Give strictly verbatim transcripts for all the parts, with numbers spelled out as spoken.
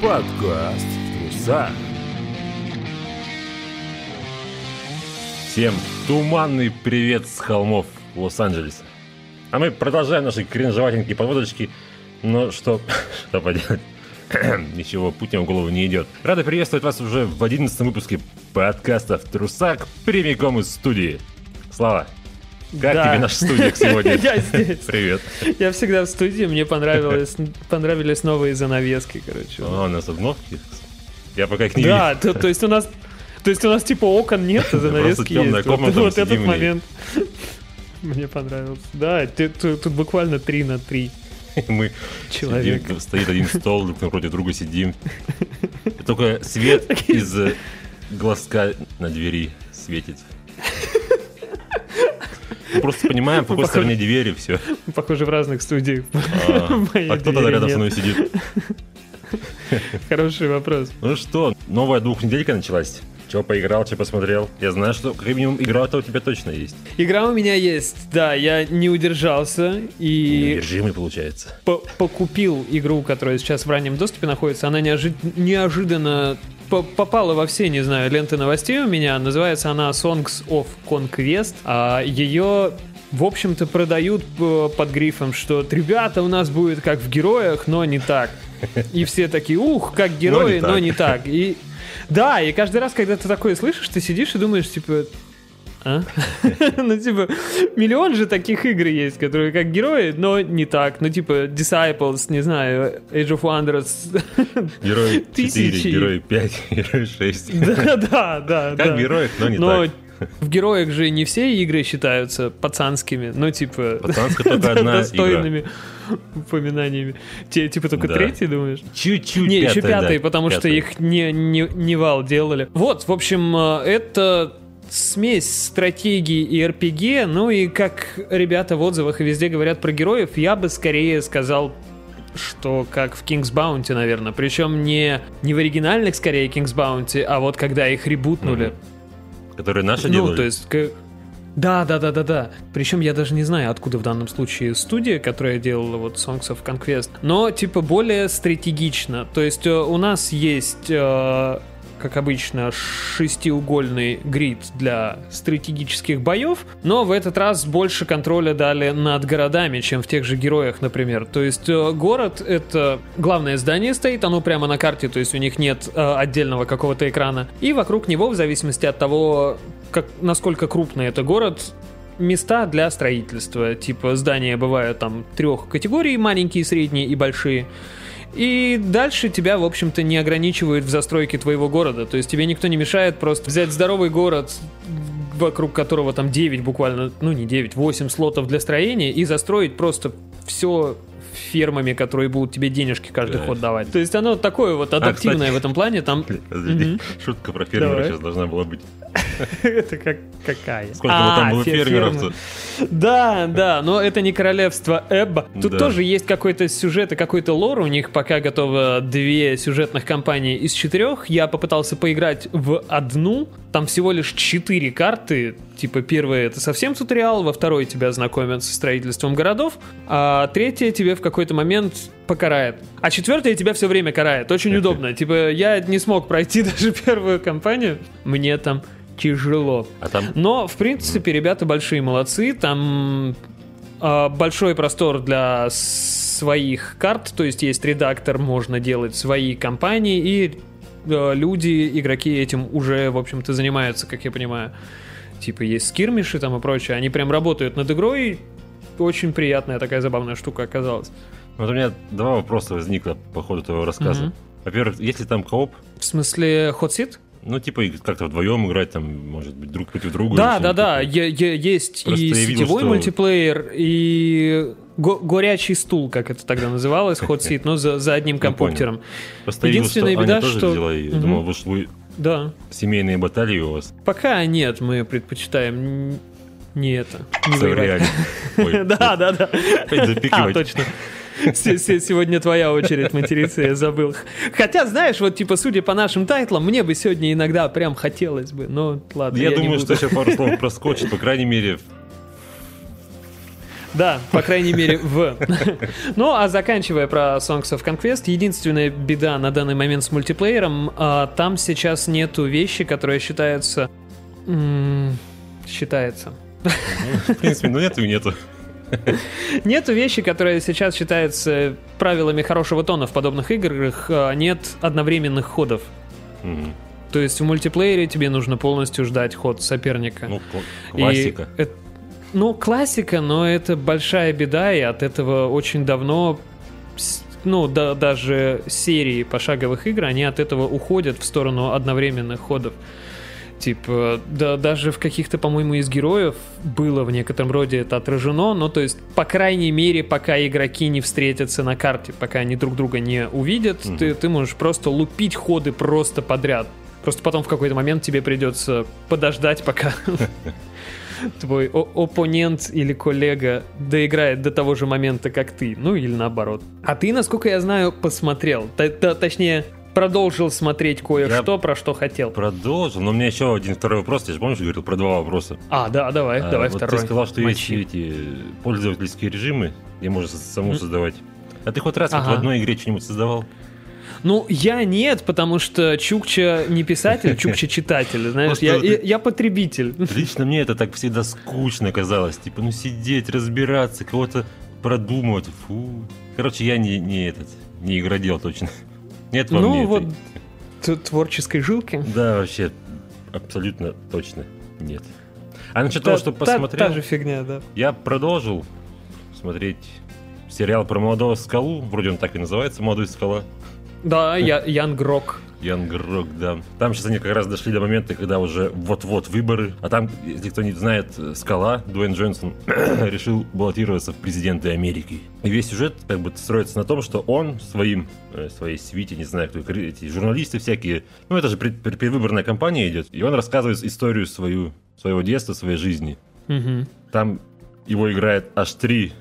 Подкаст «Труса». Всем туманный привет с холмов Лос-Анджелеса. А мы продолжаем наши кринжеватенькие подводочки. Но что, что поделать? Ничего путнего в голову не идет. Рада приветствовать вас уже в одиннадцатом выпуске подкаста «В трусах» прямиком из студии. Слава, как да. тебе наш студик сегодня? Я здесь. Привет. Я всегда в студии, мне понравилось, понравились новые занавески, короче. А, у нас обновки? Я пока их не да, видел. Да, то, то есть у нас, то есть у нас типа окон нет, а занавески есть. Вот, вот этот момент мне понравился. Да, тут, тут буквально три на три. Мы человек. Сидим, стоит один стол, друг напротив друга сидим. И только свет из глазка на двери светит. Мы просто понимаем, в какой стороне двери, все. Мы похожи в разных студиях. А, а кто тогда рядом со мной сидит? Хороший вопрос. Ну что, новая двухнеделька началась. Чего поиграл, что посмотрел? Я знаю, что как минимум игра-то у тебя точно есть. Игра у меня есть, да, я не удержался и... Неудержимый, получается. Покупил игру, которая сейчас в раннем доступе находится. Она неожи... неожиданно попала во все, не знаю, ленты новостей у меня. Называется она Songs of Conquest. А ее, в общем-то, продают под грифом, что ребята, у нас будет как в Героях, но не так. И все такие, ух, как Герои, но не так. И да, и каждый раз, когда ты такое слышишь, ты сидишь и думаешь, типа, а? Ну, типа, миллион же таких игр есть, которые как герои, но не так. Ну, типа, Disciples, не знаю, Age of Wonders. Герой четыре, Герой пять, Герой шесть. Да, да, да. Как в героях, но не так. В героях же не все игры считаются пацанскими, ну, типа... Пацанская только одна достойными игра. Упоминаниями. Те, типа только да. третий, думаешь? Чуть-чуть Не, пятая, еще пятый, да, потому пятая. что их не, не, не вал делали. Вот, в общем, это смесь стратегии и эр пи джи, ну и как ребята в отзывах и везде говорят про героев, я бы скорее сказал, что как в King's Bounty, наверное. Причем не, не в оригинальных, скорее, King's Bounty, а вот когда их ребутнули. Mm-hmm. Которые наши ну, делали? Ну, то есть... К... Да, да, да, да, да. Причем я даже не знаю, откуда в данном случае студия, которая делала вот Songs of Conquest, но типа более стратегично. То есть у нас есть, как обычно, шестиугольный грид для стратегических боев, но в этот раз больше контроля дали над городами, чем в тех же Героях, например. То есть город — это главное здание стоит, оно прямо на карте, то есть у них нет отдельного какого-то экрана, и вокруг него, в зависимости от того, как, насколько крупный это город, места для строительства. Типа здания бывают там трех категорий: маленькие, средние и большие. И дальше тебя, в общем-то, не ограничивают в застройке твоего города. То есть тебе никто не мешает просто взять здоровый город, вокруг которого там девять буквально, ну не девять, восемь слотов для строения, и застроить просто все фермами, которые будут тебе денежки каждый да. ход давать. То есть оно такое вот адаптивное а, кстати, в этом плане. Там... Подожди, шутка про фермера Давай. Сейчас должна была быть. Это как какая? Сколько а, там было фермеров-то? Да, да, но это не королевство Эбба. Тут да. тоже есть какой-то сюжет и какой-то лор. У них пока готово две сюжетных кампании из четырех. Я попытался поиграть в одну. Там всего лишь четыре карты. Типа первая — это совсем туториал, во второй тебя знакомят со строительством городов, а третья тебе в какой-то момент покарает. А четвертая тебя все время карает. Очень удобно. Типа я не смог пройти даже первую кампанию. Мне там тяжело. А там... Но, в принципе, ребята большие молодцы. Там э, большой простор для своих карт. То есть есть редактор, можно делать свои кампании. И э, люди, игроки этим уже, в общем-то, занимаются, как я понимаю. Типа есть скирмиши там и прочее. Они прям работают над игрой. Очень приятная такая забавная штука оказалась. Вот у меня два вопроса возникло по ходу твоего рассказа. Mm-hmm. Во-первых, есть ли там кооп? В смысле hot seat? Ну, типа, как-то вдвоем играть, там, может быть, друг против друга. Да, да, да. Е- е- есть просто и сетевой видел, что... мультиплеер, и го- горячий стул, как это тогда называлось, hot seat, но за, за одним компьютером. Единственная беда, что... тоже взяла и думал, вы что вы... Да. Семейные баталии у вас? Пока нет, мы предпочитаем не это. Не воевать. Да, да, да. Опять запикивать. А, точно. Сегодня твоя очередь материться, я забыл. Хотя, знаешь, вот типа, судя по нашим тайтлам, мне бы сегодня иногда прям хотелось бы, но ладно. Я думаю, что еще пару слов проскочит, по крайней мере. Да, по крайней мере, в. Ну, а заканчивая про Songs of Conquest, единственная беда на данный момент с мультиплеером, а, там сейчас нету вещи, которая считается... М- считается. Ну, в принципе, ну нету и нету. Нету вещи, которая сейчас считается правилами хорошего тона в подобных играх, а, нет одновременных ходов. Угу. То есть в мультиплеере тебе нужно полностью ждать ход соперника. Ну, классика. И, ну, классика, но это большая беда, и от этого очень давно, ну, да, даже серии пошаговых игр, они от этого уходят в сторону одновременных ходов. Типа, да, даже в каких-то, по-моему, из героев было в некотором роде это отражено, но то есть, по крайней мере, пока игроки не встретятся на карте, пока они друг друга не увидят, mm-hmm. ты, ты можешь просто лупить ходы просто подряд. Просто потом в какой-то момент тебе придется подождать, пока твой оппонент или коллега доиграет до того же момента, как ты. Ну, или наоборот. А ты, насколько я знаю, посмотрел. Точнее, продолжил смотреть кое-что, про что хотел. Продолжил, но у меня еще один второй вопрос. Ты же помнишь, говорил про два вопроса? А, да, давай, а, давай вот второй. Ты сказал, что Мочи. есть эти пользовательские режимы, где можно саму mm. создавать. А ты хоть раз ага. вот в одной игре что-нибудь создавал? Ну, я нет, потому что Чукча не писатель, Чукча читатель, знаешь, я, я, я потребитель. Лично мне это так всегда скучно казалось, типа, ну сидеть, разбираться, кого-то продумывать, фу. Короче, я не, не этот, не игродел точно. Нет во ну, мне вот этой... творческой жилки. Да, вообще, абсолютно точно нет. А насчет та, того, что посмотрел... Та же фигня, да. Я продолжил смотреть сериал про молодого скалу, вроде он так и называется, «Молодой скала». Да, я, Young Rock. Young Rock, да. Там сейчас они как раз дошли до момента, когда уже вот-вот выборы. А там, если кто не знает, Скала, Дуэйн Джонсон, решил баллотироваться в президенты Америки. И весь сюжет как бы строится на том, что он своим, своей свите, не знаю, кто эти журналисты всякие, ну это же предвыборная кампания идет, и он рассказывает историю свою, своего детства, своей жизни. Угу. Там его играет аж три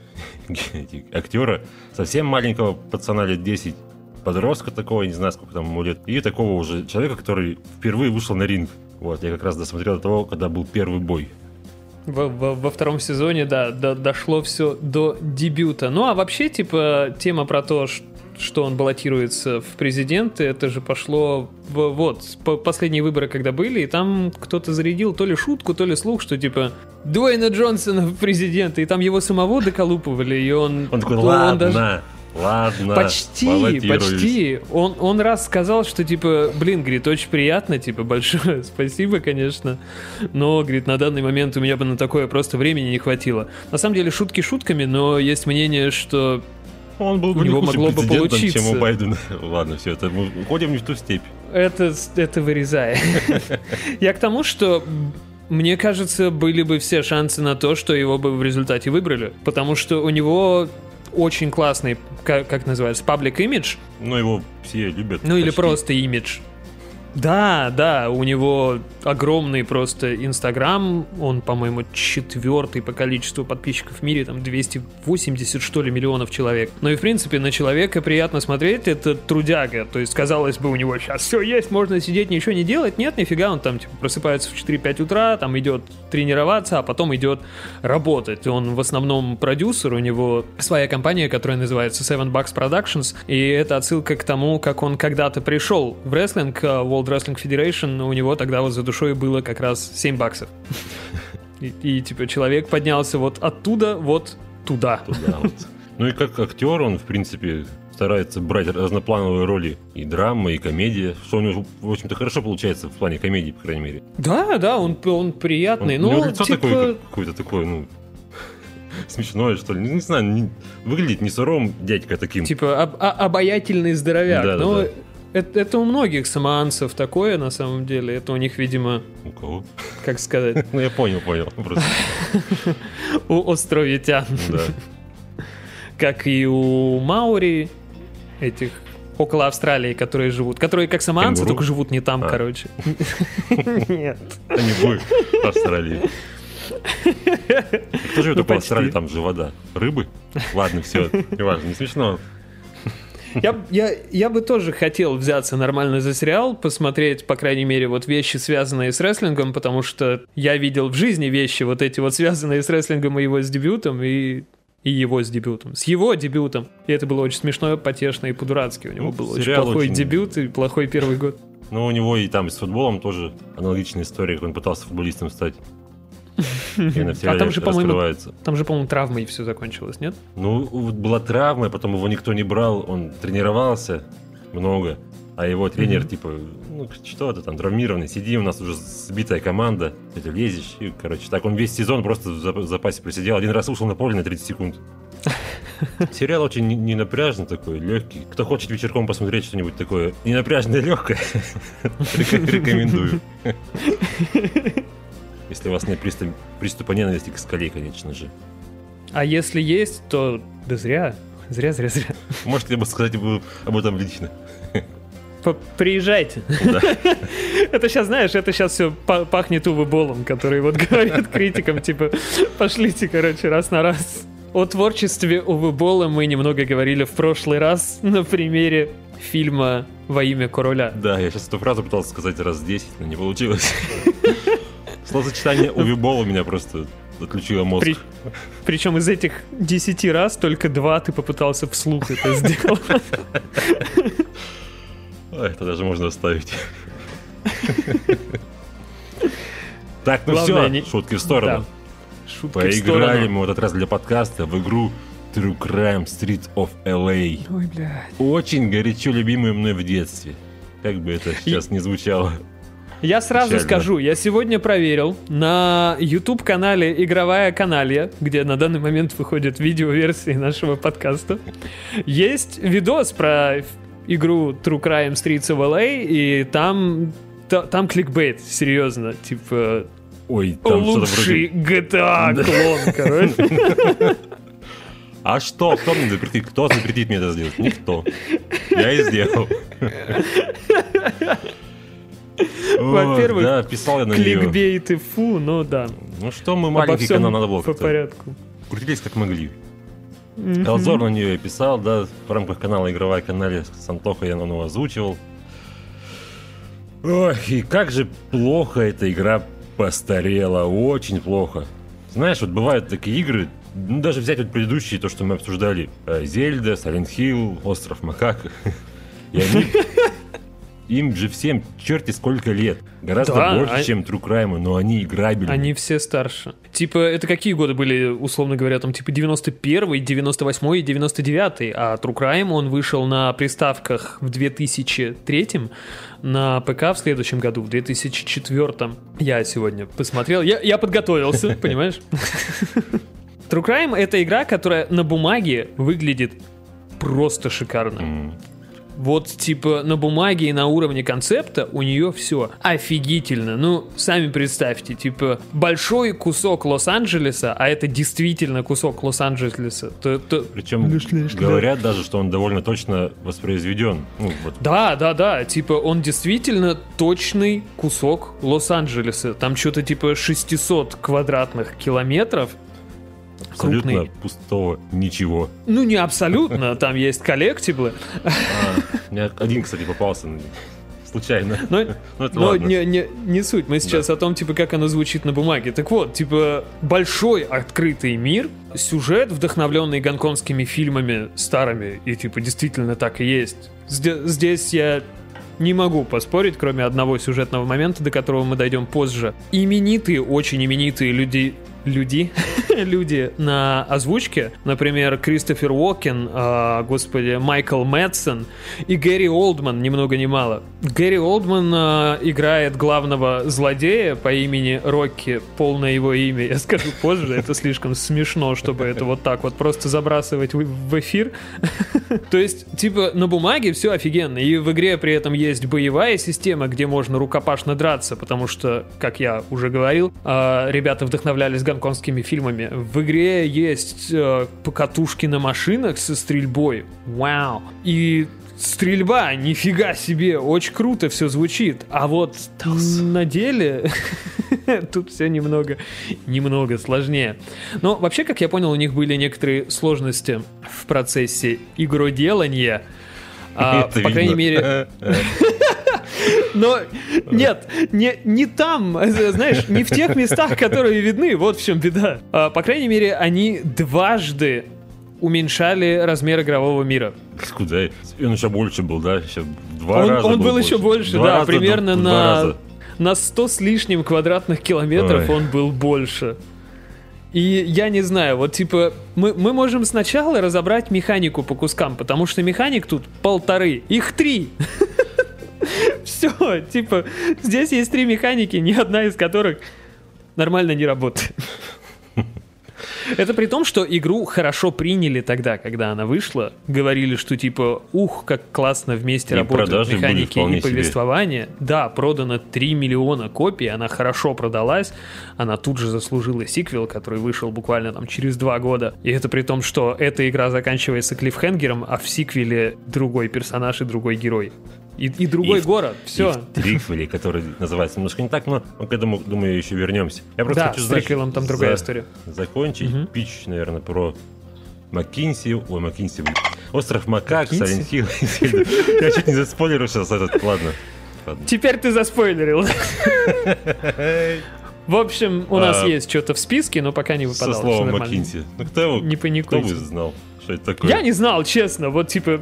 актера, совсем маленького пацана лет десять, подростка такого, не знаю, сколько там ему лет, и такого уже человека, который впервые вышел на ринг. Вот, я как раз досмотрел до того, когда был первый бой. Во, во, во втором сезоне, да, до, дошло все до дебюта. Ну, а вообще, типа, тема про то, что он баллотируется в президенты, это же пошло в, вот, по, последние выборы, когда были, и там кто-то зарядил то ли шутку, то ли слух, что, типа, Дуэйна Джонсона в президенты, и там его самого доколупывали, и он... Он такой, ладно... Он даже... Ладно, почти, почти. Он, он раз сказал, что, типа, блин, говорит, очень приятно, типа, большое спасибо, конечно, но, говорит, на данный момент у меня бы на такое просто времени не хватило. На самом деле, шутки шутками, но есть мнение, что он был бы у него могло бы получиться. Чем у Байдена. Ладно, все, это мы уходим не в ту степь. Это, это вырезай. Я к тому, что... Мне кажется, были бы все шансы на то, что его бы в результате выбрали, потому что у него... очень классный, как, как называется, public image. Ну, его все любят. Ну, почти. Или просто имидж. Да, да, у него огромный просто Инстаграм, он, по-моему, четвертый по количеству подписчиков в мире, там двести восемьдесят, что ли, миллионов человек. Ну и, в принципе, на человека приятно смотреть, это трудяга, то есть, казалось бы, у него сейчас все есть, можно сидеть, ничего не делать, нет, нифига, он там, типа, просыпается в четыре-пять утра, там идет тренироваться, а потом идет работать. Он в основном продюсер, у него своя компания, которая называется Seven Bucks Productions, и это отсылка к тому, как он когда-то пришел в рестлинг, World Wrestling Federation, у него тогда вот за душой было как раз семь баксов. И, и типа человек поднялся вот оттуда вот туда. Туда вот. Ну и как актер он, в принципе, старается брать разноплановые роли и драма, и комедия, что у него, в общем-то, хорошо получается в плане комедии, по крайней мере. Да, да, он, он приятный. Он, ну, у него лицо типа... такое, какое-то такое, ну, смешное, что ли. Не, не знаю, не, выглядит не суровым дядька таким. Типа об, а, обаятельный здоровяк. Да, но да, да. Это, это у многих самоанцев такое, на самом деле. Это у них, видимо... У кого? Как сказать? Ну, я понял, понял. У островитян. Да. Как и у маори, этих около Австралии, которые живут. Которые как самоанцы, только живут не там, короче. Нет. Они будут в Австралии. Кто живет около Австралии? Там же вода. Рыбы? Ладно, все, не важно, не смешно. Я, я, я бы тоже хотел взяться нормально за сериал, посмотреть, по крайней мере, вот вещи, связанные с рестлингом, потому что я видел в жизни вещи вот эти вот, связанные с рестлингом и его с дебютом, и и его с дебютом. С его дебютом. И это было очень смешно, потешно и по-дурацки. У него Ну, был очень сериал плохой очень- дебют и плохой первый год. Ну, у него и там с футболом тоже аналогичная история, как он пытался футболистом стать. И она в А сериале там же, по-моему, раскрывается. там же, по-моему, травмой все закончилось, нет? Ну, вот была травма, потом его никто не брал, он тренировался много, а его тренер, Мгм. типа, ну, что ты там, травмированный, сиди, у нас уже сбитая команда, ты лезешь, и, короче, так он весь сезон просто в зап- в запасе просидел, один раз ушел на поле на тридцать секунд. Сериал очень не- ненапряжный такой, легкий. Кто хочет вечерком посмотреть что-нибудь такое ненапряжное, легкое, рекомендую. Если у вас нет приступ- приступа ненависти к скале, конечно же. А если есть, то да зря. Зря, зря, зря. Может, я бы сказать об об этом лично. П- Приезжайте. Да. Это сейчас, знаешь, это сейчас все пахнет Уве Боллом, который вот говорит критикам, типа, пошлите, короче, раз на раз. О творчестве Уве Болла мы немного говорили в прошлый раз на примере фильма «Во имя короля». Да, я сейчас эту фразу пытался сказать раз десять, но не получилось. Словосочетание Уве Болл у меня просто отключило мозг. При- Причем из этих десяти раз только два ты попытался вслух это сделать. Ой, это даже можно оставить. Так, ну Главное, все, не- шутки в сторону. Да. Шутки в Поиграли сторону. мы в этот раз для подкаста в игру True Crime Street of эл эй. Ой, блядь. Очень горячо любимую мной в детстве. Как бы это сейчас ни звучало. Я сразу Печально. скажу, я сегодня проверил на YouTube-канале «Игровая каналья», где на данный момент выходят видеоверсии нашего подкаста. Есть видос про ф- игру True Crime Streets of эл эй, и там, та- там кликбейт, серьезно, типа Ой, там что-то лучший вроде... джи ти эй клон, короче. А что? Кто мне запретит? Кто запретит мне это сделать? Никто. Я и сделал. Во-первых, Ох, да, писал я на нее. Кликбейт и фу, ну да. Ну что, мы Обо маленький всем канал, надо было по как-то порядку. крутились как могли. Мгм. Обзор на нее я писал, да, в рамках канала «Игровая канале» с Антохой я его озвучивал. Ой, и как же плохо эта игра постарела, очень плохо. Знаешь, вот бывают такие игры, ну, даже взять вот предыдущие, то, что мы обсуждали, э, Зельда, Silent Hill, Остров Макак, и они... Им же всем черти сколько лет. Гораздо Да, больше, а- чем True Crime, но они играбельны. Они все старше. Типа, это какие годы были, условно говоря, там, типа, девяносто первый, девяносто восьмой и девяносто девятый, а True Crime, он вышел на приставках в две тысячи третьем, на ПК в следующем году, в две тысячи четвёртом. Я сегодня посмотрел, я, я подготовился, понимаешь? True Crime — это игра, которая на бумаге выглядит просто шикарно. М. Вот, типа, на бумаге и на уровне концепта у нее все офигительно. Ну, сами представьте, типа, большой кусок Лос-Анджелеса, а это действительно кусок Лос-Анджелеса. То, то... Причем говорят даже, что он довольно точно воспроизведен. Ну, вот. Да, да, да, типа, он действительно точный кусок Лос-Анджелеса. Там что-то типа шестьсот квадратных километров. Абсолютно Крупный. пустого ничего. Ну, не абсолютно, там есть коллектиблы. А, у меня один, кстати, попался ну, случайно. Но, Ну, это но ладно. не, не, не суть. Мы сейчас о том, типа, как оно звучит на бумаге. Так вот, типа, большой открытый мир, сюжет, вдохновленный гонконгскими фильмами старыми, и, типа, действительно так и есть. Зде- здесь я не могу поспорить, кроме одного сюжетного момента, до которого мы дойдем позже. Именитые, очень именитые люди... Люди, люди на озвучке, например, Кристофер Уокен, э, господи, Майкл Мэтсон и Гэри Олдман, ни много ни мало. Гэри Олдман э, играет главного злодея по имени Рокки, полное его имя, я скажу позже, это слишком смешно, чтобы это вот так вот просто забрасывать в, в эфир. То есть, типа, на бумаге все офигенно, и в игре при этом есть боевая система, где можно рукопашно драться, потому что, как я уже говорил, э, ребята вдохновлялись гонконгскими фильмами. В игре есть э, покатушки на машинах со стрельбой. Вау. И стрельба, нифига себе, очень круто все звучит. А вот на деле тут все немного, немного сложнее. Но вообще, как я понял, у них были некоторые сложности в процессе игроделания. А, Это по крайней видно. мере... Но нет, не, не там, знаешь, не в тех местах, которые видны, вот в чем беда. А, по крайней мере, они дважды уменьшали размер игрового мира. Куда? И он еще больше был, да? Еще в два он, раза Он был, был больше. еще больше, два да, раза, примерно два на, раза. на сто с лишним квадратных километров Ой. Он был больше. И я не знаю, вот типа, мы, мы можем сначала разобрать механику по кускам, потому что механик тут полторы, их три. Все, типа, здесь есть три механики, ни одна из которых нормально не работает. Это при том, что игру хорошо приняли тогда, когда она вышла. Говорили, что типа, ух, как классно вместе и работают механики и повествование. Себе. Да, продано три миллиона копий, она хорошо продалась. Она тут же заслужила сиквел, который вышел буквально там через два года. И это при том, что эта игра заканчивается клиффхенгером, а в сиквеле другой персонаж и другой герой. И, и другой и город, все. И триквели, который называется немножко не так, но мы к этому, думаю, еще вернемся. Я просто да, хочу, с триквелом там другая за, история. Закончить угу. пич, наверное, про Маккинси. Ой, Маккинси, блин. Остров Макак, Сайлент Хилл. Я чуть не заспойлерил сейчас этот, ладно. Теперь ты заспойлерил. В общем, у нас есть что-то в списке, но пока не выпадало. Со словом Маккинси. Ну кто бы знал, что это такое? Я не знал, честно, вот типа...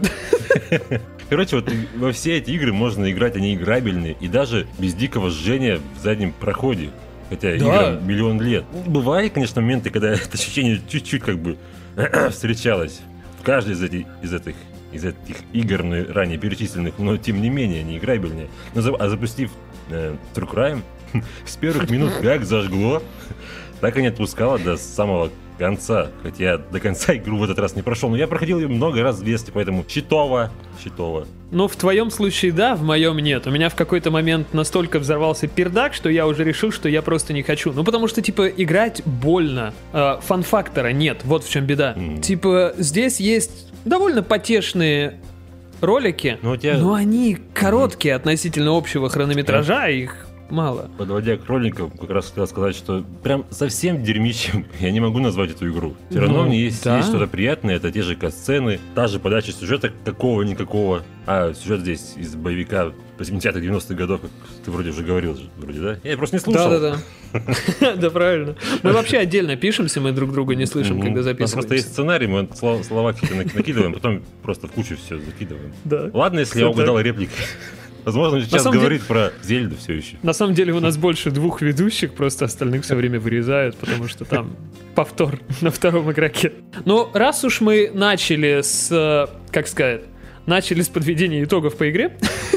Короче, вот во все эти игры можно играть, они играбельные, и даже без дикого жжения в заднем проходе. Хотя да. играм миллион лет. Бывали, конечно, моменты, когда это ощущение чуть-чуть как бы встречалось в каждой из этих, из этих, из этих игр, ранее перечисленных, но тем не менее они играбельные. Но, а запустив э, True Crime, с первых минут как зажгло, так и не отпускало до самого конца. Хотя я до конца игру в этот раз не прошел, но я проходил ее много раз в детстве, поэтому щитово, щитово. Ну, в твоем случае да, в моем нет. У меня в какой-то момент настолько взорвался пердак, что я уже решил, что я просто не хочу. Ну, потому что, типа, играть больно. Э, фан-фактора нет, вот в чем беда. Mm. Типа, здесь есть довольно потешные ролики, но, тебя... но они короткие mm. относительно общего хронометража, yeah. их мало. Подводя к роликам, как раз хотел сказать, что прям совсем дерьмищем я не могу назвать эту игру. Все равно ну, мне есть, да. есть что-то приятное, это те же катсцены, та же подача сюжета какого-никакого. А сюжет здесь из боевика восьмидесятых, девяностых годов, как ты вроде уже говорил, вроде, да? Я просто не слушал. Да-да-да. Да, правильно. Мы вообще отдельно пишемся, мы друг друга не слышим, когда записываемся. У нас просто есть сценарий, мы слова какие-то накидываем, потом просто в кучу все закидываем. Ладно, если я угадал реплики. Возможно, сейчас говорит деле... про Зельду все еще. На самом деле у нас больше двух ведущих, просто остальных все время вырезают, потому что там повтор на втором игроке. Но раз уж мы начали с, как сказать, начали с подведения итогов по игре,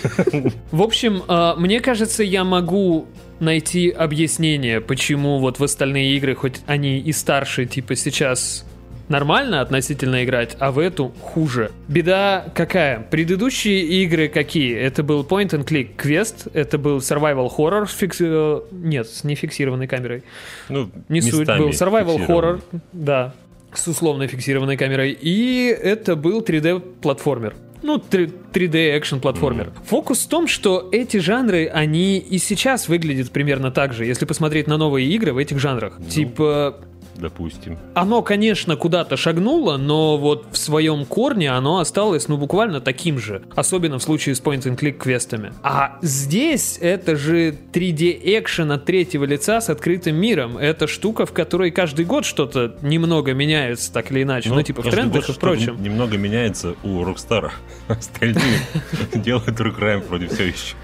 в общем, мне кажется, я могу найти объяснение, почему вот в остальные игры, хоть они и старше, типа сейчас... нормально относительно играть, а в эту хуже. Беда какая? Предыдущие игры какие? Это был point-and-click квест, это был survival horror, фикс... нет, с нефиксированной камерой. Ну, не суть, был survival horror, да, с условно фиксированной камерой, и это был три дэ-платформер. Ну, три дэ экшен-платформер. Mm. Фокус в том, что эти жанры, они и сейчас выглядят примерно так же, если посмотреть на новые игры в этих жанрах. Ну. Типа... Допустим. Оно, конечно, куда-то шагнуло, но вот в своем корне оно осталось, ну, буквально таким же. Особенно в случае с point-and-click квестами. А здесь это же три дэ-экшен от третьего лица с открытым миром. Это штука, в которой каждый год что-то немного меняется, так или иначе. Ну, ну типа в трендах и прочем. Немного меняется у Rockstar. Остальные делают True Crime вроде все еще.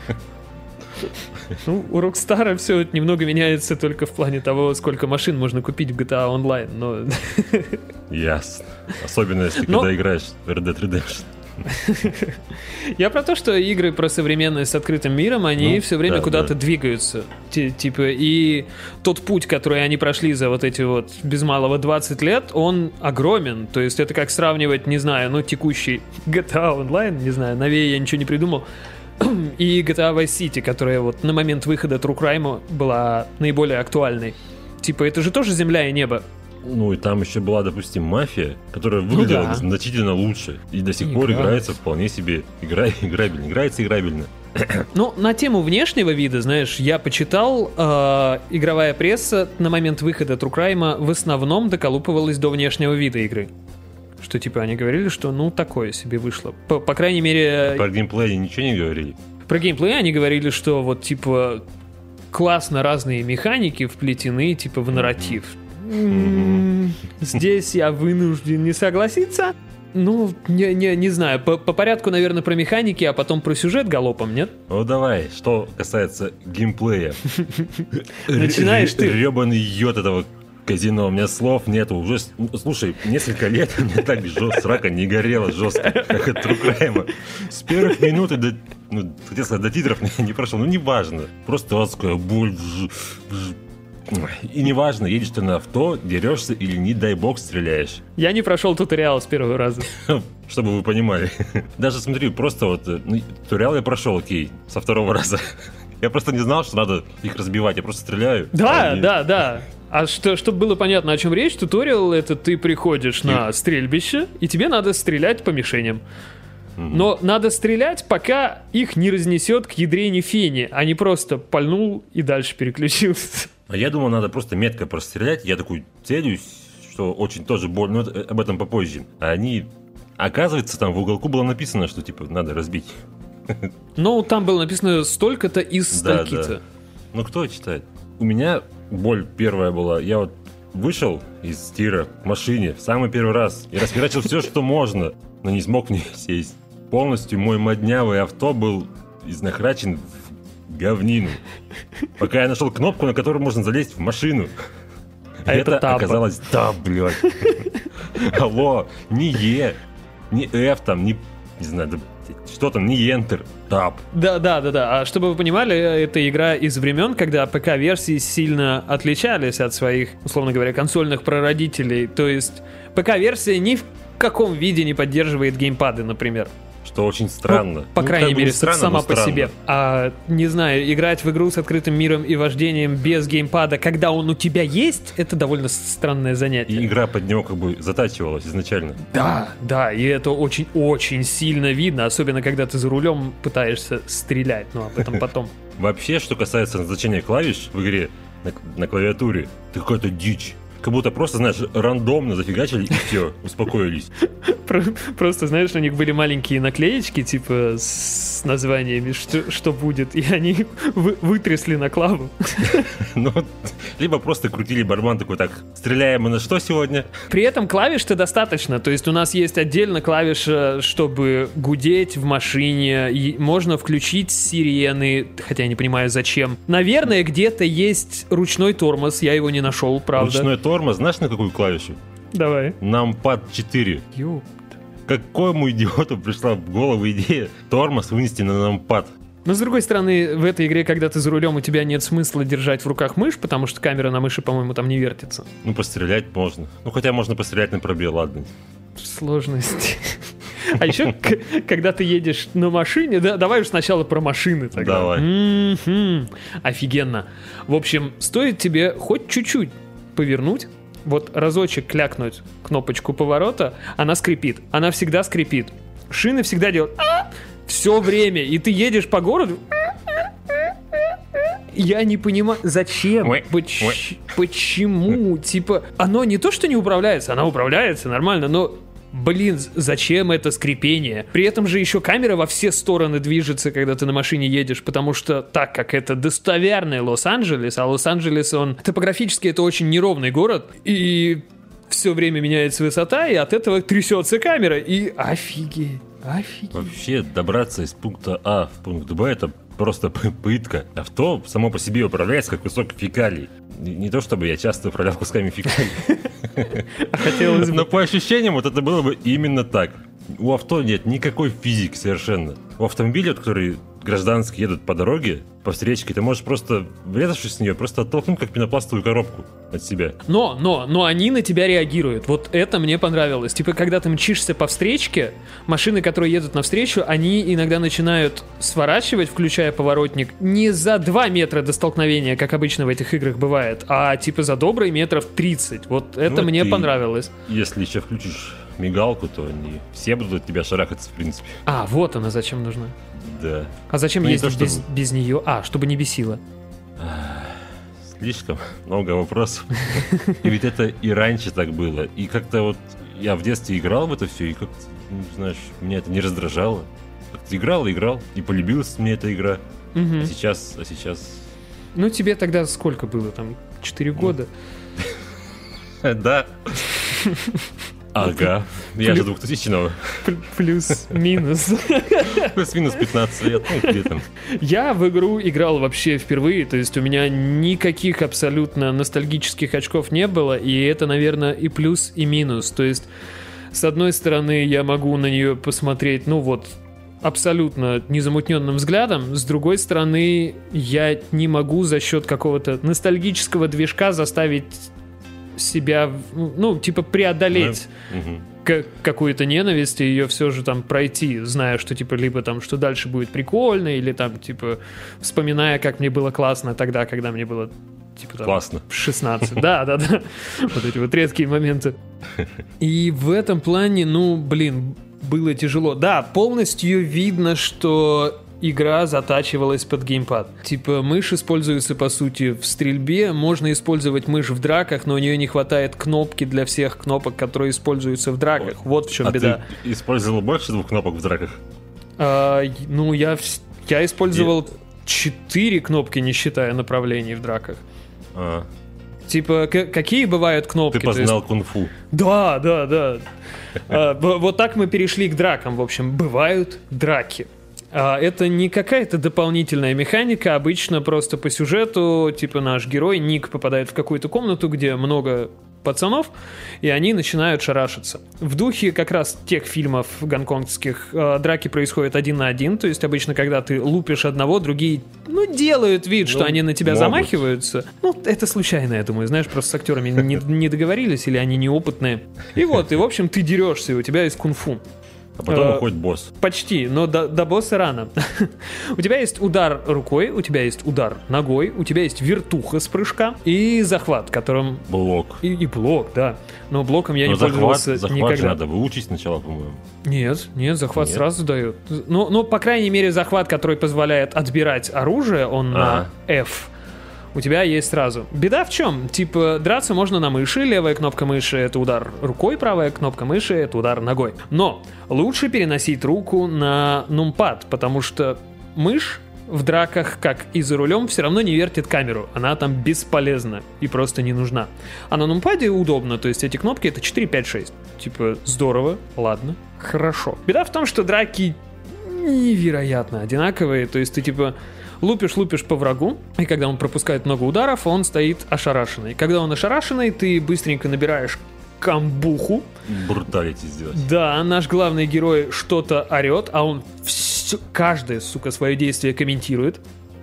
Ну, у Rockstar все немного меняется только в плане того, сколько машин можно купить в джи ти эй Online, но... Ясно. Особенно, если но... когда играешь в Red Dead Redemption. Я про то, что игры про современные с открытым миром, они ну, все время да, куда-то да. двигаются. Типа, и тот путь, который они прошли за вот эти вот без малого двадцать лет, он огромен. То есть это как сравнивать, не знаю, ну, текущий джи ти эй Online, не знаю, новее я ничего не придумал, и джи ти эй Vice City, которая вот на момент выхода True Crime была наиболее актуальной. Типа, это же тоже земля и небо. Ну и там еще была, допустим, Мафия, которая выглядела ну, да. значительно лучше. И до сих Игра. пор играется вполне себе игра, играбельно. Играется играбельно. Ну, на тему внешнего вида, знаешь, я почитал, э, игровая пресса на момент выхода True Crime в основном доколупывалась до внешнего вида игры. Что, типа, они говорили, что, ну, такое себе вышло. По, по крайней мере... Про геймплей они ничего не говорили? Про геймплей они говорили, что, вот, типа, классно разные механики вплетены, типа, в нарратив. Mm-hmm. Здесь я вынужден не согласиться. Ну, не, не, не знаю, по, по порядку, наверное, про механики, а потом про сюжет галопом, нет? Ну давай, что касается геймплея. Начинаешь ты. Рёбаный йод этого казино, у меня слов нету. Уже, слушай, несколько лет у меня так жестко, срака не горела жестко, как от True Crime. С первых минут и до, ну, хотел сказать, до титров не, не прошел, ну неважно. Просто адская боль. И неважно, едешь ты на авто, дерешься или, не дай бог, стреляешь. Я не прошел туториал с первого раза. Чтобы вы понимали. Даже смотри, просто вот, ну, туториал я прошел, окей, со второго раза. Я просто не знал, что надо их разбивать, я просто стреляю. Да, они... да, да. А что, чтобы было понятно, о чем речь, туториал — это ты приходишь на стрельбище, и тебе надо стрелять по мишеням. Но надо стрелять, пока их не разнесет к ядрене фени, а не просто пальнул и дальше переключился. А я думал, надо просто метко прострелять. Я такой целюсь, что очень тоже больно, но об этом попозже. А они... Оказывается, там в уголку было написано, что типа надо разбить. Ну, там было написано столько-то из стольки-то. Да, да. Ну, кто читает? У меня боль первая была. Я вот вышел из тира в машине в самый первый раз и расхерачил все, что можно, но не смог в ней сесть. Полностью мой моднявый авто был изнахрачен в говнину. Пока я нашел кнопку, на которую можно залезть в машину. А это, это оказалось таб, блядь. Алло, не Е, не F там, не, не знаю, да, что там, не Enter, таб. Да, да, да, да. А чтобы вы понимали, это игра из времен, когда ПК-версии сильно отличались от своих, условно говоря, консольных прародителей. То есть ПК-версия ни в каком виде не поддерживает геймпады, например. Что очень странно. Ну, по ну, крайней мере, странно, сама по странно. себе. А, не знаю, играть в игру с открытым миром и вождением без геймпада, когда он у тебя есть, это довольно странное занятие. И игра под него как бы затачивалась изначально. Да, да, и это очень-очень сильно видно, особенно когда ты за рулем пытаешься стрелять, но об этом потом. Вообще, что касается назначения клавиш в игре на, на клавиатуре, это какая-то дичь. Как будто просто, знаешь, рандомно зафигачили и все, успокоились. Просто, знаешь, у них были маленькие наклеечки, типа, с названиями, что, что будет, и они вы, вытрясли на клаву. Ну, либо просто крутили барабан такой, так, стреляем мы на что сегодня? При этом клавиш-то достаточно, то есть у нас есть отдельно клавиша, чтобы гудеть в машине, и можно включить сирены, хотя я не понимаю, зачем. Наверное, где-то есть ручной тормоз, я его не нашел, правда. Ручной тормоз, знаешь, на какую клавишу? Давай. Нампад четыре. Ёп. Какому идиоту пришла в голову идея тормоз вынести на нампад? Но, с другой стороны, в этой игре, когда ты за рулем, у тебя нет смысла держать в руках мышь, потому что камера на мыши, по-моему, там не вертится. Ну, пострелять можно. Ну, хотя можно пострелять на пробел, ладно. Сложности. А еще, когда ты едешь на машине, да, давай уж сначала про машины тогда. Давай. М-м-м, офигенно. В общем, стоит тебе хоть чуть-чуть повернуть, вот разочек клякнуть кнопочку поворота, она скрипит. Она всегда скрипит. Шины всегда делают все время. И ты едешь по городу. Я не понимаю, зачем? Ой, Поч- ой. Почему? Типа, оно не то, что не управляется, оно управляется нормально, но... Блин, зачем это скрипение? При этом же еще камера во все стороны движется, когда ты на машине едешь, потому что так как это достоверный Лос-Анджелес, а Лос-Анджелес, он топографически это очень неровный город, и все время меняется высота, и от этого трясется камера, и офигеть, офигеть. Вообще, добраться из пункта А в пункт Б — это просто пытка. Авто само по себе управляется как кусок фекалий. Не, не то чтобы я часто управлял кусками фекалий. А хотелось бы. Но по ощущениям вот это было бы именно так. У авто нет никакой физики совершенно. У автомобиля, которые гражданские едут по дороге, по встречке, ты можешь просто, врезавшись с нее, просто оттолкнуть как пенопластовую коробку от себя. Но, но, но они на тебя реагируют. Вот это мне понравилось. Типа, когда ты мчишься по встречке, машины, которые едут навстречу, они иногда начинают сворачивать, включая поворотник, не за два метра до столкновения, как обычно в этих играх бывает, а типа за добрые метров тридцать. Вот это Ну, мне ты- понравилось. Если еще включишь мигалку, то они все будут от тебя шарахаться, в принципе. А, вот она зачем нужна. Да. А зачем Ну, не ездить то, без, чтобы- без нее? А, чтобы не бесило. Слишком много вопросов. И ведь это и раньше так было. И как-то вот я в детстве играл в это все, и как-то, ну, знаешь, меня это не раздражало. Как-то играл, и играл, и полюбилась мне эта игра. Мгм. А сейчас, а сейчас... Ну, тебе тогда сколько было? Там, четыре года? Да. Ага. Я же двухтысячного. Плюс-минус. Плюс-минус пятнадцать лет. Ну, где там. Я в игру играл вообще впервые, то есть у меня никаких абсолютно ностальгических очков не было, и это, наверное, и плюс, и минус. То есть, с одной стороны, я могу на нее посмотреть, ну вот, абсолютно незамутненным взглядом, с другой стороны, я не могу за счет какого-то ностальгического движка заставить себя, ну, типа, преодолеть угу. к- какую-то ненависть и ее все же там пройти, зная, что, типа, либо там, что дальше будет прикольно, или там, типа, вспоминая, как мне было классно тогда, когда мне было, типа, там, классно. шестнадцать. Да, да, да. Вот эти вот редкие моменты. И в этом плане, ну, блин, было тяжело. Да, полностью видно, что игра затачивалась под геймпад. Типа, мышь используется, по сути, в стрельбе. Можно использовать мышь в драках, но у нее не хватает кнопки для всех кнопок, которые используются в драках. Вот в чем а беда. Ты использовал больше двух кнопок в драках? А, ну, я, я использовал четыре кнопки, не считая направлений в драках. А. Типа, к- какие бывают кнопки? Ты познал есть... кунг-фу. Да, да, да. а, вот так мы перешли к дракам. В общем, бывают драки. А, это не какая-то дополнительная механика. Обычно просто по сюжету, типа, наш герой Ник попадает в какую-то комнату, где много пацанов, и они начинают шарашиться. В духе как раз тех фильмов гонконгских э, драки происходят один на один, то есть обычно, когда ты лупишь одного, другие, ну, делают вид, ну, что они на тебя могут. Замахиваются. Ну, это случайно, я думаю, знаешь, просто с актерами не, не договорились, или они неопытные. И вот, и в общем, ты дерешься, и у тебя есть кунг-фу. А потом уходит босс. Почти, но до, до босса рано. У тебя есть удар рукой, у тебя есть удар ногой, у тебя есть вертуха с прыжка и захват, которым... Блок. И, и блок, да. Но блоком я но не захват, пользовался захват никогда. Захват надо выучить сначала, по-моему. Нет, нет, захват нет. сразу дает. Ну, ну, по крайней мере, захват, который позволяет отбирать оружие, он а. на F. У тебя есть сразу. Беда в чем? Типа, драться можно на мыши, левая кнопка мыши — это удар рукой, правая кнопка мыши — это удар ногой. Но лучше переносить руку на нумпад, потому что мышь в драках, как и за рулем, все равно не вертит камеру. Она там бесполезна и просто не нужна. А на нумпаде удобно, то есть эти кнопки — это четыре, пять, шесть. Типа, здорово, ладно, хорошо. Беда в том, что драки невероятно одинаковые, то есть ты типа... Лупишь-лупишь по врагу, и когда он пропускает много ударов, он стоит ошарашенный. Когда он ошарашенный, ты быстренько набираешь камбуху. Бруталити сделать. Да, наш главный герой что-то орет, а он все, каждое, сука, свое действие комментирует.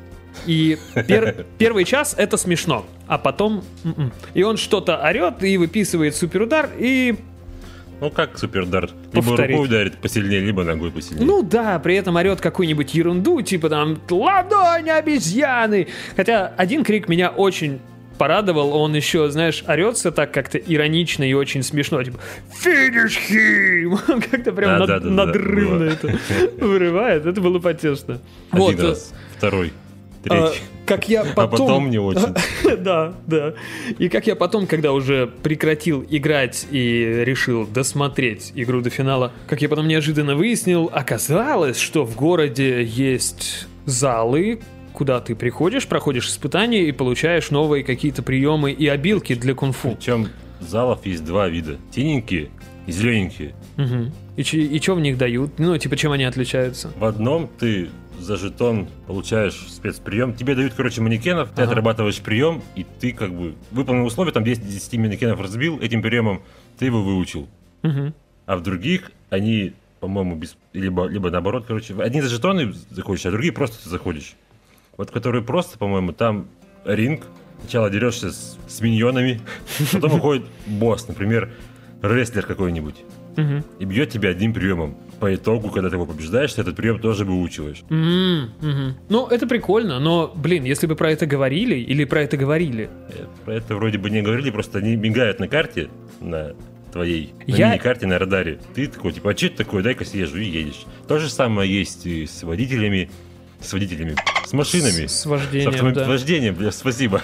И пер, первый час это смешно, а потом... М-м. И он что-то орет и выписывает суперудар, и... Ну как суперудар? Либо Повторить. рукой ударит посильнее, либо ногой посильнее. Ну да, при этом орет какую-нибудь ерунду, типа там «Ладонь обезьяны!» Хотя один крик меня очень порадовал, он еще, знаешь, орется так как-то иронично и очень смешно, типа «Finish him!» Он как-то прям да, над, да, да, надрывно да, это вырывает, это было потешно. Один вот. раз, второй. А, как я потом... А потом не очень. Да, да. И как я потом, когда уже прекратил играть и решил досмотреть игру до финала, как я потом неожиданно выяснил, оказалось, что в городе есть залы, куда ты приходишь, проходишь испытания и получаешь новые какие-то приемы и обилки для кунг-фу. Причем залов есть два вида. Синенькие и зелененькие. Угу. И, и что в них дают? Ну, типа, чем они отличаются? В одном ты за жетон получаешь спецприем. Тебе дают, короче, манекенов, ты ага. отрабатываешь прием, и ты как бы выполнил условия, там десять, десять манекенов разбил, этим приемом ты его выучил. Угу. А в других они, по-моему, без... либо, либо наоборот, короче, одни за жетоны заходишь, а другие просто ты заходишь. Вот которые просто, по-моему, там ринг, сначала дерешься с, с миньонами, потом уходит босс, например, рестлер какой-нибудь, угу. и бьет тебя одним приемом. По итогу, когда ты его побеждаешь, ты этот прием тоже выучиваешь. Mm-hmm. Ну, это прикольно, но, блин, если бы про это говорили, или про это говорили? Про это вроде бы не говорили, просто они мигают на карте, на твоей, на Я... мини-карте, на радаре. Ты такой, типа, а что это такое, дай-ка съезжу, и едешь. То же самое есть и с водителями, с водителями, с машинами. С, с вождением, с автомоб... да. С вождением, бля, спасибо.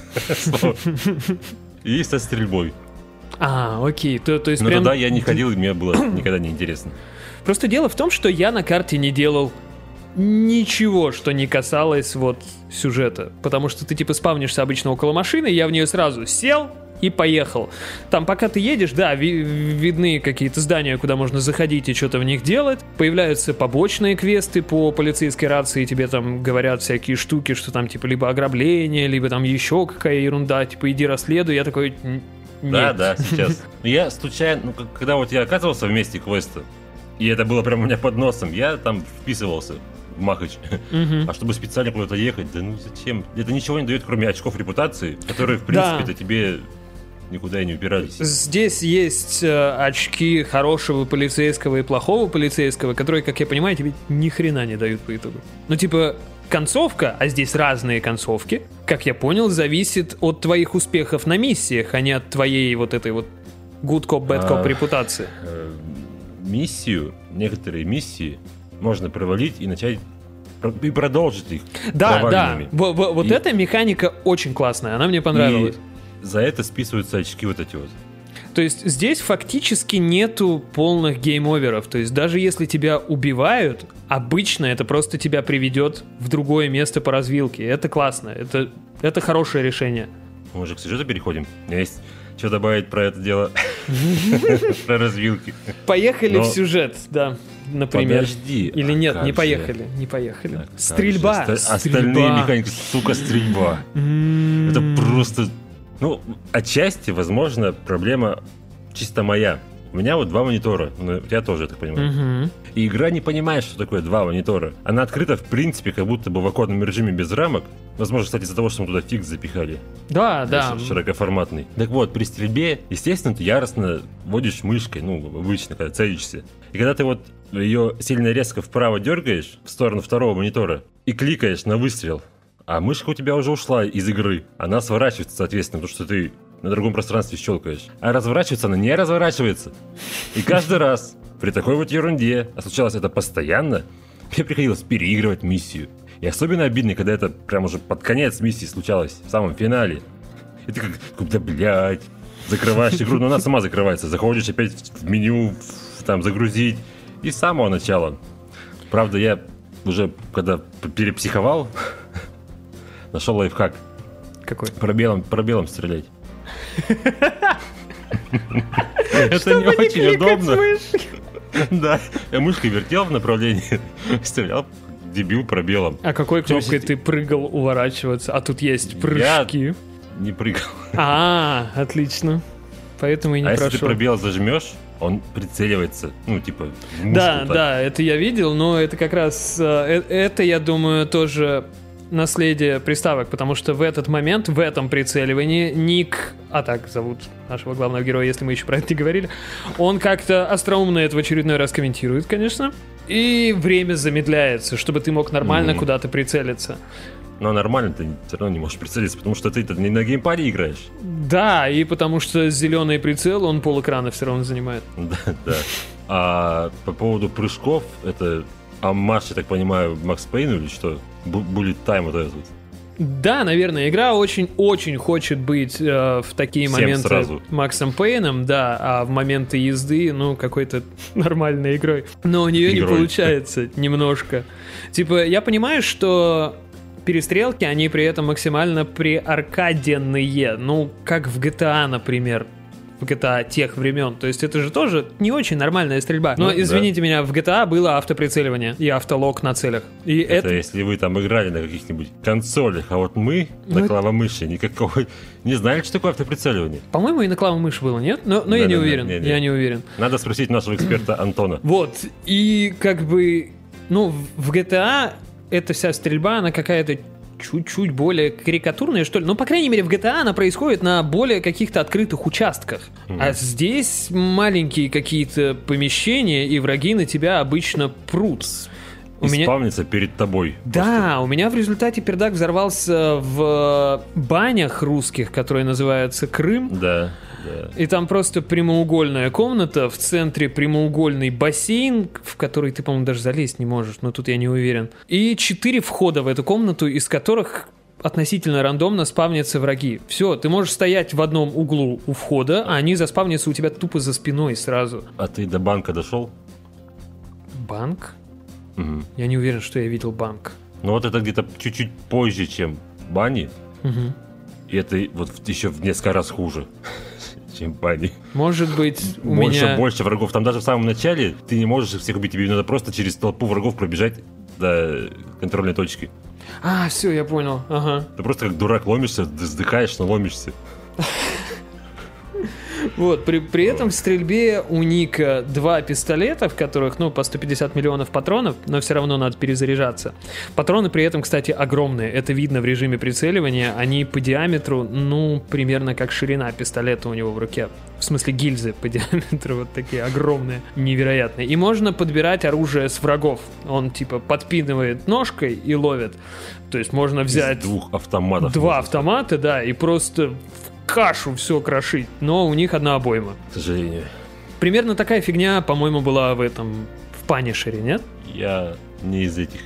И со стрельбой. А, окей. То, то есть но прям... тогда я не ходил, и мне было никогда не интересно. Просто дело в том, что я на карте не делал ничего, что не касалось вот сюжета. Потому что ты типа спавнишься обычно около машины, я в нее сразу сел и поехал. Там, пока ты едешь, да, ви- видны какие-то здания, куда можно заходить и что-то в них делать. Появляются побочные квесты по полицейской рации, тебе там говорят всякие штуки, что там типа либо ограбление, либо там еще какая ерунда, типа иди расследуй. Я такой... Нет. Да, да, сейчас. Я случайно, ну, когда вот я оказывался в месте квеста, и это было прямо у меня под носом, я там вписывался в Махач. Uh-huh. А чтобы специально куда-то ехать, да ну зачем? Это ничего не дает, кроме очков репутации, которые, в принципе-то, да. тебе никуда и не упирались. Здесь есть э, очки хорошего полицейского и плохого полицейского, которые, как я понимаю, тебе ни хрена не дают по итогу. Ну, типа, концовка, а здесь разные концовки, как я понял, зависит от твоих успехов на миссиях, а не от твоей вот этой вот good cop, bad cop а, репутации. Э, миссию, некоторые миссии можно провалить и начать и продолжить их. Да, да. В, в, вот и... эта механика очень классная, она мне понравилась. И за это списываются очки вот эти вот. То есть здесь фактически нету полных гейм-оверов. То есть даже если тебя убивают, обычно это просто тебя приведет в другое место по развилке. Это классно, это, это хорошее решение. Мы же к сюжету переходим. У меня есть что добавить про это дело. Про развилки. Поехали в сюжет, да. Например. Подожди. Или нет, не поехали. Не поехали. Стрельба. Остальные механики, сука, стрельба. Это просто... Ну, отчасти, возможно, проблема чисто моя. У меня вот два монитора, ну, у тебя тоже, я так понимаю. Uh-huh. И игра не понимает, что такое два монитора. Она открыта, в принципе, как будто бы в аккордном режиме без рамок. Возможно, кстати, из-за того, что мы туда фикс запихали. Да, да. Широкоформатный. Так вот, при стрельбе, естественно, ты яростно водишь мышкой, ну, обычно, когда целишься. И когда ты вот ее сильно резко вправо дергаешь, в сторону второго монитора, и кликаешь на выстрел, а мышка у тебя уже ушла из игры. Она сворачивается, соответственно, потому что ты на другом пространстве щелкаешь. А разворачиваться она не разворачивается. И каждый раз при такой вот ерунде, а случалось это постоянно, мне приходилось переигрывать миссию. И особенно обидно, когда это прям уже под конец миссии случалось, в самом финале. И ты как, да блядь, закрываешь игру, но она сама закрывается. Заходишь опять в меню, там, загрузить. И с самого начала. Правда, я уже, когда перепсиховал, нашел лайфхак. Какой? Пробелом, пробелом стрелять. Это не очень удобно. Да, я мышкой вертел в направлении, стрелял, дебил, пробелом. А какой кнопкой ты прыгал уворачиваться? А тут есть прыжки. Я не прыгал. А, отлично. Поэтому и не прошел. А если ты пробел зажмешь, он прицеливается, ну, типа, в мушку. Да, да, это я видел, но это как раз, это, я думаю, тоже... наследие приставок, потому что в этот момент, в этом прицеливании Ник, а так зовут нашего главного героя, если мы еще про это не говорили, он как-то остроумно это в очередной раз комментирует, конечно, и время замедляется, чтобы ты мог нормально mm-hmm. куда-то прицелиться. Но нормально ты все равно не можешь прицелиться, потому что ты-то не на геймпаде играешь. Да, и потому что зеленый прицел, он полэкрана все равно занимает. Да, да. А по поводу прыжков, это... Аммаж, я так понимаю, Макс Пейну или что? Bullet Time вот этот вот. Да, наверное, игра очень-очень хочет быть э, в такие Всем моменты сразу. Максом Пейном, да, а в моменты езды, ну, какой-то нормальной игрой. Но у нее игрой. Не получается немножко. Типа, я понимаю, что перестрелки, они при этом максимально приаркаденные, ну, как в джи ти эй, например. В джи ти эй тех времен. То есть это же тоже не очень нормальная стрельба. Но, ну, извините да. меня, в джи ти эй было автоприцеливание и автолог на целях. И это, это если вы там играли на каких-нибудь консолях, а вот мы ну, на клавомыши никакого не знали, что такое автоприцеливание. По-моему, и на клавомыши было, нет? Но, но да, я да, не да, уверен. Не, не. Я не уверен. Надо спросить нашего эксперта Антона. Вот. И как бы, ну, в джи ти эй эта вся стрельба, она какая-то чуть-чуть более карикатурная, что ли. Ну, по крайней мере, в джи ти эй она происходит на более каких-то открытых участках. Mm-hmm. А здесь маленькие какие-то помещения, и враги на тебя обычно прут. И меня... спавнится перед тобой. Да, просто. У меня в результате пердак взорвался в банях русских, которые называются Крым. Да, да. И там просто прямоугольная комната, в центре прямоугольный бассейн, в который ты, по-моему, даже залезть не можешь, но тут я не уверен. И четыре входа в эту комнату, из которых относительно рандомно спавнятся враги. Все, ты можешь стоять в одном углу у входа, а они заспавнятся у тебя тупо за спиной сразу. А ты до банка дошел? Банк? Угу. Я не уверен, что я видел банк. Ну вот это где-то чуть-чуть позже, чем бани. Угу. И это вот еще в несколько раз хуже, чем бани. Может быть, у больше, меня... Больше врагов. Там даже в самом начале ты не можешь всех убить. Тебе надо просто через толпу врагов пробежать до контрольной точки. А, все, я понял. Ага. Ты просто как дурак ломишься, вздыхаешь, но ломишься. Вот, при, при этом в стрельбе у Ника два пистолета, в которых, ну, по сто пятьдесят миллионов патронов, но все равно надо перезаряжаться. Патроны при этом, кстати, огромные. Это видно в режиме прицеливания. Они по диаметру, ну, примерно как ширина пистолета у него в руке. В смысле, гильзы по диаметру вот такие огромные, невероятные. И можно подбирать оружие с врагов. Он, типа, подпинывает ножкой и ловит. То есть можно взять... Из двух автоматов. Два автомата, да, и просто... кашу все крошить, но у них одна обойма. К сожалению. Примерно такая фигня, по-моему, была в этом, в Панишере, нет? Я не из этих.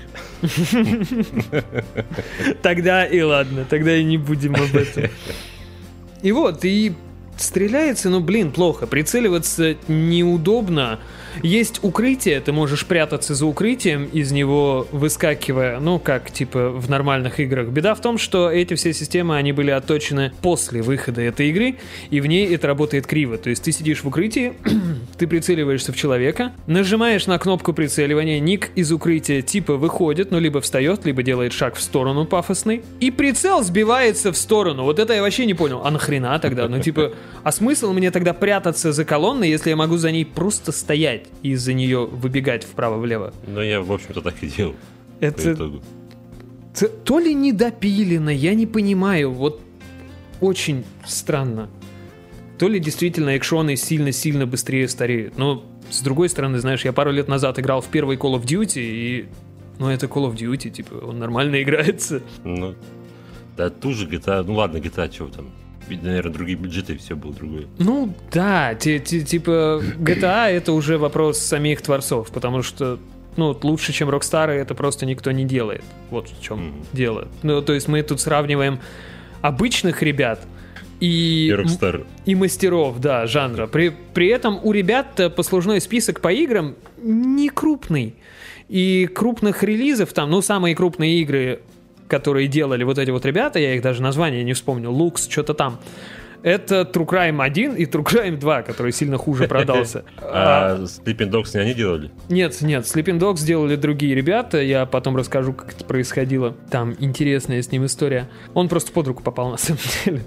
Тогда и ладно, тогда и не будем об этом. И вот, и стреляется, ну, блин, плохо. Прицеливаться неудобно. Есть укрытие, ты можешь прятаться за укрытием, из него выскакивая, ну, как, типа, в нормальных играх. Беда в том, что эти все системы, они были отточены после выхода этой игры, и в ней это работает криво. То есть ты сидишь в укрытии, ты прицеливаешься в человека, нажимаешь на кнопку прицеливания, ник из укрытия типа выходит, ну, либо встает, либо делает шаг в сторону пафосный, и прицел сбивается в сторону. Вот это я вообще не понял. А нахрена тогда? Ну, типа, а смысл мне тогда прятаться за колонной, если я могу за ней просто стоять и из-за нее выбегать вправо-влево? Ну, я, в общем-то, так и делал. Это... Т- то ли недопилено, я не понимаю. Вот очень странно. То ли действительно экшоны сильно-сильно быстрее стареют. Но, с другой стороны, знаешь, я пару лет назад играл в первый Call of Duty, и... Ну, это Call of Duty, типа, он нормально играется. Ну, да, ту же джи ти эй... Ну, ладно, джи ти эй, что там... Ведь, наверное, другие бюджеты, и все было другое. Ну, да, т- т- типа, джи ти эй это уже вопрос самих творцов, потому что, ну, лучше, чем Rockstar, это просто никто не делает. Вот в чем mm-hmm. дело. Ну, то есть мы тут сравниваем обычных ребят и, и Rockstar. И мастеров, да, жанра. При, при этом у ребят послужной список по играм не крупный. И крупных релизов там, ну, самые крупные игры, которые делали вот эти вот ребята, я их даже название не вспомню, Lux, что-то там. Это True Crime один и True Crime два, который сильно хуже продался. А Sleeping Dogs не они делали? Нет, нет, Sleeping Dogs делали другие ребята, я потом расскажу, как это происходило. Там интересная с ним история. Он просто под руку попал, на самом деле.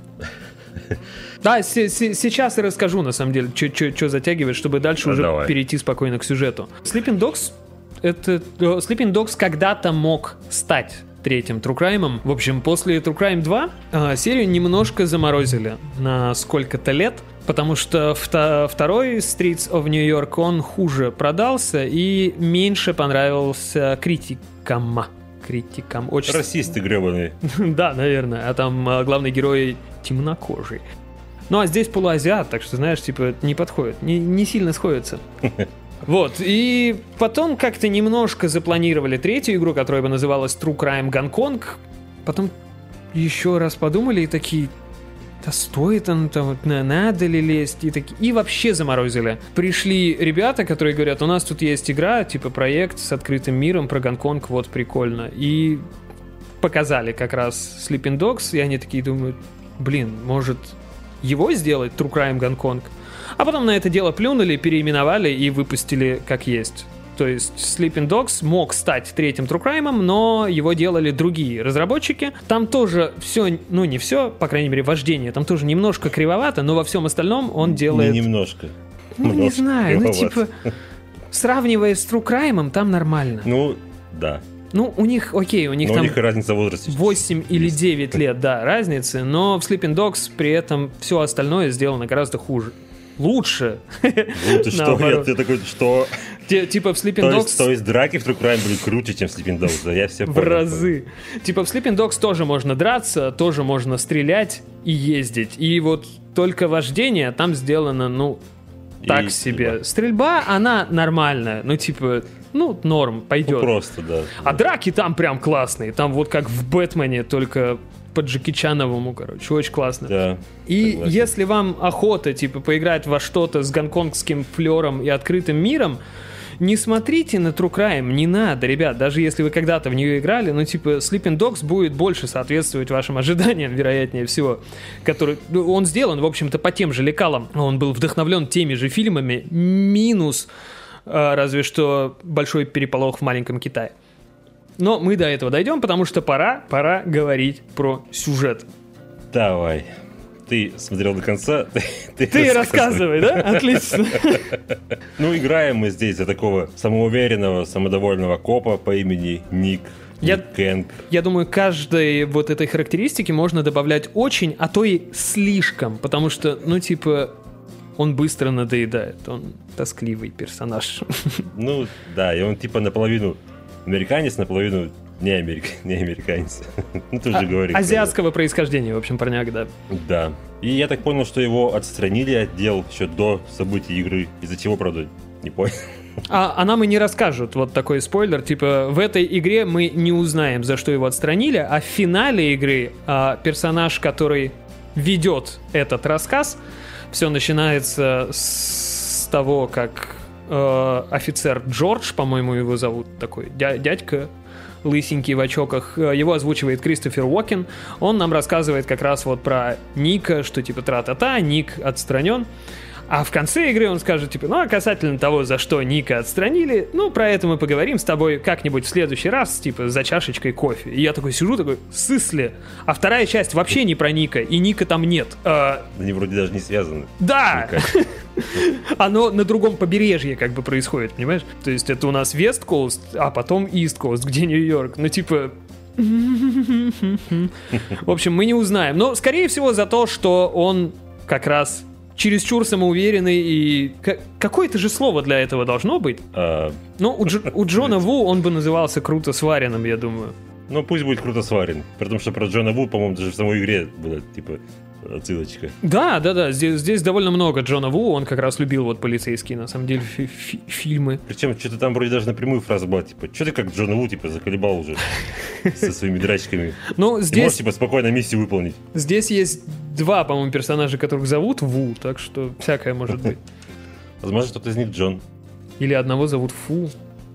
Да, с- с- сейчас и расскажу, на самом деле, что затягивает, чтобы дальше ну, уже давай. перейти спокойно к сюжету. Sleeping Dogs, это... Sleeping Dogs когда-то мог стать третьим True Crime'ом. В общем, после True Crime два э, серию немножко заморозили на сколько-то лет, потому что вто- второй Streets of New York, он хуже продался и меньше понравился критикам. Критикам. Очень... Расисты гребаные. Да, наверное. А там э, главный герой темнокожий. Ну, а здесь полуазиат, так что, знаешь, типа, не подходит. Не, не сильно сходится. Вот, и потом как-то немножко запланировали третью игру, которая бы называлась True Crime Гонконг. Потом еще раз подумали и такие, да стоит он там, надо ли лезть? И, таки, и вообще заморозили. Пришли ребята, которые говорят, у нас тут есть игра, типа проект с открытым миром про Гонконг, вот прикольно. И показали как раз Sleeping Dogs, и они такие думают, блин, может его сделать, True Crime Гонконг? А потом на это дело плюнули, переименовали и выпустили как есть. То есть Sleeping Dogs мог стать третьим True Crime'ом, но его делали другие разработчики. Там тоже все, ну не все, по крайней мере, вождение, там тоже немножко кривовато, но во всем остальном он делает... Не немножко. Ну, не знаю, ну типа, сравнивая с True Crime'ом, там нормально. Ну, да. Ну, у них, окей, у них но там у них разница в возрасте. восемь или девять лет, да, разницы, но в Sleeping Dogs при этом все остальное сделано гораздо хуже. Лучше. Ну ты что, я, ты такой, что? Типа в Sleeping то Dogs... Есть, то есть драки в True Crime были круче, чем в Sleeping Dogs, да, я все понял. В разы. Типа в Sleeping Dogs тоже можно драться, тоже можно стрелять и ездить. И вот только вождение там сделано, ну, так и себе. стрельба. Стрельба, она нормальная, ну, типа... Ну, норм, пойдет. Ну, просто, да. А драки там прям классные. Там вот как в Бэтмене, только по Джеки Чановому, короче. Очень классно. Да, и согласен. если вам охота, типа, поиграть во что-то с гонконгским флером и открытым миром, не смотрите на True Crime, не надо, ребят, даже если вы когда-то в нее играли, ну, типа, Sleeping Dogs будет больше соответствовать вашим ожиданиям, вероятнее всего, который, он сделан, в общем-то, по тем же лекалам, он был вдохновлен теми же фильмами, минус, э, разве что большой переполох в маленьком Китае. Но мы до этого дойдем, потому что пора, пора говорить про сюжет. Давай. Ты смотрел до конца. Ты, ты, ты рассказывай, да? Отлично. Ну, играем мы здесь за такого самоуверенного, самодовольного копа по имени Ник. Я, Ник Кэнг. Я думаю, каждой вот этой характеристике можно добавлять очень, а то и слишком, потому что, ну, типа, он быстро надоедает, он тоскливый персонаж. Ну, да, и он типа наполовину американец, наполовину не, америк... не американец. Ну, ты же а, говоришь. Азиатского происхождения, в общем, парняк, да. Да. И я так понял, что его отстранили от дел еще до событий игры. Из-за чего, правда, не понял. А, а нам и не расскажут, вот такой спойлер, типа, в этой игре мы не узнаем, за что его отстранили, а в финале игры а, персонаж, который ведет этот рассказ, все начинается с того, как э, офицер Джордж, по-моему, его зовут, такой дядька, лысенький в очках, его озвучивает Кристофер Уокен. Он нам рассказывает как раз вот про Ника, что типа тра-та-та, Ник отстранен. А в конце игры он скажет, типа, ну, а касательно того, за что Ника отстранили, ну, про это мы поговорим с тобой как-нибудь в следующий раз, типа, за чашечкой кофе. И я такой сижу, такой, сысли. А вторая часть вообще не про Ника, и Ника там нет. А... Они вроде даже не связаны. Да! Оно на другом побережье как бы происходит, понимаешь? То есть это у нас West Coast, а потом East Coast, где Нью-Йорк. Ну, типа... В общем, мы не узнаем. Но, скорее всего, за то, что он как раз... чересчур самоуверенный и... Какое-то же слово для этого должно быть. А... Ну, у, Дж... у Джона Ву он бы назывался круто сваренным, я думаю. Ну, пусть будет круто сварен. Потому что про Джона Ву, по-моему, даже в самой игре была, типа, отсылочка. Да, да, да. Здесь, здесь довольно много Джона Ву. Он как раз любил вот полицейские, на самом деле, фи- фи- фильмы. Причем что-то там вроде даже напрямую фраза была, типа, что ты как Джона Ву, типа, заколебал уже со своими драчками. Ну, здесь... Ты можешь, типа, спокойно миссию выполнить. Здесь есть два, по-моему, персонажа, которых зовут Ву, так что всякое может быть. Возможно, кто-то из них Джон. Или одного зовут Фу.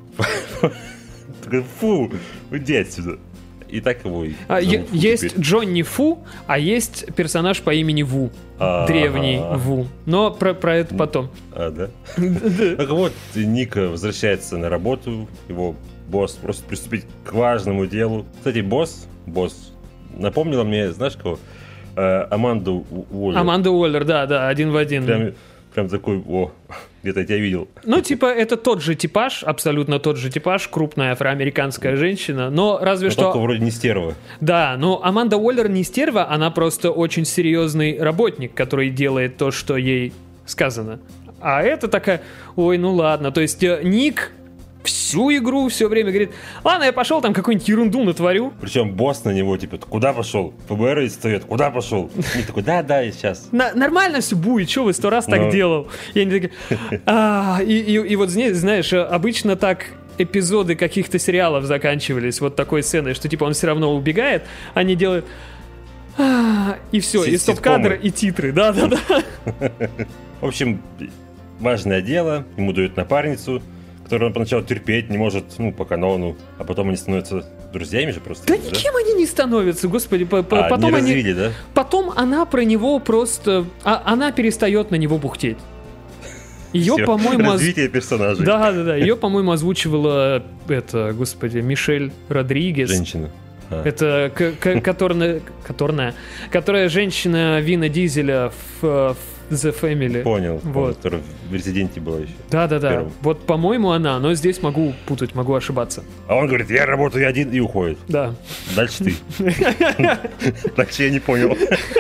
Фу, уйди отсюда. И так его и а, е- Есть теперь. Джонни Фу, а есть персонаж по имени Ву. А-а-а. Древний Ву. Но про, про это потом. А, да? Так вот, Ника возвращается на работу. Его босс просит приступить к важному делу. Кстати, босс, босс напомнила мне, знаешь кого? Аманду Уоллер. Аманда Уоллер, да, да, один в один. Прям, прям такой, о, где-то я тебя видел. Ну, типа, это тот же типаж, абсолютно тот же типаж, крупная афроамериканская женщина, но разве но что... только вроде не стерва. Да, но Аманда Уоллер не стерва, она просто очень серьезный работник, который делает то, что ей сказано. А это такая, ой, ну ладно, то есть Ник... всю игру все время говорит, ладно, я пошел там какую-нибудь ерунду натворю. Причем босс на него, типа, куда пошел? ФБР стоит, куда пошел? И такой, да-да, я сейчас. На- нормально все будет, что вы сто раз так Но... делал? И они такие, а, и, и, и вот здесь, знаешь, обычно так эпизоды каких-то сериалов заканчивались вот такой сценой, что типа он все равно убегает, они делают... А, и все, и стоп-кадр, и титры, да-да-да. В общем, важное дело, ему дают напарницу, которую он поначалу терпеть не может, ну, по канону, а потом они становятся друзьями же просто. Да, да? Никем они не становятся, господи. По- а, потом не развили, они... да? Потом она про него просто... А, она перестает на него бухтеть. Ее, Все. по-моему... Развитие персонажей. Да, да, да. Ее, по-моему, озвучивала, это, господи, Мишель Родригес. Женщина. А. Это, к- к- которая, которая, которая женщина Вина Дизеля в, в The Family. Понял, вот. понял, которая в Резиденте была еще. Да-да-да, вот, по-моему, она, но здесь могу путать, могу ошибаться. А он говорит, я работаю один, и уходит. Да. Дальше ты. Дальше я не понял.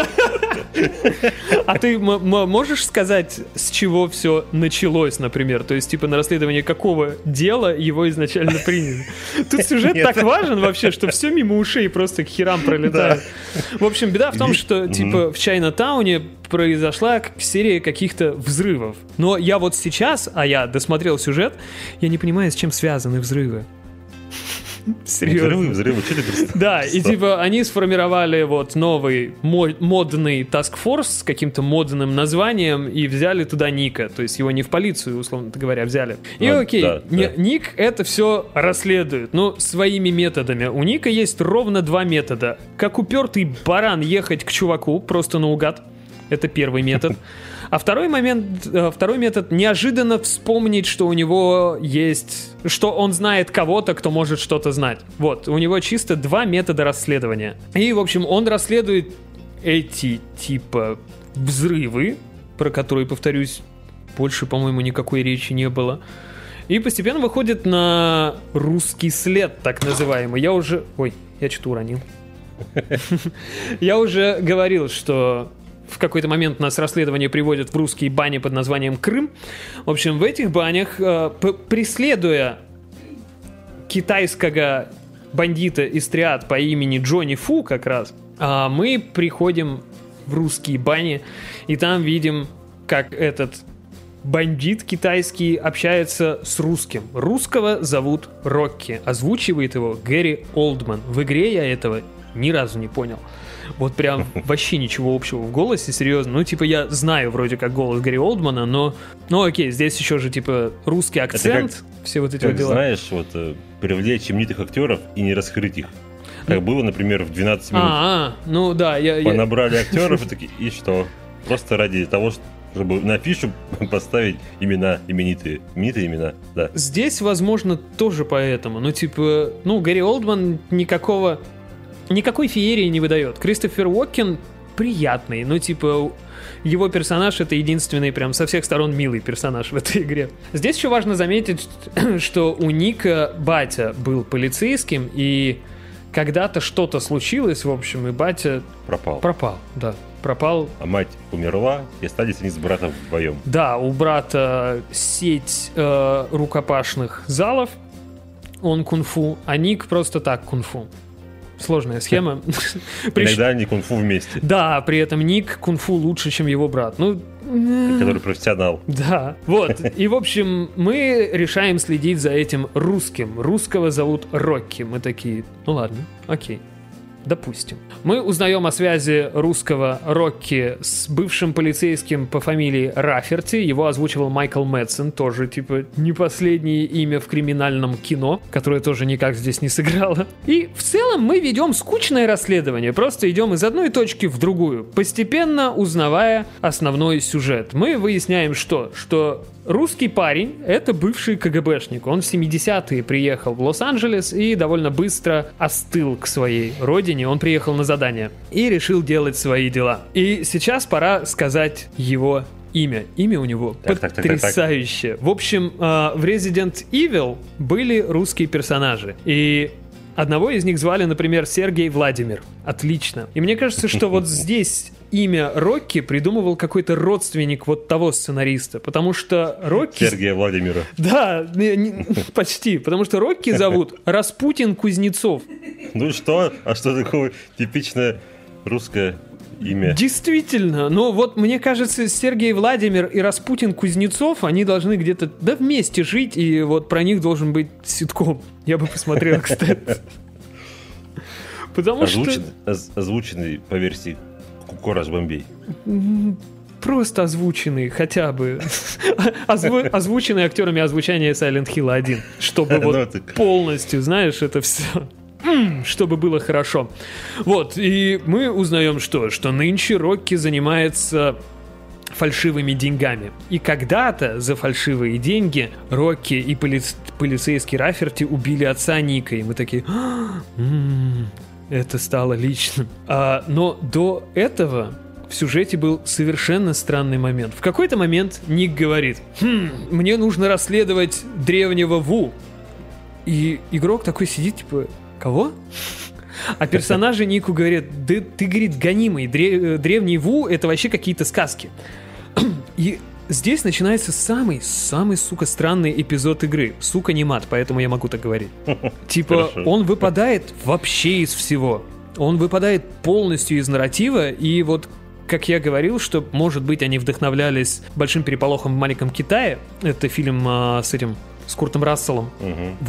А ты м- м- можешь сказать, с чего все началось, например? То есть, типа, на расследование какого дела его изначально приняли? Тут сюжет так важен вообще, что все мимо ушей просто к херам пролетает. В общем, беда в том, что, типа, в Чайна-тауне произошла серия каких-то взрывов. Но я вот сейчас, а я досмотрел сюжет, я не понимаю, с чем связаны взрывы. Серьезно. Взрывы, взрывы, что ты представляешь? Да, и типа они сформировали вот новый мо- модный Task Force с каким-то модным названием и взяли туда Ника. То есть его не в полицию, условно говоря, взяли. И А, окей, да, не- да. Ник это все расследует, но своими методами. У Ника есть ровно два метода. Как упертый баран ехать к чуваку, просто наугад. Это первый метод. А второй момент, э, второй метод — неожиданно вспомнить, что у него есть, что он знает кого-то, кто может что-то знать. Вот, у него чисто два метода расследования. И, в общем, он расследует эти, типа, взрывы, про которые, повторюсь, больше, по-моему, никакой речи не было. И постепенно выходит на русский след, так называемый. Я уже... Ой, я что-то уронил. Я уже говорил, что... В какой-то момент нас расследование приводит в русские бани под названием Крым. В общем, в этих банях, э, п- преследуя китайского бандита из триад по имени Джонни Фу как раз, э, мы приходим в русские бани, и там видим, как этот бандит китайский общается с русским. Русского зовут Рокки. Озвучивает его Гэри Олдман. В игре я этого ни разу не понял. Вот прям вообще ничего общего в голосе, серьезно. Ну, типа, я знаю вроде как голос Гэри Олдмана, но... Ну, окей, здесь еще же, типа, русский акцент, как, все вот эти как вот дела. знаешь, вот, э, привлечь именитых актеров и не раскрыть их. Как было, например, в двенадцать минут. А, а, ну да, я... я... Понабрали актеров и такие, и что? Просто ради того, чтобы на афишу поставить имена именитые. Именитые имена, да. Здесь, возможно, тоже поэтому. Ну, типа, ну, Гэри Олдман никакого... Никакой феерии не выдает. Кристофер Уокен приятный, но типа его персонаж — это единственный прям со всех сторон милый персонаж в этой игре. Здесь еще важно заметить, что у Ника батя был полицейским, и когда-то что-то случилось, в общем, и батя Пропал. пропал, да, пропал. А мать умерла, и остались они с братом вдвоем. Да, у брата сеть э, рукопашных залов, он кунг-фу, а Ник просто так кунг-фу. Сложная схема. Иногда они кунг-фу вместе. Да, при этом Ник кунг-фу лучше, чем его брат. Ну, Который профессионал. да. Вот. И, в общем, мы решаем следить за этим русским. Русского зовут Рокки. Мы такие, ну ладно, окей. Допустим. Мы узнаем о связи русского Рокки с бывшим полицейским по фамилии Раферти. Его озвучивал Майкл Мэдсон, тоже, типа, не последнее имя в криминальном кино, которое тоже никак здесь не сыграло. И в целом мы ведем скучное расследование. Просто идем из одной точки в другую, постепенно узнавая основной сюжет. Мы выясняем, что? Что русский парень — это бывший КГБшник. Он в семидесятые приехал в Лос-Анджелес и довольно быстро остыл к своей родине. Он приехал на задание и решил делать свои дела. И сейчас пора сказать его имя. Имя у него Так, так, так, так, так. потрясающее. В общем, э, в Resident Evil были русские персонажи. И одного из них звали, например, Сергей Владимир. Отлично. И мне кажется, что вот здесь имя Рокки придумывал какой-то родственник вот того сценариста, потому что Рокки... Сергея Владимира. Да, не- не- почти, потому что Рокки зовут Распутин Кузнецов. Ну что? А что такое типичное русское имя? Действительно, но вот мне кажется, Сергей Владимир и Распутин Кузнецов, они должны где-то, да, вместе жить, и вот про них должен быть ситком. Я бы посмотрел, кстати. Потому что... Озвучен- оз- Озвученный по версии Кукораж Бомбей. Просто озвученный, хотя бы. Озву- озвученный актерами озвучания Silent Hill один. Чтобы Ну, вот так. полностью, знаешь, это все... М, чтобы было хорошо. Вот, и мы узнаем что? Что нынче Рокки занимается фальшивыми деньгами. И когда-то за фальшивые деньги Рокки и поли- полицейский Раферти убили отца Ника. И мы такие... «А, м, это стало личным. А, но до этого в сюжете был совершенно странный момент. В какой-то момент Ник говорит: «Хм, мне нужно расследовать древнего Ву». И игрок такой сидит, типа, кого? А персонажи Нику говорят: да ты, говорит, гонимый, дре- древний Ву — это вообще какие-то сказки. И здесь начинается самый-самый, сука, странный эпизод игры. Сука, не мат, поэтому я могу так говорить. Типа, Хорошо. он выпадает вообще из всего. Он выпадает полностью из нарратива, и вот, как я говорил, что, может быть, они вдохновлялись большим переполохом в маленьком Китае. Это фильм а, с этим, с Куртом Расселом. Мгм. Вот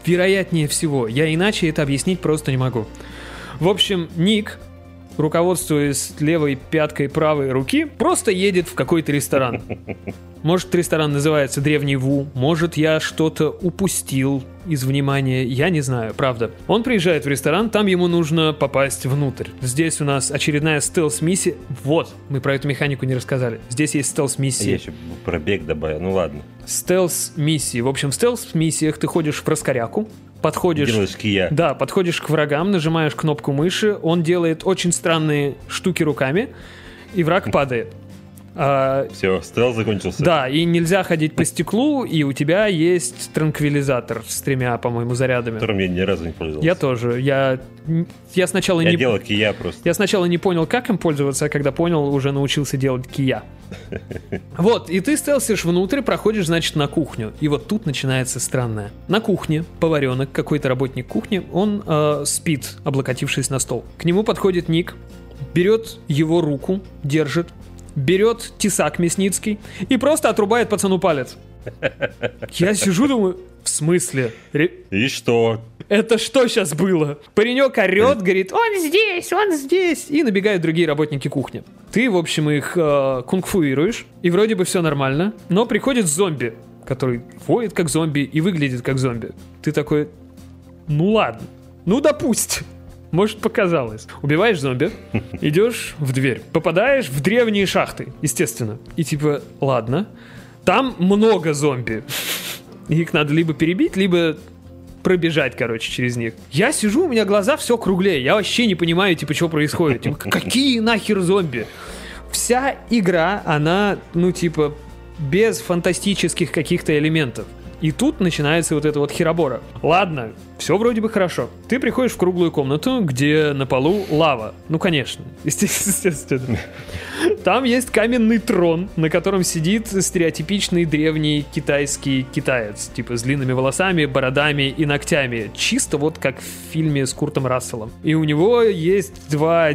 Вероятнее всего. Я иначе это объяснить просто не могу. В общем, Ник, руководствуясь левой пяткой правой руки, просто едет в какой-то ресторан. Может, ресторан называется Древний Ву, может, я что-то упустил из внимания, я не знаю, правда. Он приезжает в ресторан, там ему нужно попасть внутрь. Здесь у нас очередная стелс-миссия. Вот, мы про эту механику не рассказали. Здесь есть стелс-миссия. Я еще пробег добавил, ну ладно. Стелс-миссии. В общем, в стелс-миссиях ты ходишь в раскоряку, подходишь... Делаешь кия. Да, подходишь к врагам, нажимаешь кнопку мыши, он делает очень странные штуки руками, и враг падает. А, все, стелс закончился. Да, и нельзя ходить по стеклу, и у тебя есть транквилизатор с тремя, по-моему, зарядами. Которым я ни разу не пользовался. Я тоже. Я, я сначала я не... делал кия просто. Я сначала не понял, как им пользоваться, а когда понял, уже научился делать кия. Вот, и ты стелсишь внутрь, проходишь, значит, на кухню. И вот тут начинается странное. На кухне поваренок, какой-то работник кухни, он э, спит, облокотившись на стол. К нему подходит Ник, берет его руку, держит, берет тесак мясницкий и просто отрубает пацану палец. Я сижу, думаю, в смысле? Ре... И что? Это что сейчас было? Паренек орет, говорит, он здесь, он здесь. И набегают другие работники кухни. Ты, в общем, их э, кунг-фуируешь, и вроде бы все нормально, но приходит зомби, который воет как зомби и выглядит как зомби. Ты такой, ну ладно, ну допустим. Может, показалось. Убиваешь зомби, идешь в дверь, попадаешь в древние шахты, естественно. И типа, ладно, там много зомби. Их надо либо перебить, либо пробежать, короче, через них. Я сижу, у меня глаза все круглее. Я вообще не понимаю, типа, что происходит. Типа, какие нахер зомби? Вся игра, она, ну, типа, без фантастических каких-то элементов. И тут начинается вот это вот херобора. Ладно, все вроде бы хорошо. Ты приходишь в круглую комнату, где на полу лава. Ну, конечно, естественно. Там есть каменный трон, на котором сидит стереотипичный древний китайский китаец. Типа с длинными волосами, бородами и ногтями. Чисто вот как в фильме с Куртом Расселом. И у него есть два...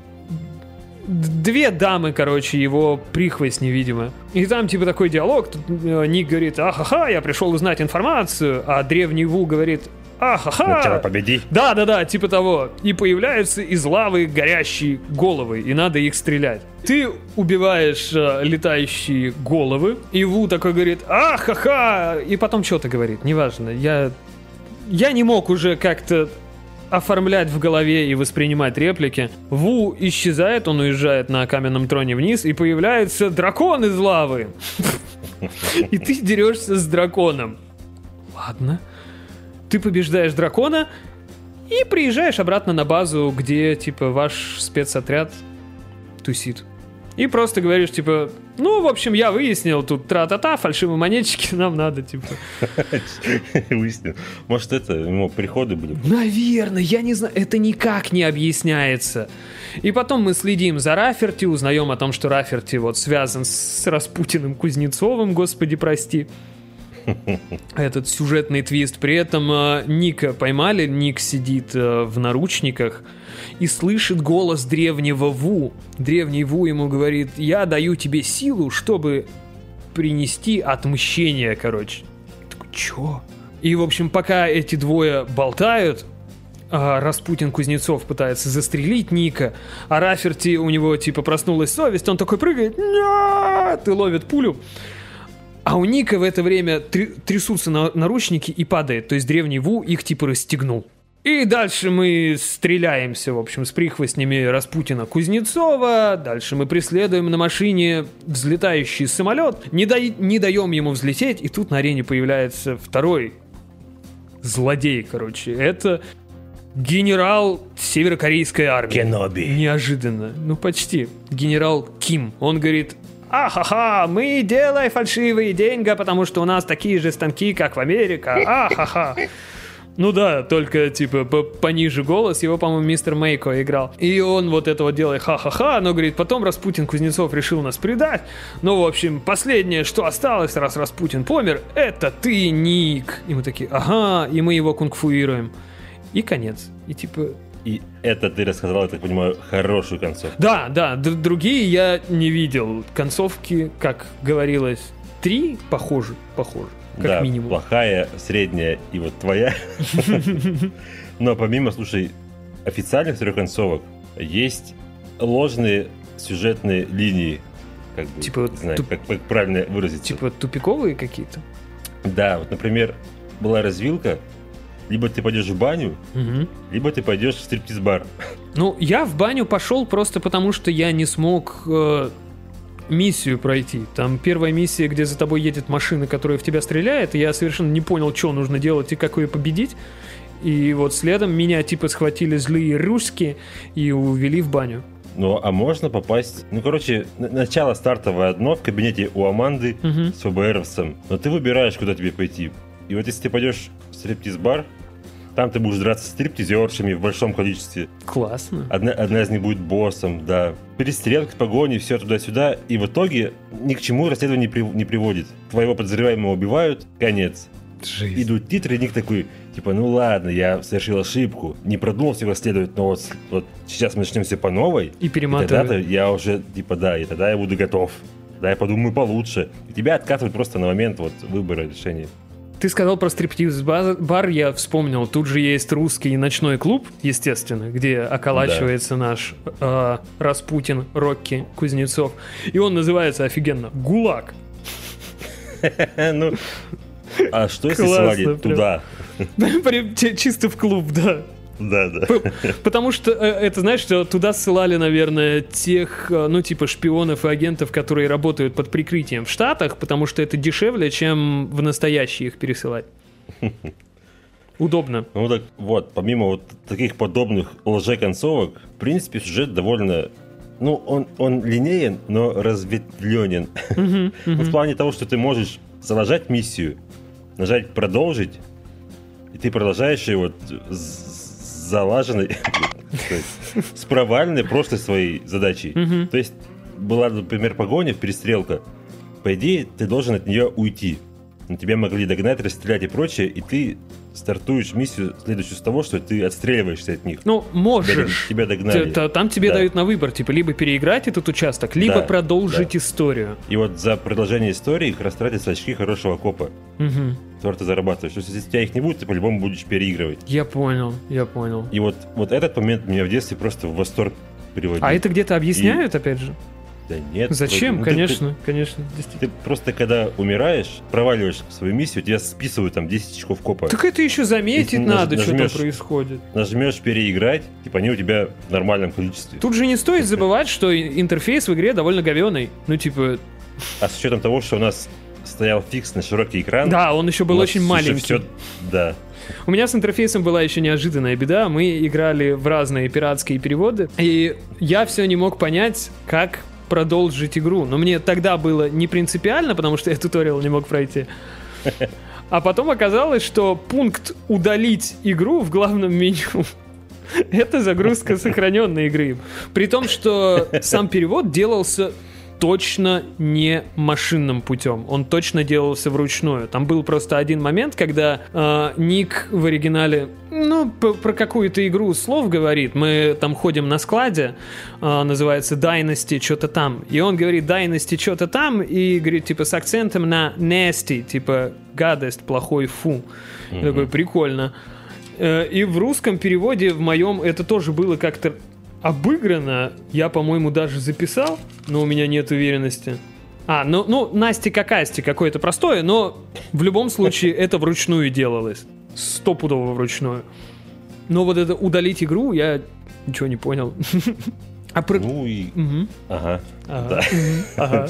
Две дамы, короче, его прихвостни, видимо. И там, типа, такой диалог. Тут э, Ник говорит, ахаха, я пришел узнать информацию. А древний Ву говорит, ахаха. Сначала победи. Да-да-да, типа того. И появляются из лавы горящие головы, и надо их стрелять. Ты убиваешь э, летающие головы, и Ву такой говорит, ахаха. И потом что-то говорит, неважно. Я, я не мог уже как-то оформлять в голове и воспринимать реплики. Ву исчезает, он уезжает на каменном троне вниз, и появляется дракон из лавы. И ты дерешься с драконом. Ладно. Ты побеждаешь дракона и приезжаешь обратно на базу, где, типа, ваш спецотряд тусит. И просто говоришь, типа, ну, в общем, я выяснил, тут тра-та-та, фальшивые монетчики нам надо, типа. Выяснил. Может, это, ему приходы были? Наверное, я не знаю, это никак не объясняется. И потом мы следим за Раферти, узнаем о том, что Раферти вот связан с Распутиным Кузнецовым, господи, прости. Этот сюжетный твист. При этом э, Ника поймали, Ник сидит э, в наручниках и слышит голос древнего Ву. Древний Ву ему говорит, я даю тебе силу, чтобы принести отмщение, короче. Такой, чё? И, в общем, пока эти двое болтают, а Распутин Кузнецов пытается застрелить Ника, а Раферти, у него, типа, проснулась совесть, он такой прыгает, нет, и ловит пулю. А у Ника в это время трясутся на наручники и падает. То есть древний Ву их типа расстегнул. И дальше мы стреляемся, в общем, с прихвостнями Распутина Кузнецова. Дальше мы преследуем на машине взлетающий самолет. Не, да... не даем ему взлететь. И тут на арене появляется второй злодей, короче. Это генерал северокорейской армии. Кеноби. Неожиданно. Ну, почти. Генерал Ким. Он говорит... Ахаха, мы делаем фальшивые деньги, потому что у нас такие же станки, как в Америке. Ахаха. Ну да, только типа пониже голос. Его, по-моему, мистер Мейко играл. И он вот это вот делает ха-ха-ха. Но говорит, потом Распутин Кузнецов решил нас предать. Ну, в общем, последнее, что осталось, раз Распутин помер, это ты, Ник. И мы такие, ага, и мы его кунг-фуируем. И конец. И типа... И это ты рассказал, я так понимаю, хорошую концовку. Да, да, д- другие я не видел. Концовки, как говорилось, три похожи, похожи. как да, минимум. Плохая, средняя и вот твоя. Но помимо, слушай, официальных трех концовок есть ложные сюжетные линии. Как бы, типа, не знаю, туп... как, как правильно выразиться. Типа тупиковые какие-то? Да, вот, например, была развилка, либо ты пойдешь в баню, угу. либо ты пойдешь в стриптиз-бар. Ну, я в баню пошел просто потому, что я не смог э, миссию пройти. Там первая миссия, где за тобой едет машина, которая в тебя стреляет, и я совершенно не понял, что нужно делать и как ее победить. И вот следом меня типа схватили злые русские и увели в баню. Ну, а можно попасть... Ну, короче, начало стартовое одно в кабинете у Аманды uh-huh. с ФБРовцем. Но ты выбираешь, куда тебе пойти. И вот если ты пойдешь в стриптиз-бар, там ты будешь драться с стриптизершами в большом количестве. Классно. Одна, одна из них будет боссом, да. Перестрелка, погони, все туда-сюда. И в итоге ни к чему расследование не, при, не приводит. Твоего подозреваемого убивают, конец. Жизнь. Идут титры, и ник такой, типа, ну ладно, я совершил ошибку, не продумал всего расследовать, но вот, вот сейчас мы начнем все по новой. И перематывают. И тогда я уже, типа, да, и тогда я буду готов. Да, я подумаю получше. И тебя откатывают просто на момент вот выбора решения. Ты сказал про стриптиз-бар, я вспомнил. Тут же есть русский ночной клуб, естественно, где околачивается да. наш э, Распутин Рокки Кузнецов. И он называется офигенно «ГУЛАГ». Ну... А что если свалить туда? Чисто в клуб, да. Да, да. Потому что, это, знаешь, что туда ссылали, наверное, тех, ну, типа шпионов и агентов, которые работают под прикрытием в Штатах, потому что это дешевле, чем в настоящие их пересылать. Удобно. Ну, так вот, помимо вот таких подобных лже-концовок, в принципе, сюжет довольно... Ну, он, он линеен, но разветвленен. Uh-huh, uh-huh. В плане того, что ты можешь заложить миссию, нажать «Продолжить», и ты продолжаешь ее вот с залаженной, с провальной прошлой своей задачей. Mm-hmm. То есть была, например, погоня, перестрелка. По идее, ты должен от нее уйти. Но тебя могли догнать, расстрелять и прочее, и ты стартуешь миссию следующую с того, что ты отстреливаешься от них. Ну, можешь. Тебя, тебя догнали. Т- там тебе да. дают на выбор, типа, либо переиграть этот участок, либо да, продолжить да. историю. И вот за продолжение истории их растратятся очки хорошего копа. Угу. Которые ты зарабатываешь. То есть, если у тебя их не будет, ты по-любому будешь переигрывать. Я понял, я понял. И вот, вот этот момент меня в детстве просто в восторг приводил. А это где-то объясняют, и... опять же? Да нет. Зачем? Вроде, ну, конечно, ты, конечно. Ты просто, когда умираешь, проваливаешь свою миссию, тебя списывают там десять очков копа. Так это еще заметить Если надо, нажмешь, что там происходит. Нажмешь переиграть, типа они у тебя в нормальном количестве. Тут же не стоит забывать, что интерфейс в игре довольно говёный. Ну, типа... А с учетом того, что у нас стоял фикс на широкий экран... Да, он еще был очень маленький. Все... Да. У меня с интерфейсом была еще неожиданная беда. Мы играли в разные пиратские переводы, и я все не мог понять, как... продолжить игру. Но мне тогда было не принципиально, потому что я туториал не мог пройти. А потом оказалось, что пункт «удалить игру» в главном меню — это загрузка сохраненной игры. При том, что сам перевод делался точно не машинным путем. Он точно делался вручную. Там был просто один момент, когда э, Ник в оригинале, ну, п- про какую-то игру слов говорит. Мы там ходим на складе, э, называется Dynasty, что-то там. И он говорит Dynasty, что-то там, и говорит, типа, с акцентом на nasty, типа, гадость, плохой, фу. Mm-hmm. Я такой, прикольно. Э, и в русском переводе, в моем, это тоже было как-то обыграно. Я, по-моему, даже записал, но у меня нет уверенности. А, ну, ну Насти как Асти, какое-то простое, но в любом случае это вручную делалось. Стопудово вручную. Но вот это удалить игру, я ничего не понял. А про... Ну и... Угу. Ага. Ага. Да. Ага.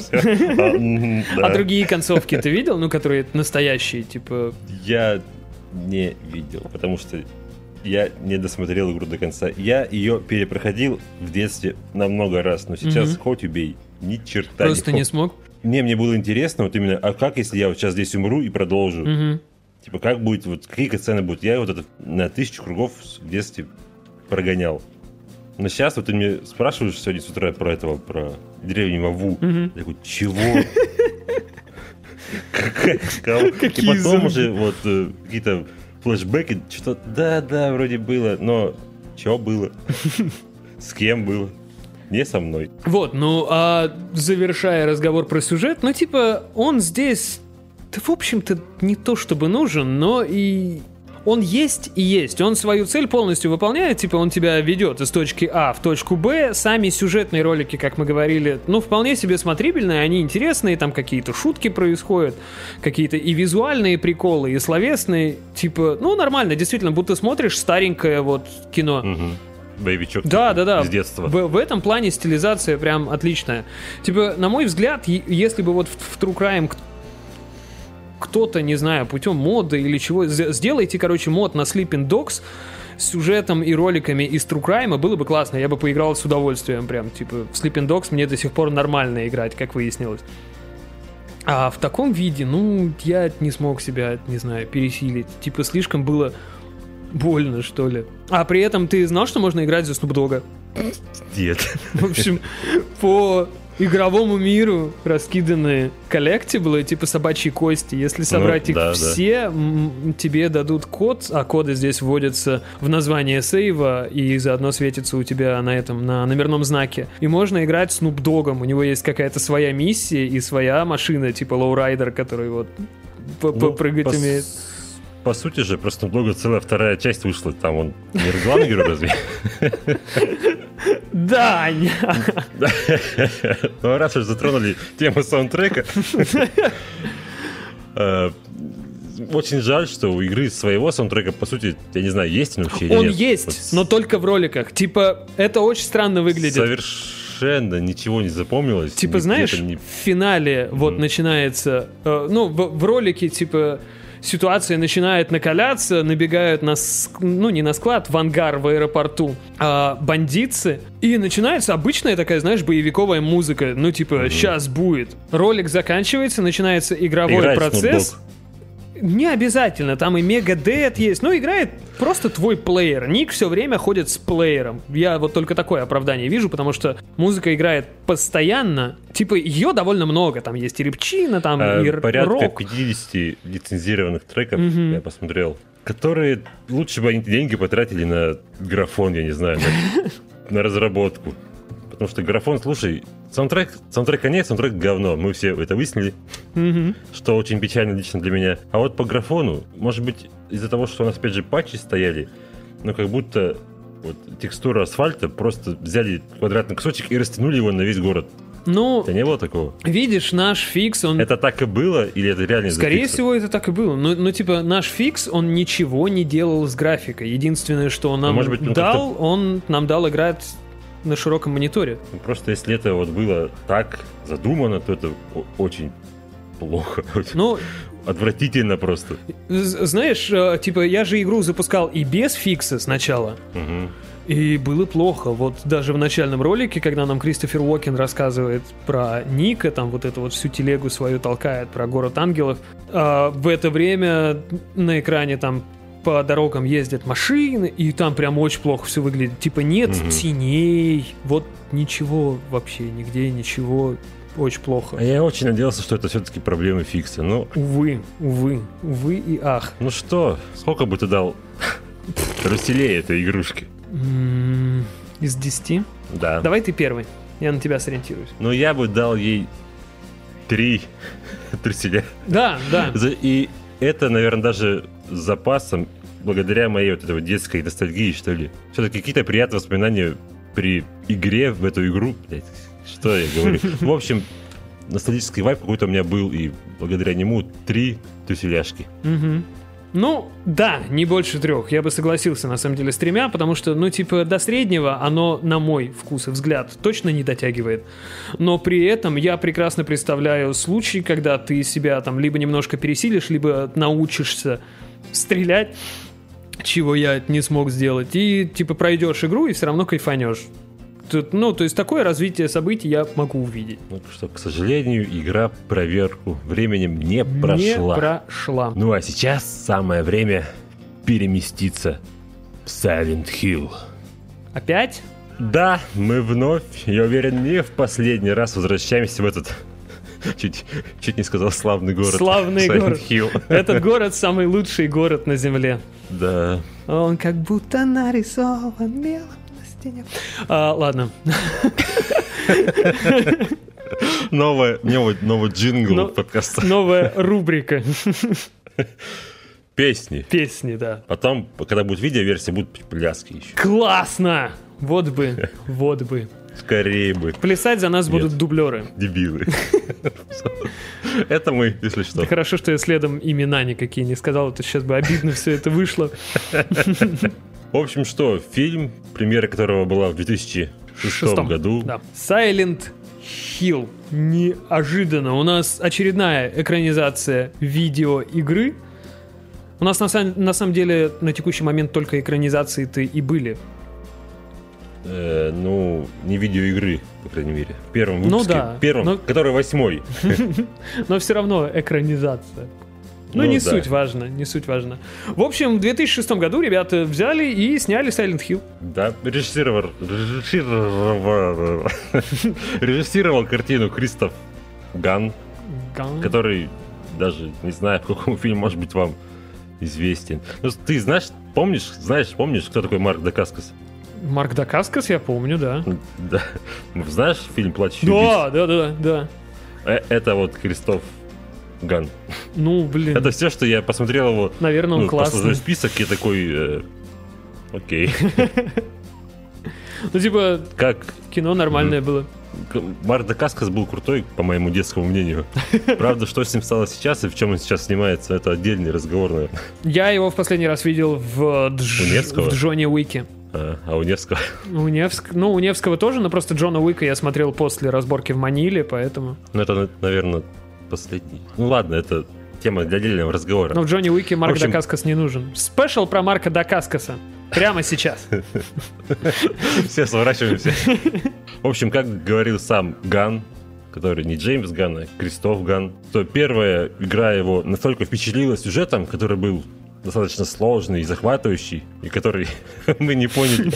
А другие концовки ты видел? Ну, которые настоящие, типа... Я не видел, потому что я не досмотрел игру до конца. Я ее перепроходил в детстве на много раз, но сейчас mm-hmm. хоть убей, ни черта Просто не, не смог? Мне, мне было интересно, вот именно, а как, если я вот сейчас здесь умру и продолжу? Mm-hmm. Типа, как будет, вот какие цены будут? Я вот это на тысячу кругов в детстве прогонял. Но сейчас вот ты мне спрашиваешь сегодня с утра про этого, про древнего Ву. Mm-hmm. Я такой, чего? И потом уже вот какие-то флешбеки, что-то, да-да, вроде было, но что было? С кем было? Не со мной. Вот, ну, а завершая разговор про сюжет, ну, типа, он здесь да, в общем-то, не то чтобы нужен, но и... Он есть и есть. Он свою цель полностью выполняет. Типа он тебя ведет из точки А в точку Б. Сами сюжетные ролики, как мы говорили, ну, вполне себе смотрибельные. Они интересные. Там какие-то шутки происходят. Какие-то и визуальные приколы, и словесные. Типа, ну, нормально. Действительно, будто смотришь старенькое вот кино. Угу. Боевичок. Да, да, да. Из детства. В, в этом плане стилизация прям отличная. Типа, на мой взгляд, е- если бы вот в, в True Crime кто-то, не знаю, путем моды или чего, сделайте, короче, мод на Sleeping Dogs с сюжетом и роликами из True Crime, было бы классно, я бы поиграл с удовольствием, прям, типа, в Sleeping Dogs мне до сих пор нормально играть, как выяснилось. А в таком виде, ну, я не смог себя, не знаю, пересилить, типа, слишком было больно, что ли. А при этом ты знал, что можно играть за Snoop Dogg? Нет. В общем, по... игровому миру раскиданы коллектиблы, типа собачьи кости. Если собрать ну, их да, все, да. тебе дадут код, а коды здесь вводятся в название сейва и заодно светится у тебя на этом, на номерном знаке. И можно играть с Snoop Dogg'ом. У него есть какая-то своя миссия и своя машина, типа лоурайдер, который вот ну, прыгать по умеет. По сути же, просто Snoop Dogg целая вторая часть вышла. Там он не главный герой, разве? Да, ну раз уж затронули тему саундтрека, очень жаль, что у игры своего саундтрека, по сути, я не знаю, есть он вообще или нет. Он есть, но только в роликах. Типа, это очень странно выглядит. Совершенно ничего не запомнилось. Типа, знаешь, в финале вот начинается, ну, в ролике, типа... Ситуация начинает накаляться, набегают на, ну не на склад, в ангар в аэропорту а, бандитцы, и начинается обычная такая, знаешь, боевиковая музыка, ну типа, mm-hmm. сейчас будет. Ролик заканчивается, начинается игровой Играет процесс. Не обязательно, там и Мегадет есть, но играет просто твой плеер. Ник все время ходит с плеером. Я вот только такое оправдание вижу, потому что музыка играет постоянно. Типа ее довольно много, там есть и репчина, там а, и порядка рок. пятьдесят лицензированных треков, mm-hmm. я посмотрел, которые лучше бы они деньги потратили на графон, я не знаю, на, на разработку. Потому что графон, слушай, саундтрек, саундтрека нет, саундтрек говно. Мы все это выяснили, mm-hmm. что очень печально лично для меня. А вот по графону, может быть, из-за того, что у нас опять же патчи стояли, но как будто вот текстуру асфальта просто взяли квадратный кусочек и растянули его на весь город. Ну, это не было такого? Видишь, наш фикс, он... Это так и было или это реально Скорее зафиксов? всего, это так и было. Но, но, типа, наш фикс, он ничего не делал с графикой. Единственное, что он нам может быть, он дал, как-то... он нам дал играть на широком мониторе. Просто если это вот было так задумано, то это очень плохо. Ну, отвратительно просто. Знаешь, типа, я же игру запускал и без фикса сначала. Угу. И было плохо. Вот даже в начальном ролике, когда нам Кристофер Уокен рассказывает про Ника, там вот эту вот всю телегу свою толкает, про город ангелов, а в это время на экране там по дорогам ездят машины, и там прям очень плохо все выглядит. Типа нет mm-hmm. теней, вот ничего вообще, нигде ничего, очень плохо. А я очень надеялся, что это все-таки проблемы фикса, но... Увы, увы, увы и ах. Ну что, сколько бы ты дал каруселей этой игрушки? Mm-hmm. Из десяти? Да. Давай ты первый, я на тебя сориентируюсь. Ну я бы дал ей три труселя. Да, да. И это, наверное, даже с запасом, благодаря моей вот этой вот детской ностальгии, что ли. Все-таки какие-то приятные воспоминания при игре в эту игру. Блять, что я говорю? В общем, ностальгический вайб какой-то у меня был, и благодаря нему три труселяшки. Угу. Ну, да, не больше трех. Я бы согласился, на самом деле, с тремя, потому что, ну, типа, до среднего оно, на мой вкус и взгляд, точно не дотягивает. Но при этом я прекрасно представляю случай, когда ты себя там либо немножко пересилишь, либо научишься стрелять, чего я не смог сделать, и, типа, пройдешь игру и все равно кайфанешь. Тут, ну, то есть такое развитие событий я могу увидеть. Ну что, к сожалению, игра проверку временем не прошла. Не прошла. Ну а сейчас самое время переместиться в Silent Hill. Опять? Да, мы вновь, я уверен, не в последний раз возвращаемся в этот... Чуть, чуть не сказал славный город. Славный Silent город. Hill. Этот город самый лучший город на земле. Да. Он как будто нарисован белым. А, ладно. Новая, новый, новый джингл Но- подкаста. Новая рубрика. Песни. Песни, да. Потом, когда будет видеоверсия, будут пляски еще. Классно! Вот бы, вот бы. Скорее бы. Плясать за нас Нет. будут дублеры. Дебилы. Это мы, если что. Да хорошо, что я следом имена никакие не сказал, а то сейчас бы обидно все это вышло. В общем, что, фильм, премьера которого была в две тысячи шестом году. Да. Silent Hill. Неожиданно. У нас очередная экранизация видеоигры. У нас на, сам- на самом деле на текущий момент только экранизации-то и были. Э, ну, не видеоигры, по крайней мере. В первом Ну выпуске. да, Первом, но- который восьмой. Но все равно экранизация. Ну, Ну не да. суть важно, не суть важно. В общем, в две тысячи шестом году ребята взяли и сняли Silent Hill. Да, режиссировал, режиссировал, режиссировал картину Кристоф Ган, Ган. который даже не знаю, по какому фильму может быть вам известен. Ну, ты знаешь, помнишь, знаешь, помнишь, кто такой Марк Дакаскос? Марк Дакаскос, я помню, да. Да. Знаешь фильм «Плачущий Да, да, да, да. убийца»? Э, Это вот Кристоф Ган. Ну, блин, Это все, что я посмотрел его. наверное, он Ну, классный. послужной список, я такой, э, окей. Ну, типа, Как кино нормальное было. К- Марк Дакаскос был крутой, по моему детскому мнению. Правда, что с ним стало сейчас и в чем он сейчас снимается, это отдельный разговор, наверное. Я его в последний раз видел в, Дж... У Невского? в Джоне Уике. А, а у Невского? У Невск... Ну, у Невского тоже, но просто Джона Уика я смотрел после разборки в Маниле, поэтому... Ну, это, наверное, последний. Ну, ладно, это тема для отдельного разговора. Но в Джоне Уике Марк В общем- Дакаскос не нужен. Спешл про Марка Дакаскоса. Прямо сейчас. Все сворачиваемся. В общем, как говорил сам Ган, который не Джеймс Ган, а Кристоф Ган, то первая игра его настолько впечатлила сюжетом, который был достаточно сложный и захватывающий, и который мы не поняли.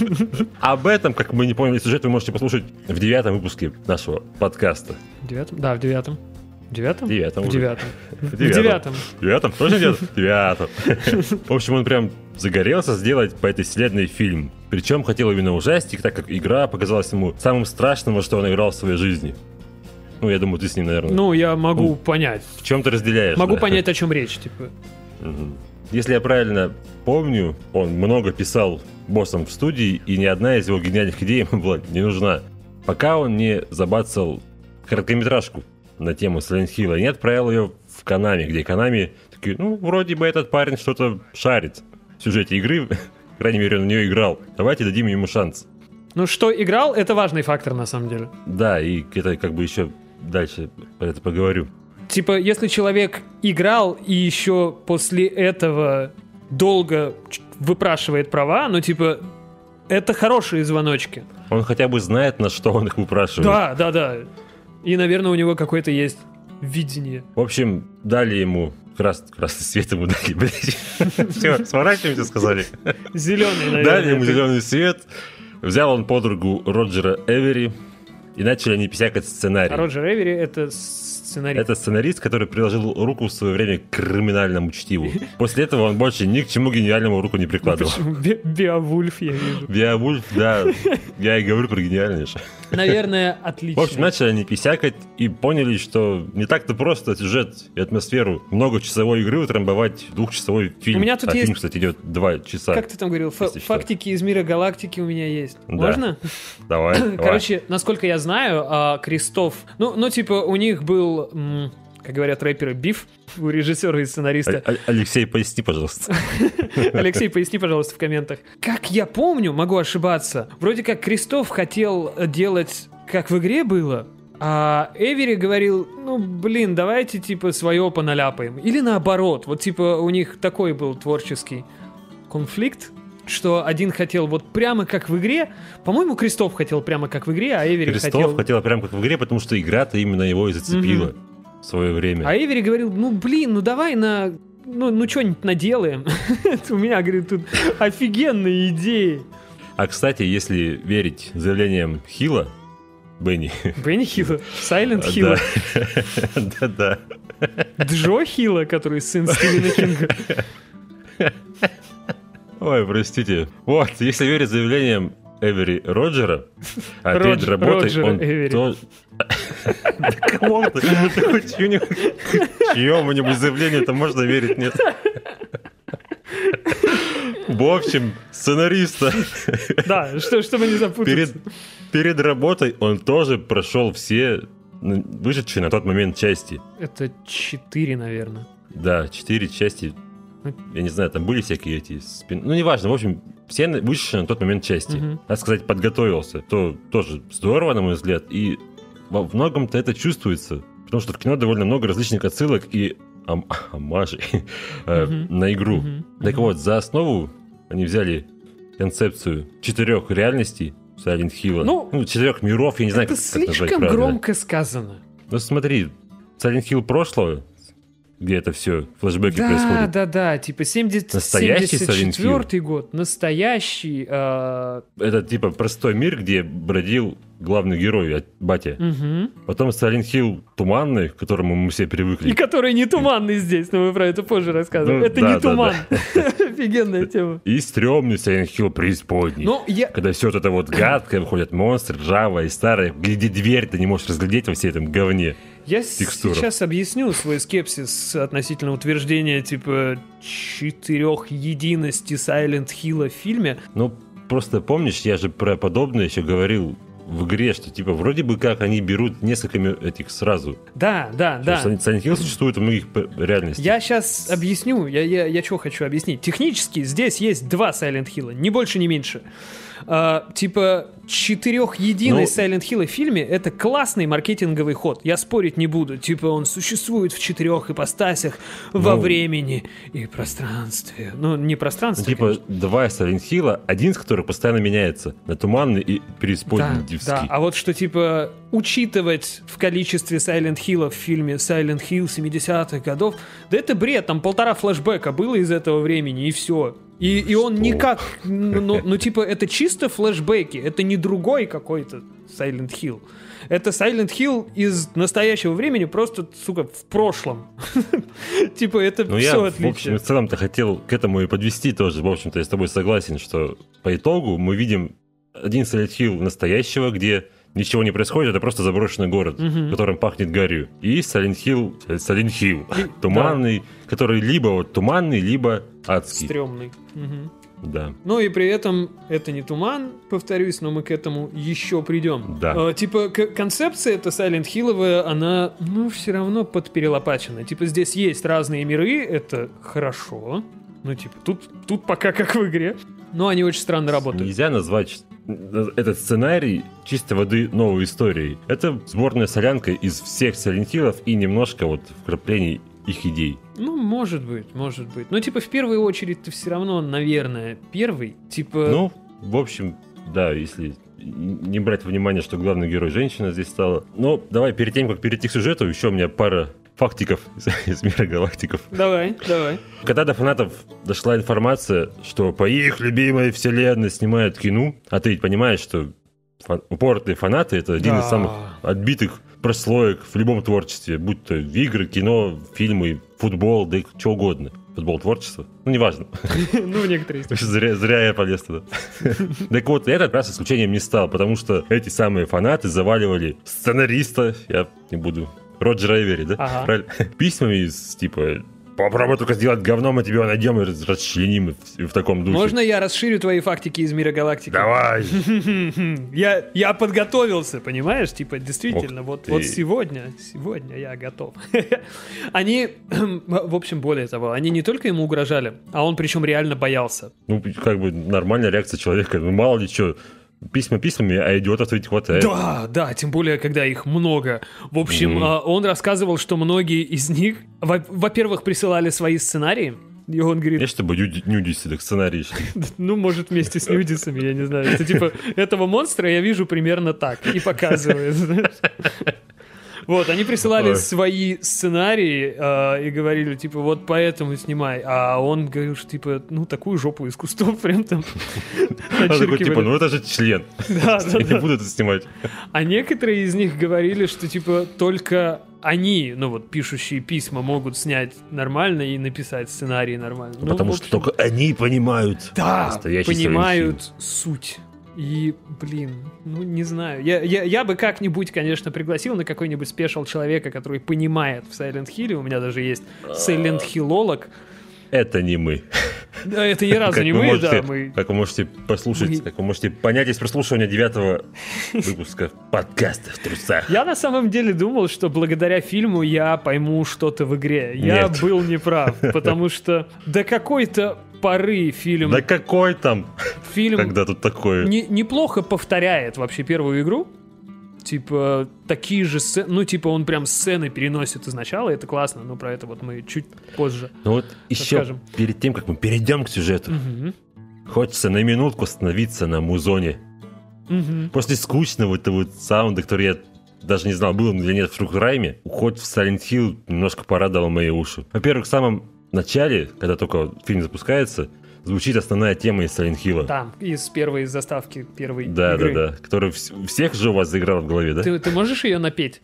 Об этом, как мы не поняли сюжет, вы можете послушать в девятом выпуске нашего подкаста. В девятом? Да, в девятом. В девятом? В девятом В уже. девятом. В девятом. девятом. В девятом? Точно нет? В девятом. В общем, он прям загорелся сделать по этой вселенной фильм. Причем хотел именно ужастик, так как игра показалась ему самым страшным, во что он играл в своей жизни. Ну, я думаю, ты с ним, наверное, Ну, я могу Ну, понять. в чем-то разделяешь. Могу да? понять, о чем речь, типа. Мгм. Если я правильно помню, он много писал боссом в студии, и ни одна из его гениальных идей ему была не нужна. Пока он не забацал короткометражку на тему Silent Hill и не отправил ее в Konami, где Konami такие, ну, вроде бы этот парень что-то шарит в сюжете игры, по крайней мере, он в нее играл. Давайте дадим ему шанс. Ну, что играл, это важный фактор, на самом деле. Да, и это как бы еще дальше про это поговорю. Типа, если человек играл и еще после этого долго ч- выпрашивает права, ну, типа, это хорошие звоночки. Он хотя бы знает, на что он их выпрашивает. Да, да, да. И, наверное, у него какое-то есть видение. В общем, дали ему крас... красный свет ему дали, блядь. Все, сворачиваемся, сказали. Зеленый, наверное. Дали ему это- зеленый свет. Взял он подругу Роджера Эвери. И начали они писякать сценарий. А Роджер Эвери — это сценарист. Это сценарист, который приложил руку в свое время к криминальному чтиву. После этого он больше ни к чему гениальному руку не прикладывал. Почему? Бе- Беовульф, я вижу. Беовульф, да, я и говорю про гениальнейшее. Наверное, В отлично. общем, начали они писякать и поняли, что не так-то просто сюжет и атмосферу многочасовой игры утрамбовать в двухчасовой фильм. У меня тут а есть- фильм, кстати, идет два часа. Как ты там говорил? Фа- Если что. фактики из мира галактики у меня есть. Да. Можно? Давай, давай. Короче, насколько я знаю, а, Кристоф... Ну, ну, типа, у них был, м, как говорят рэперы, биф у режиссера и сценариста. А- а- Алексей, поясни, пожалуйста. Алексей, поясни, пожалуйста, в комментах. Как я помню, могу ошибаться, вроде как Кристоф хотел делать, как в игре было, а Эвери говорил, ну, блин, давайте, типа, свое поналяпаем. Или наоборот, вот, типа, у них такой был творческий конфликт, что один хотел вот прямо как в игре. По-моему, Кристоф хотел прямо как в игре, а Эвери Кристоф хотел... хотел прям как в игре, потому что игра-то именно его и зацепила в свое время. А Эвери говорил, ну, блин, ну, давай на... Ну, ну что-нибудь наделаем. У меня, говорит, тут офигенные идеи. А, кстати, если верить заявлениям Хилла, Бенни... Бенни Хилла, Сайлент Хилла, Да-да. Джо Хилла, который сын Стивена Кинга. Ой, простите. Вот, если верить заявлениям Эвери Роджера, а Родж- перед работой Роджера он Эвери. тоже... Да кому ты? Хоть чьему-нибудь заявлению-то можно верить, нет? В общем, сценариста. Да, что, чтобы не запутаться. Перед, перед работой он тоже прошел все вышедшие на тот момент части. Это четыре, наверное. Да, четыре части. Я не знаю, там были всякие эти спин... Ну, неважно, в общем, все вышедшие на тот момент части. Мгм. Надо сказать, подготовился. То тоже здорово, на мой взгляд. И во многом-то это чувствуется. Потому что в кино довольно много различных отсылок и ом- омажей э, Мгм. на игру. Мгм. Так Мгм. вот, за основу они взяли концепцию четырех реальностей Silent Hill. Ну, Ну, четырех миров, я не знаю, Это как, как назвать слишком правильно. громко сказано. Ну, смотри, Silent Hill прошлого, где это все, флешбеки Да, происходят. да, да, типа семьдесят, Настоящий семьдесят Silent четвёртый год, настоящий. э, Это типа простой мир, где бродил главный герой, а- батя. мгм. Потом Silent Hill туманный, к которому мы все привыкли. И который не туманный здесь, но мы про это позже рассказываем. Ну, это да, не да, туман. Офигенная тема. И стрёмный Silent Hill преисподней. Ну, я... Когда все вот это вот гадкое, выходят монстры, ржавое и старое, где дверь ты не можешь разглядеть во всей этом говне. Я с- текстурах. сейчас объясню свой скепсис относительно утверждения типа четырех единости Silent Hill в фильме. Ну, просто помнишь, я же про подобное еще говорил в игре, что типа вроде бы как они берут несколько ми- этих сразу. Да, да, да. Что Silent Hill существует в многих п- реальностях. Я сейчас объясню, я, я, я что хочу объяснить. Технически здесь есть два Silent Hill, ни больше, ни меньше. А, типа четырехединый Ну- Silent Hill в фильме — это классный маркетинговый ход. Я спорить не буду. Типа он существует в четырех ипостасях во Ну- времени и пространстве. Ну, не Ну, пространстве, типа конечно. два Silent Hill, один из которых постоянно меняется на туманный и преисподневский. Да, да, а вот что, типа, учитывать в количестве Silent Hill в фильме Silent Hill семидесятых годов, да это бред, там полтора флешбека было из этого времени, и все. И, и он Что? никак, ну, ну, ну, типа, это чисто флешбеки, это не другой какой-то Silent Hill. Это Silent Hill из настоящего времени, просто, сука, в прошлом. Типа, это Ну, я, все в общем, отлично. в целом-то хотел к этому и подвести тоже. В общем-то, я с тобой согласен, что по итогу мы видим один Silent Hill настоящего, где ничего не происходит, это просто заброшенный город, Мгм. в котором пахнет гарью. И Silent Hill, Silent Hill, И- туманный, который либо вот туманный, либо адский. Стрёмный. Мгм. Да. Ну и при этом это не туман, повторюсь, но мы к этому еще придем. Да. А, типа к- концепция эта Silent Hill'овая, она, ну, все равно подперелопачена. Типа здесь есть разные миры, это хорошо. Ну, типа, тут, тут пока как в игре. Но они очень странно работают. Нельзя назвать этот сценарий чистой воды новой историей. Это сборная солянка из всех Silent Hill'ов и немножко вот вкраплений их идей. Ну, может быть, может быть. Но, типа, в первую очередь ты все равно, наверное, первый. Типа... Ну, в общем, да, если не брать во внимание, что главный герой женщина здесь стала. Но давай перед тем, как перейти к сюжету, еще у меня пара фактиков из, из мира галактиков. Давай, давай. Когда до фанатов дошла информация, что по их любимой вселенной снимают кино, а ты ведь понимаешь, что фан- упоротые фанаты — это один Да. из самых отбитых прослоек в любом творчестве, будь то игры, кино, фильмы, футбол, да и что угодно. Футбол, творчество, ну, неважно. Ну, в некоторые случаи. Зря, зря я полез туда. Так вот, этот раз исключением не стал, потому что эти самые фанаты заваливали сценариста, я не буду, Роджера Эвери, да? Ага. Правильно? Письмами из типа «Попробуй только сделать говно, мы тебя найдем и раз- расчленим» и в, в таком духе. Можно я расширю твои фактики из мира галактики? Давай! Я, я подготовился, понимаешь? Типа, действительно, Ох вот, ты. вот сегодня, сегодня я готов. Они, в общем, более того, они не только ему угрожали, а он причем реально боялся. Ну, как бы нормальная реакция человека. Ну, мало ли что, письма письмами, а идиотов ведь хватает. Да, да, тем более, когда их много. В общем, Мгм. а, он рассказывал, что многие из них, во- во-первых, присылали свои сценарии, и он говорит, Я чтобы нюдисы, так сценарий шли. ну, может, вместе с нюдисами, я не знаю. Это типа, этого монстра я вижу примерно так. И показывает, знаешь. Вот, они присылали Ой. свои сценарии э, и говорили, типа, вот поэтому снимай. А он говорил, что, типа, ну, такую жопу из кустов прям там А такой, типа, начеркивали. ну это же член. Да, да, Я да. не буду это снимать. А некоторые из них говорили, что, типа, только они, ну, вот, пишущие письма могут снять нормально и написать сценарий нормально. Ну, Потому в что общем, только они понимают да, настоящий Silent Hill. понимают суть. И, блин, ну не знаю. Я, я, я бы как-нибудь, конечно, пригласил на какой-нибудь спешл человека, который понимает в Silent Hill. У меня даже есть Silent Hillolog. Это не мы. Да, это ни разу как не вы мы, можете, да. Мы... Как вы можете послушать, мы... как вы можете понять из прослушивания девятого выпуска подкаста «В трусах». Я на самом деле думал, что благодаря фильму я пойму что-то в игре. Я Нет. был неправ, потому что до какой-то поры фильм... Да какой там? Фильм Когда тут такое? не, неплохо повторяет вообще первую игру. Типа, такие же сцены, ну, типа, он прям сцены переносит изначала, это классно, но про это вот мы чуть позже Ну вот еще расскажем. перед тем, как мы перейдем к сюжету, Мгм. хочется на минутку остановиться на музоне. Мгм. После скучного этого вот саунда, который я даже не знал, был он или нет в True Crime, уход в Silent Hill немножко порадовал мои уши. Во-первых, в самом начале, когда только фильм запускается, звучит основная тема из Silent Hill. Там, из первой заставки первой Да, игры. да, да. Которая вс- у всех же у вас заиграла в голове, да? Ты, ты можешь ее напеть?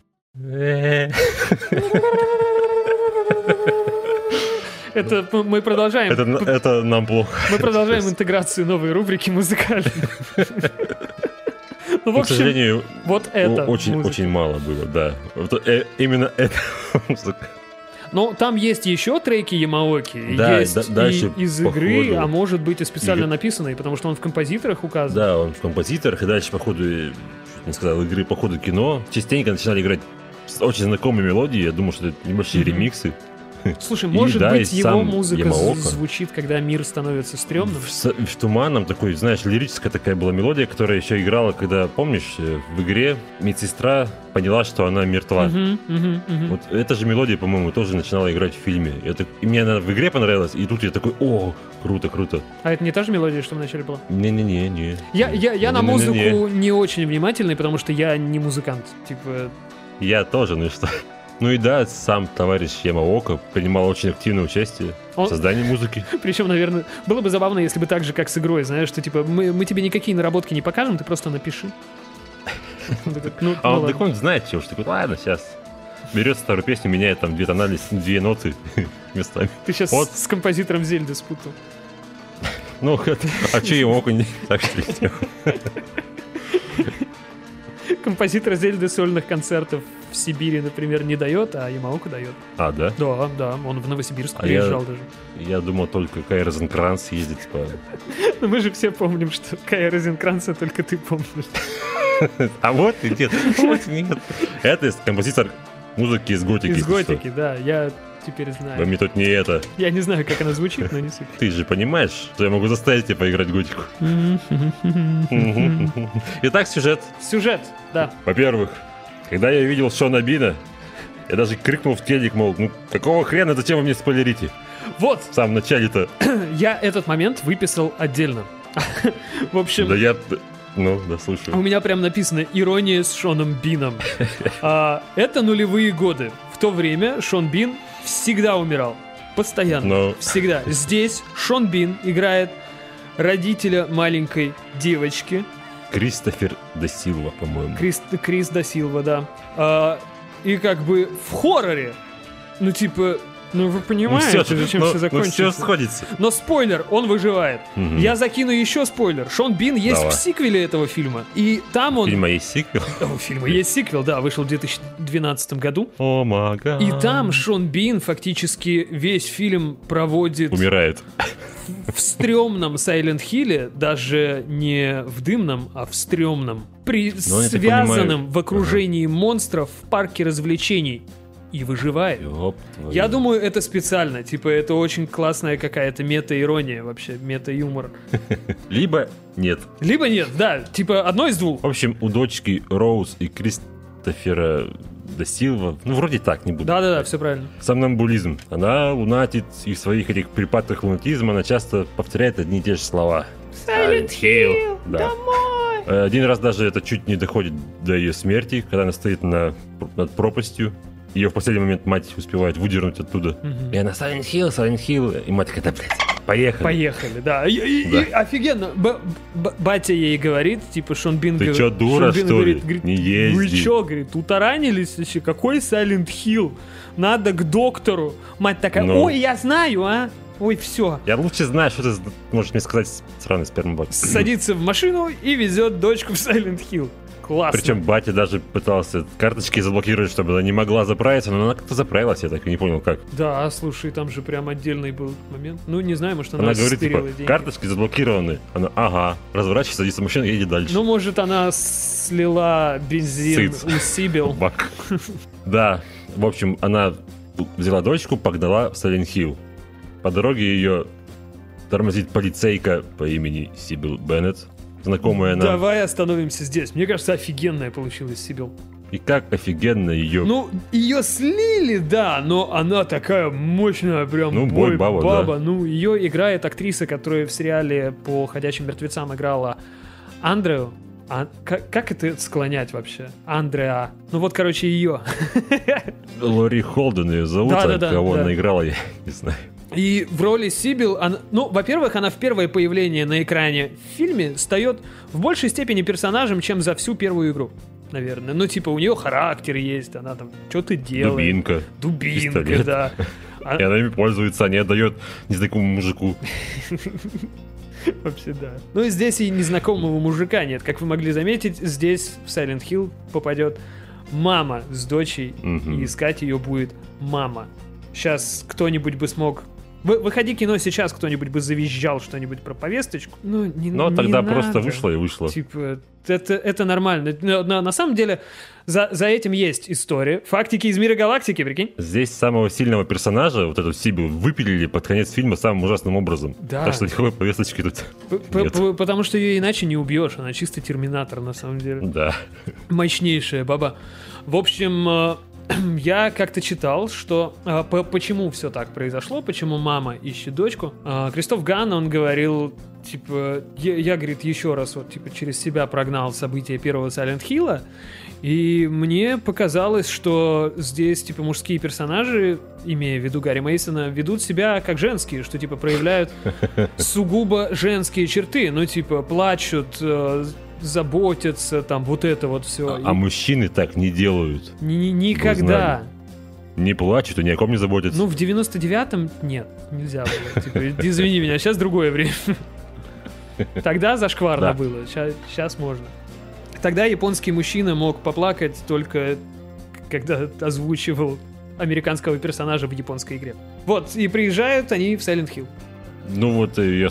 Это м- мы продолжаем. Это, это нам плохо. Мы продолжаем интеграцию новой рубрики музыкальной. Ну, в К общем, сожалению, вот это очень, музыка. очень мало было, да. Вот, э, именно эта музыка. Но там есть еще треки Ямаоки, Да, есть да- и дальше из по игры, ходу. а может быть и специально Игры. написанные, потому что он в композиторах указан. Да, он в композиторах, и дальше по ходу, э, чуть не сказал, игры, по ходу кино, частенько начинали играть с очень знакомые мелодии. Я думаю, что это небольшие Мгм. ремиксы. Слушай, И может да, быть и его сам музыка Ямаока. з- звучит, когда мир становится стрёмным? В, с- в туманном такой, знаешь, лирическая такая была мелодия, которая еще играла, когда, помнишь, э, в игре медсестра поняла, что она мертва. Мгм, мгм, мгм. Вот эта же мелодия, по-моему, тоже начинала играть в фильме. Это, и мне она в игре понравилась, и тут я такой, о, круто, круто. А это не та же мелодия, что в начале была? Не-не-не, не. Я, я, я на Не-не-не-не. музыку не очень внимательный, потому что я не музыкант. Типа, Я тоже, ну и что? Ну и да, сам товарищ Ямаока принимал очень активное участие Он- в создании музыки. причем, наверное, было бы забавно, если бы так же, как с игрой, знаешь, что типа мы, мы тебе никакие наработки не покажем, ты просто напиши. Он такой, ну, А ну он ладно. так он знает, чего, что такой, ладно, сейчас. Берет старую песню, меняет там две тональности, две ноты местами. Ты сейчас Вот. с композитором Зельды спутал. Ну, это- а что Ямаока не так что ли сделал? Композитор Зельды сольных концертов в Сибири, например, не дает, а Ямаока дает. А, да? Да, да, он в Новосибирск А приезжал я- даже. Я думал, только Кай Розенкранц ездит по... Но мы же все помним, что Кая Розенкранца только ты помнишь. А вот и нет. Вот нет. Это композитор музыки из готики. Из если что. готики, да, я теперь Вы знаю. мне тут не это. Я не знаю, как она звучит, но не суть. Ты же понимаешь, что я могу заставить тебя поиграть в готику. Итак, сюжет. Сюжет, да. Во-первых, когда я видел Шона Бина, я даже крикнул в телек, мол, ну какого хрена, зачем вы мне спойлерите? Вот, В самом начале-то. я этот момент выписал отдельно. В общем, Да я... Ну, да, у слушаю. меня прям написано «Ирония с Шоном Бином». А, это нулевые годы. В то время Шон Бин всегда умирал. Постоянно. Но Всегда. Здесь Шон Бин играет родителя маленькой девочки. Кристофер да Силва, по-моему. Крис, Крис да Силва, да. А, и как бы в хорроре. Ну, типа, ну вы понимаете, всё, зачем ну, все ну, закончится. всё сходится. Но спойлер, он выживает. Мгм. Я закину еще спойлер. Шон Бин есть Давай. в сиквеле этого фильма. И там он... У фильма есть сиквел. У фильма есть сиквел, да, вышел в две тысячи двенадцатом году. О, мага. И там Шон Бин фактически весь фильм проводит Умирает. в стрёмном Silent Hill'е, даже не в дымном, а в стрёмном, при Ну, я так связанном понимаю. в окружении монстров в парке развлечений. И выживает. Ёп твою. Я думаю, это специально. Типа, это очень классная какая-то мета-ирония вообще, мета-юмор. Либо нет. Либо нет, да, типа одно из двух. В общем, у дочки Роуз и Кристофера да Силва, ну, вроде так, не буду. Да-да-да, все правильно. Сомнамбулизм. Она лунатит, и в своих этих припадках лунатизма она часто повторяет одни и те же слова. Silent Hill. Да. Э, Один раз даже это чуть не доходит до ее смерти, когда она стоит на, над пропастью. Ее в последний момент мать успевает выдернуть оттуда. Мгм. И она Silent Hill, Silent Hill. И мать такая, да, блядь, поехали. Поехали, да. И, и- Да. и офигенно. Б- б- батя ей говорит, типа, Шон Бин Ты говорит... чё, дура, Шон Бин что ли? говорит, говорит, Не Вы езди. чё, говорит, утаранились вообще? Какой Silent Hill? Надо к доктору. Мать такая, Ну. ой, я знаю, а? ой, все. Я лучше знаю, что ты можешь мне сказать, сраный спермобак. Садится в машину и везет дочку в Silent Hill. Классно. Причем батя даже пытался карточки заблокировать, чтобы она не могла заправиться, но она как-то заправилась, я так и не понял, как. Да, слушай, там же прям отдельный был момент. Ну, не знаю, может, она, Она говорит, типа, деньги. карточки заблокированы. Она, ага, разворачивается, садится в машину и едет дальше. Ну, может, она слила бензин Сыц. у Сибил. Бак. Да, в общем, она взяла дочку, погнала в Silent Hill. По дороге ее тормозит полицейка по имени Сибил Беннет. Знакомая нам. Давай остановимся здесь. Мне кажется, офигенная получилась Сибил. И как офигенно ее... Ну, ее слили, да, но она такая мощная, прям Ну, бой-баба, бой-баба. да. Ну, ее играет актриса, которая в сериале по «Ходячим мертвецам» играла Андрею. А, как, как это склонять вообще? Андреа. Ну вот, короче, ее. Лори Холден ее зовут, а Да-да-да, кого да. она играла, я не знаю. И в роли Сибил, она, ну, во-первых, она в первое появление на экране в фильме стает в большей степени персонажем, чем за всю первую игру, наверное. Ну, типа, у нее характер есть, она там что-то делает. Дубинка. Дубинка, Пистолет. да. А- И она ими пользуется, а не отдает незнакомому мужику. Вообще, да. Ну, и здесь и незнакомого мужика нет. Как вы могли заметить, здесь в Silent Hill попадет мама с дочей, Мгм. и искать ее будет мама. Сейчас кто-нибудь бы смог... Вы, выходи кино сейчас, кто-нибудь бы завизжал что-нибудь про повесточку. Ну, не Но не тогда надо. просто вышло и вышло. Типа, это, это нормально. Но, но на самом деле за, за этим есть история. Фактики из мира галактики, прикинь. Здесь самого сильного персонажа, вот эту Сибил, выпилили под конец фильма самым ужасным образом. Да. Так что никакой повесточки тут П- п- нет. п- Потому что ее иначе не убьешь. Она чисто терминатор, на самом деле. Да. Мощнейшая баба. В общем, э, я как-то читал, что э, по- почему все так произошло, почему мама ищет дочку. Э, Кристоф Ганн, он говорил, типа, я, я, говорит, еще раз вот, типа, через себя прогнал события первого Silent Hill'а, и мне показалось, что здесь, типа, мужские персонажи, имея в виду Гарри Мейсона, ведут себя как женские, что, типа, проявляют сугубо женские черты, ну, типа, плачут, э, заботятся, там, вот это вот все. А, а мужчины так не делают. Никогда. Не плачут и ни о ком не заботятся. Ну, в девяносто девятом нет, нельзя было. Типа, извини меня, сейчас другое время. Тогда зашкварно Да. было, сейчас можно. Тогда японский мужчина мог поплакать только когда озвучивал американского персонажа в японской игре. Вот, и приезжают они в Silent Hill. Ну вот ее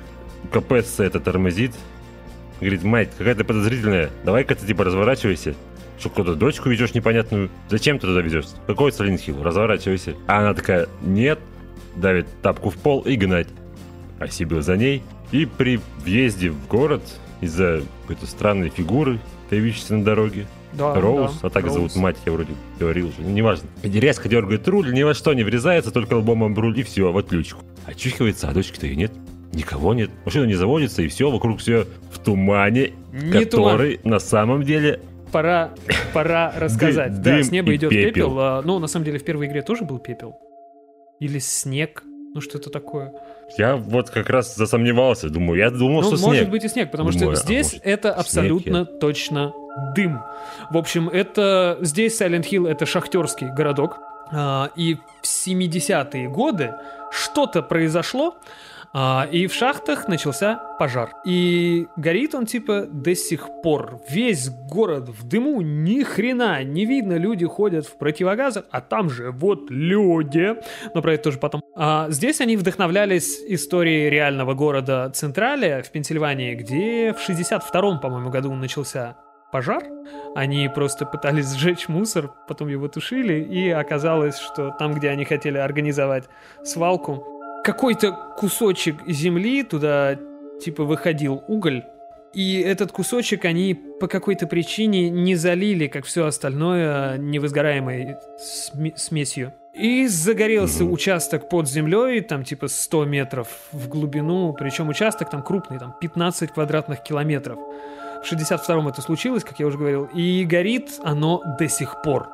КПС это тормозит. Говорит, мать, какая ты подозрительная. Давай-ка ты типа разворачивайся. Что, куда дочку везешь непонятную? Зачем ты туда везешь? Какой Silent Hill? Разворачивайся. А она такая, нет. Давит тапку в пол и гнать. А Сибил за ней. И при въезде в город из-за какой-то странной фигуры, появившейся на дороге, Да, Роуз, да, а так Роуз. зовут мать, я вроде говорил уже, ну, неважно. Резко дергает руль, ни во что не врезается, только лбом об руль, и все, в отключку. Очухивается, а дочки-то и нет. Никого нет. Машина не заводится, и все, вокруг все в тумане, Не который на самом деле... Пора, пора рассказать. Дым Да, с неба и идет пепел. пепел. а, ну, на самом деле, в первой игре тоже был пепел. Или снег. Ну, что-то такое. Я вот как раз засомневался, думаю, я думал, Ну, что может снег. быть и снег, потому Думаю, что а здесь может, это снег абсолютно я- точно дым. В общем, это здесь Silent Hill — это шахтерский городок. а, И в семидесятые годы что-то произошло, а, и в шахтах начался пожар. И горит он типа до сих пор. Весь город в дыму, ни хрена не видно, люди ходят в противогазах, а там же вот люди. Но про это тоже потом. А здесь они вдохновлялись историей реального города Централия в Пенсильвании, где в шестьдесят втором, по-моему, году начался пожар. Они просто пытались сжечь мусор, потом его тушили, и оказалось, что там, где они хотели организовать свалку, какой-то кусочек земли, туда типа выходил уголь, и этот кусочек они по какой-то причине не залили, как все остальное, невозгораемой сме- смесью. И загорелся Мгм. участок под землей, там типа сто метров в глубину, причем участок там крупный, там пятнадцать квадратных километров. В шестьдесят втором это случилось, как я уже говорил, и горит оно до сих пор.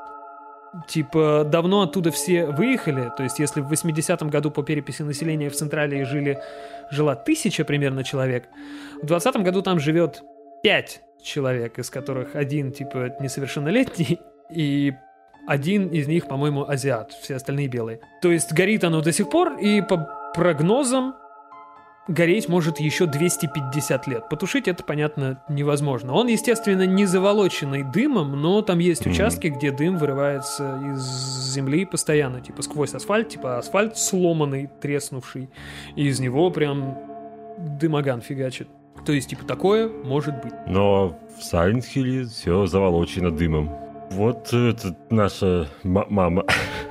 Типа, давно оттуда все выехали, то есть если в восьмидесятом году по переписи населения в Централии жили, жила тысяча примерно человек, в двадцатом году там живет пять человек, из которых один, типа, несовершеннолетний, и один из них, по-моему, азиат, все остальные белые. То есть горит оно до сих пор, и по прогнозам гореть может еще двести пятьдесят лет. Потушить это, понятно, невозможно. Он, естественно, не заволоченный дымом, но там есть mm-hmm. участки, где дым вырывается из земли постоянно, типа сквозь асфальт, типа асфальт сломанный, треснувший, и из него прям дымоган фигачит. То есть, типа, такое может быть. Но в Silent Hill все заволочено дымом. Вот это наша м- мама...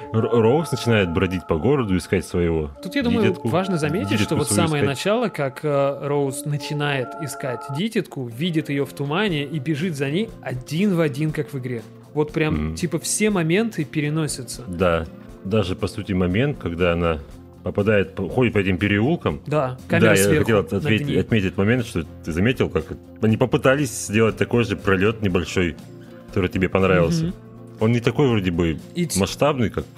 Роуз начинает бродить по городу, искать своего. Тут, я думаю, дитятку, важно заметить, что вот самое искать. начало, как э, Роуз начинает искать дитятку, видит ее в тумане и бежит за ней один в один, как в игре. Вот прям, mm. типа, все моменты переносятся. Да, даже, по сути, момент, когда она попадает, ходит по этим переулкам. Да, камера да, сверху. Я хотел отметить, отметить момент, что ты заметил, как они попытались сделать такой же пролет небольшой, который тебе понравился. Mm-hmm. Он не такой вроде бы И... масштабный, как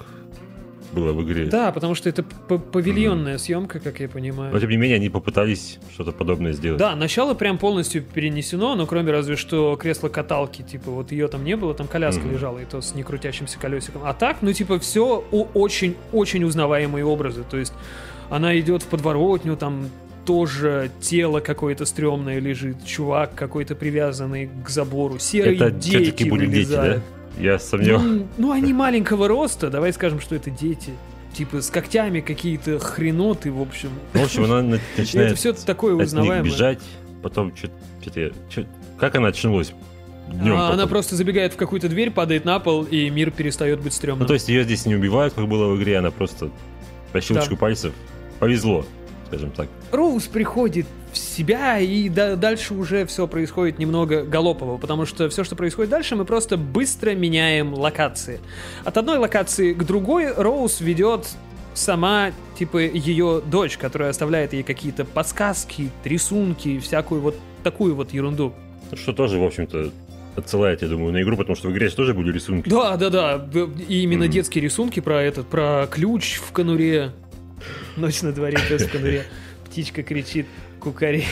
было в игре. Да, потому что это павильонная mm. съемка, как я понимаю. Но тем не менее они попытались что-то подобное сделать. Да, начало прям полностью перенесено, но кроме разве что кресла-каталки, типа вот ее там не было, там коляска mm. лежала, и то с некрутящимся колесиком. А так, ну типа все очень-очень узнаваемые образы. То есть она идет в подворотню, там тоже тело какое-то стрёмное лежит, чувак какой-то привязанный к забору, серые это дети были вылезают. Дети, да? Я сомневаюсь. Ну, ну, они маленького роста, давай скажем, что это дети. Типа с когтями какие-то хреноты, в общем. В общем, она начинает это все такое узнаваемое. От них бежать, потом что-то... Как она очнулась? Днем а, она просто забегает в какую-то дверь, падает на пол, и мир перестает быть стрёмным. Ну, то есть ее здесь не убивают, как было в игре, она просто по щелчку да. пальцев повезло, скажем так. Роуз приходит в себя, и да, дальше уже все происходит немного галопово, потому что все, что происходит дальше, мы просто быстро меняем локации. От одной локации к другой Роуз ведет сама, типа, ее дочь, которая оставляет ей какие-то подсказки, рисунки, всякую вот такую вот ерунду. Что тоже, в общем-то, отсылает, я думаю, на игру, потому что в игре тоже были рисунки. Да, да, да, и именно mm-hmm. детские рисунки про этот, про ключ в конуре. Ночь на дворе, пес в конуре. Птичка кричит, кукари.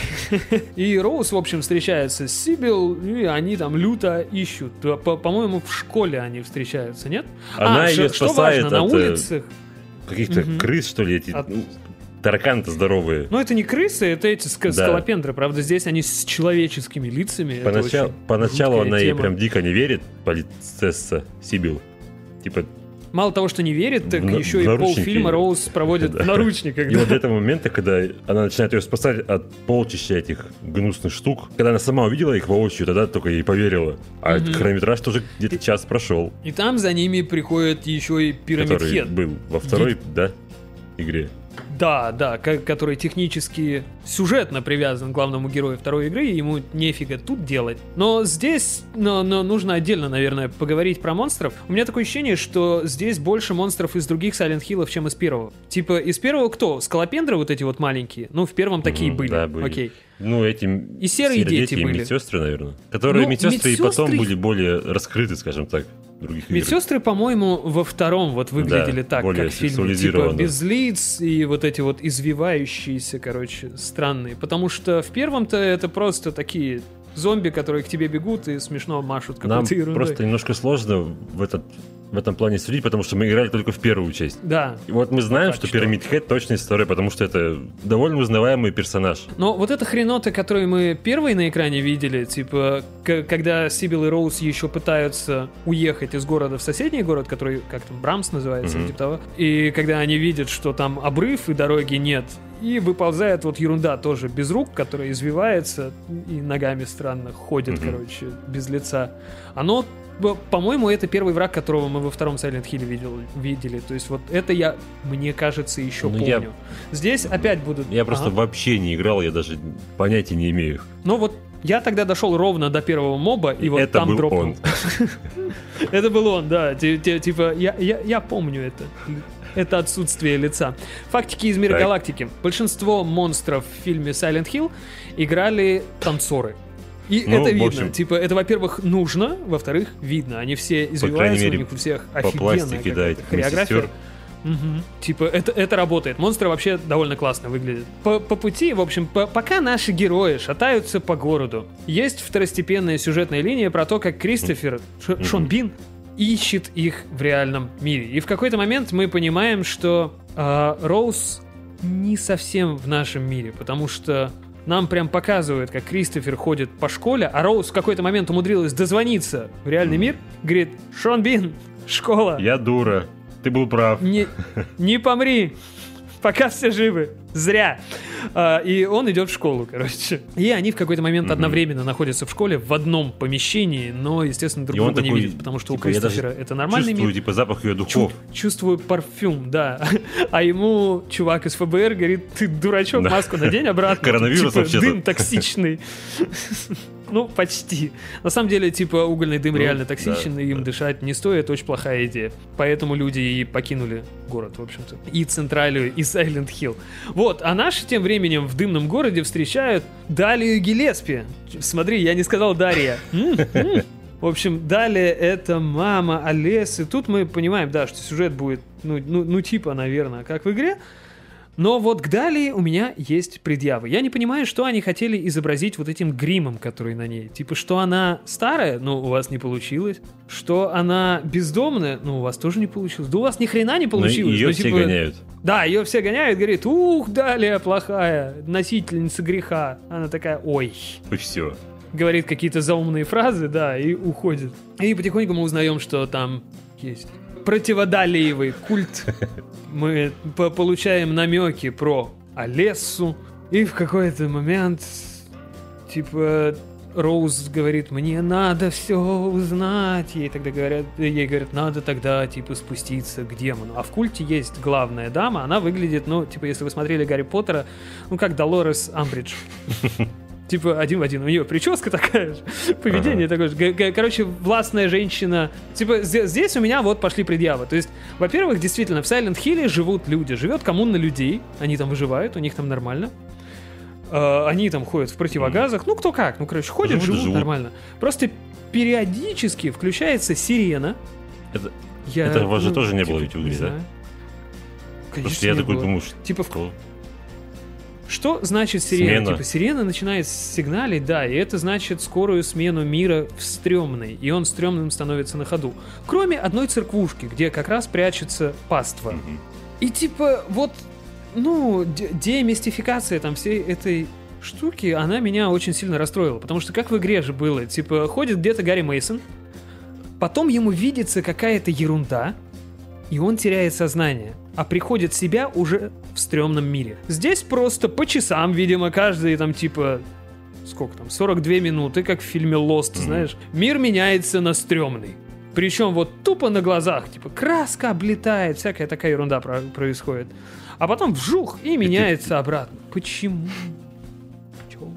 И Роуз, в общем, встречается с Сибил, и они там люто ищут. По- по-моему, в школе они встречаются, нет? Она а, ее что, спасает что важно, от на улицах... каких-то угу. крыс, что ли, эти... От... Тараканы-то здоровые. Ну, это не крысы, это эти ск- да. скалопендры. Правда, здесь они с человеческими лицами. Поначалу, поначалу она ей прям дико не верит, полицесса Сибил. Типа... Мало того, что не верит, так в, еще в и полфильма Роуз проводит да. в наручниках. И да. вот до этого момента, когда она начинает ее спасать от полчища этих гнусных штук, когда она сама увидела их воочию, тогда только ей поверила. А угу. хронометраж тоже где-то час прошел. И там за ними приходит еще и Пирамид Который Хед. был во второй, Гид... да, игре. Да, да, который технически сюжетно привязан к главному герою второй игры, и ему нефига тут делать. Но здесь но, но нужно отдельно, наверное, поговорить про монстров. У меня такое ощущение, что здесь больше монстров из других Silent Hill'ов, чем из первого. Типа, из первого кто? Скалопендры вот эти вот маленькие? Ну, в первом такие mm, были. Да, были. Окей. Ну, эти и серые дети, дети были. И медсестры, наверное. Которые ну, медсестры, медсестры и потом были более раскрыты, скажем так. Медсестры, по-моему, во втором вот выглядели да, так, как в фильме. Типа без лиц и вот эти вот извивающиеся, короче, странные. Потому что в первом-то это просто такие зомби, которые к тебе бегут и смешно машут какой-то ерундой. Нам просто немножко сложно в этот... в этом плане судить, потому что мы играли только в первую часть. Да. И вот мы знаем, что Пирамид Хед точно из второй, потому что это довольно узнаваемый персонаж. Но вот эта хренота, которую мы первые на экране видели, типа, к- когда Сибил и Роуз еще пытаются уехать из города в соседний город, который как-то Брамс называется, mm-hmm. типа того, и когда они видят, что там обрыв и дороги нет, и выползает вот ерунда тоже без рук, которая извивается и ногами странно ходит, mm-hmm. короче, без лица. Оно, по-моему, это первый враг, которого мы во втором Silent Hill видел, видели. То есть вот это я, мне кажется, еще ну, помню. Я... Здесь опять будут... Я просто ага. вообще не играл, я даже понятия не имею. Ну вот я тогда дошел ровно до первого моба, и вот там дропнул. Это был он, да. Типа, я помню это. Это отсутствие лица. Фактики из мира галактики. Большинство монстров в фильме Silent Hill играли танцоры. И ну, это видно. Общем, типа, это, во-первых, нужно, во-вторых, видно. Они все извиваются, мере, у них у всех офигенная да, хореография. Угу. Типа, это, это работает. Монстры вообще довольно классно выглядят. По, по пути, в общем, по, пока наши герои шатаются по городу, есть второстепенная сюжетная линия про то, как Кристофер, Ш, Шон Бин, ищет их в реальном мире. И в какой-то момент мы понимаем, что э, Роуз не совсем в нашем мире, потому что нам прям показывают, как Кристофер ходит по школе, а Роуз в какой-то момент умудрилась дозвониться в реальный мир, говорит: Шон Бин, школа. Я дура, ты был прав. Не, не помри, пока все живы. Зря. А, и он идет в школу, короче. И они в какой-то момент mm-hmm. одновременно находятся в школе в одном помещении, но, естественно, друг друга не видят, потому что типа, у Кристофера это нормальный чувствую, мир. типа, запах ее духов. Чу- чувствую парфюм, да. А ему чувак из ФБР говорит: ты дурачок, да. маску надень обратно. Коронавирус типа, вообще-то. Дым токсичный. Ну, почти. На самом деле, типа, угольный дым ну, реально токсичный, да, им да. дышать не стоит, очень плохая идея. Поэтому люди и покинули город, в общем-то. И Централию, и Сайлент Хилл. Вот, а наши тем временем в дымном городе встречают Далию Гиллеспи. Смотри, я не сказал Дарья. В общем, далее это мама Олесы. Тут мы понимаем, да, что сюжет будет, ну, ну, ну типа, наверное, как в игре. Но вот к Далии у меня есть предъявы. Я не понимаю, что они хотели изобразить вот этим гримом, который на ней. Типа, что она старая, ну, у вас не получилось. Что она бездомная, ну, у вас тоже не получилось. Да у вас ни хрена не получилось. Но ее ну, все типа, гоняют. Да, ее все гоняют, говорит: ух, Далия плохая, носительница греха. Она такая: ой. И все. Говорит какие-то заумные фразы, да, и уходит. И потихоньку мы узнаем, что там есть противодалиевый культ. Мы получаем намеки про Олессу. И в какой-то момент, типа, Роуз говорит: мне надо все узнать. Ей тогда говорят, ей говорят, надо тогда, типа, спуститься к демону. А в культе есть главная дама. Она выглядит, ну, типа, если вы смотрели Гарри Поттера, ну, как Долорес Амбридж. Типа, один в один. У нее прическа такая же, поведение ага. такое же. Короче, властная женщина. Типа, здесь у меня вот пошли предъявы. То есть, во-первых, действительно, в Сайлент Хилле живут люди. Живет коммуна людей. Они там выживают, у них там нормально. Uh, они там ходят в противогазах. Mm. Ну, кто как. Ну, короче, ходят, живут, живут, живут нормально. Просто периодически включается сирена. Это, я, это у вас ну, же тоже не типа, было ведь в игре, да? Конечно, что я такой было. думаю, что... Типа, в... Что значит сирена? Смена. Типа, сирена начинает сигналить, да, и это значит скорую смену мира в стрёмный, и он стрёмным становится на ходу. Кроме одной церквушки, где как раз прячется паства. Mm-hmm. И типа, вот, ну, демистификация там всей этой штуки, она меня очень сильно расстроила, потому что как в игре же было, типа, ходит где-то Гарри Мейсон, потом ему видится какая-то ерунда, и он теряет сознание, а приходит в себя уже в стрёмном мире. Здесь просто по часам, видимо, каждые там типа, сколько там, сорок две минуты, как в фильме Lost, mm-hmm. знаешь, мир меняется на стрёмный. Причем вот тупо на глазах, типа краска облетает, всякая такая ерунда про- происходит. А потом вжух и меняется обратно. Почему? Чё?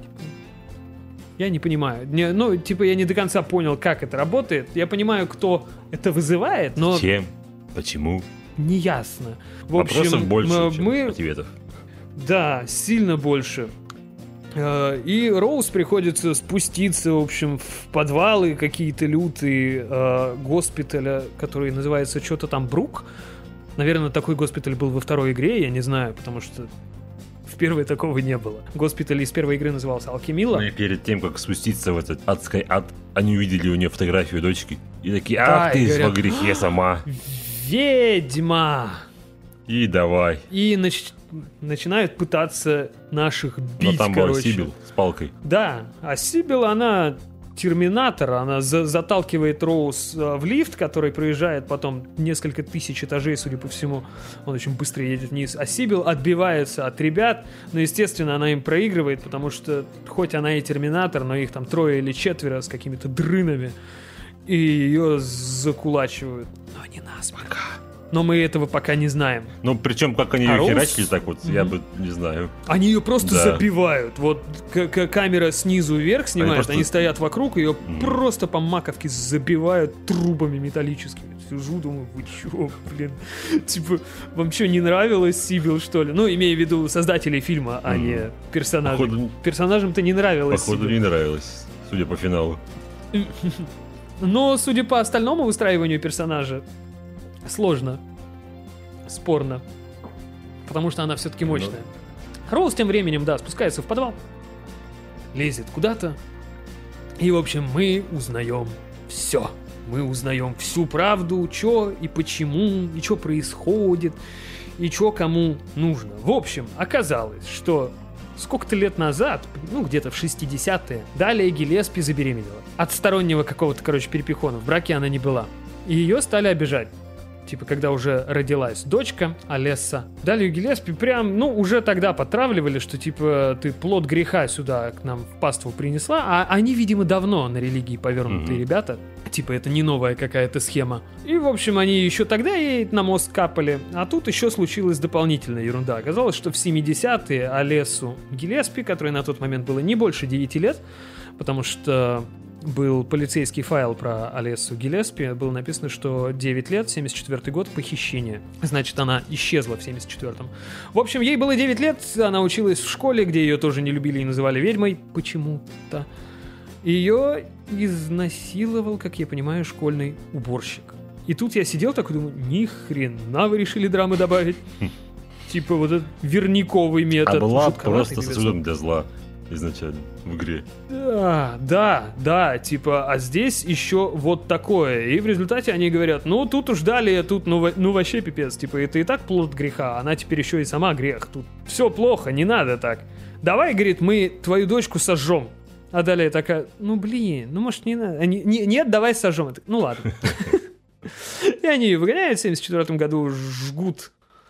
Я не понимаю. Не, ну, типа, я не до конца понял, как это работает. Я понимаю, кто это вызывает, но... Чем? Почему? Неясно. В Вопросов общем, больше, мы, чем мы... ответов. Да, сильно больше. И Роуз приходится спуститься, в общем, в подвалы какие-то лютые э, госпиталя, который называется что-то там Брук. Наверное, такой госпиталь был во второй игре, я не знаю, потому что в первой такого не было. Госпиталь из первой игры назывался Алкемила. Ну и перед тем, как спуститься в этот адский ад, они увидели у нее фотографию дочки и такие: ах, да, ты говорят, во грехе сама. Ведьма! И давай. И нач... начинают пытаться наших бить, но там короче. была Сибил с палкой. Да, а Сибил, она терминатор, она за- заталкивает Роуз э, в лифт, который проезжает потом несколько тысяч этажей, судя по всему. Он очень быстро едет вниз. А Сибил отбивается от ребят, но, естественно, она им проигрывает, потому что, хоть она и терминатор, но их там трое или четверо с какими-то дрынами, и ее закулачивают. Но не насмерть. Но мы этого пока не знаем. Ну, причем, как они а ее Роуз... херачили, так вот, mm-hmm. я бы не знаю. Они ее просто да. забивают. Вот к- к- камера снизу вверх снимает, они, просто... они стоят вокруг, ее mm-hmm. просто по маковке забивают трубами металлическими. Сижу, думаю, вы чё, блин? Типа, вам что, не нравилось Сибил, что ли? Ну, имея в виду создателей фильма, а mm-hmm. не персонажей. Походу... Персонажам-то не нравилось. Походу, Сибил. Не нравилось, судя по финалу. Но, судя по остальному выстраиванию персонажа, сложно, спорно, потому что она все-таки мощная. Но... Роуз тем временем, да, спускается в подвал, лезет куда-то, и, в общем, мы узнаем все. Мы узнаем всю правду, что и почему, и что происходит. и чё кому нужно. В общем, оказалось, что сколько-то лет назад, ну где-то в шестидесятые, Далия Гиллеспи забеременела. От стороннего какого-то, короче, перепихона. В браке она не была. И ее стали обижать. Типа, когда уже родилась дочка, Олесса, Далию Гиллеспи прям, ну, уже тогда потравливали, что, типа, ты плод греха сюда к нам в паству принесла, а они, видимо, давно на религии повернутые mm-hmm. ребята. Типа, это не новая какая-то схема. И, в общем, они еще тогда ей на мозг капали, а тут еще случилась дополнительная ерунда. Оказалось, что в семидесятые Олессу Гиллеспи, которой на тот момент было не больше девяти лет, потому что был полицейский файл про Олессу Гиллеспи, было написано, что девять лет, семьдесят четвёртый год, похищение. Значит, она исчезла в семьдесят четвёртом. В общем, ей было девять лет, она училась в школе, где ее тоже не любили и называли ведьмой, почему-то. Ее изнасиловал, как я понимаю, школьный уборщик. И тут я сидел такой, думаю, ни хрена вы решили драмы добавить. Типа вот этот верниковый метод. А была просто сосудом для зла изначально в игре. Да, да, да, типа, а здесь еще вот такое. И в результате они говорят, ну тут уж далее, тут ну, ну вообще пипец, типа, это и так плод греха, она теперь еще и сама грех. Тут все плохо, не надо так. Давай, говорит, мы твою дочку сожжем. А далее такая, ну блин, ну может не надо. Они, не, нет, давай сожжем. Ну ладно. И они ее выгоняют в семьдесят четвёртом году, жгут,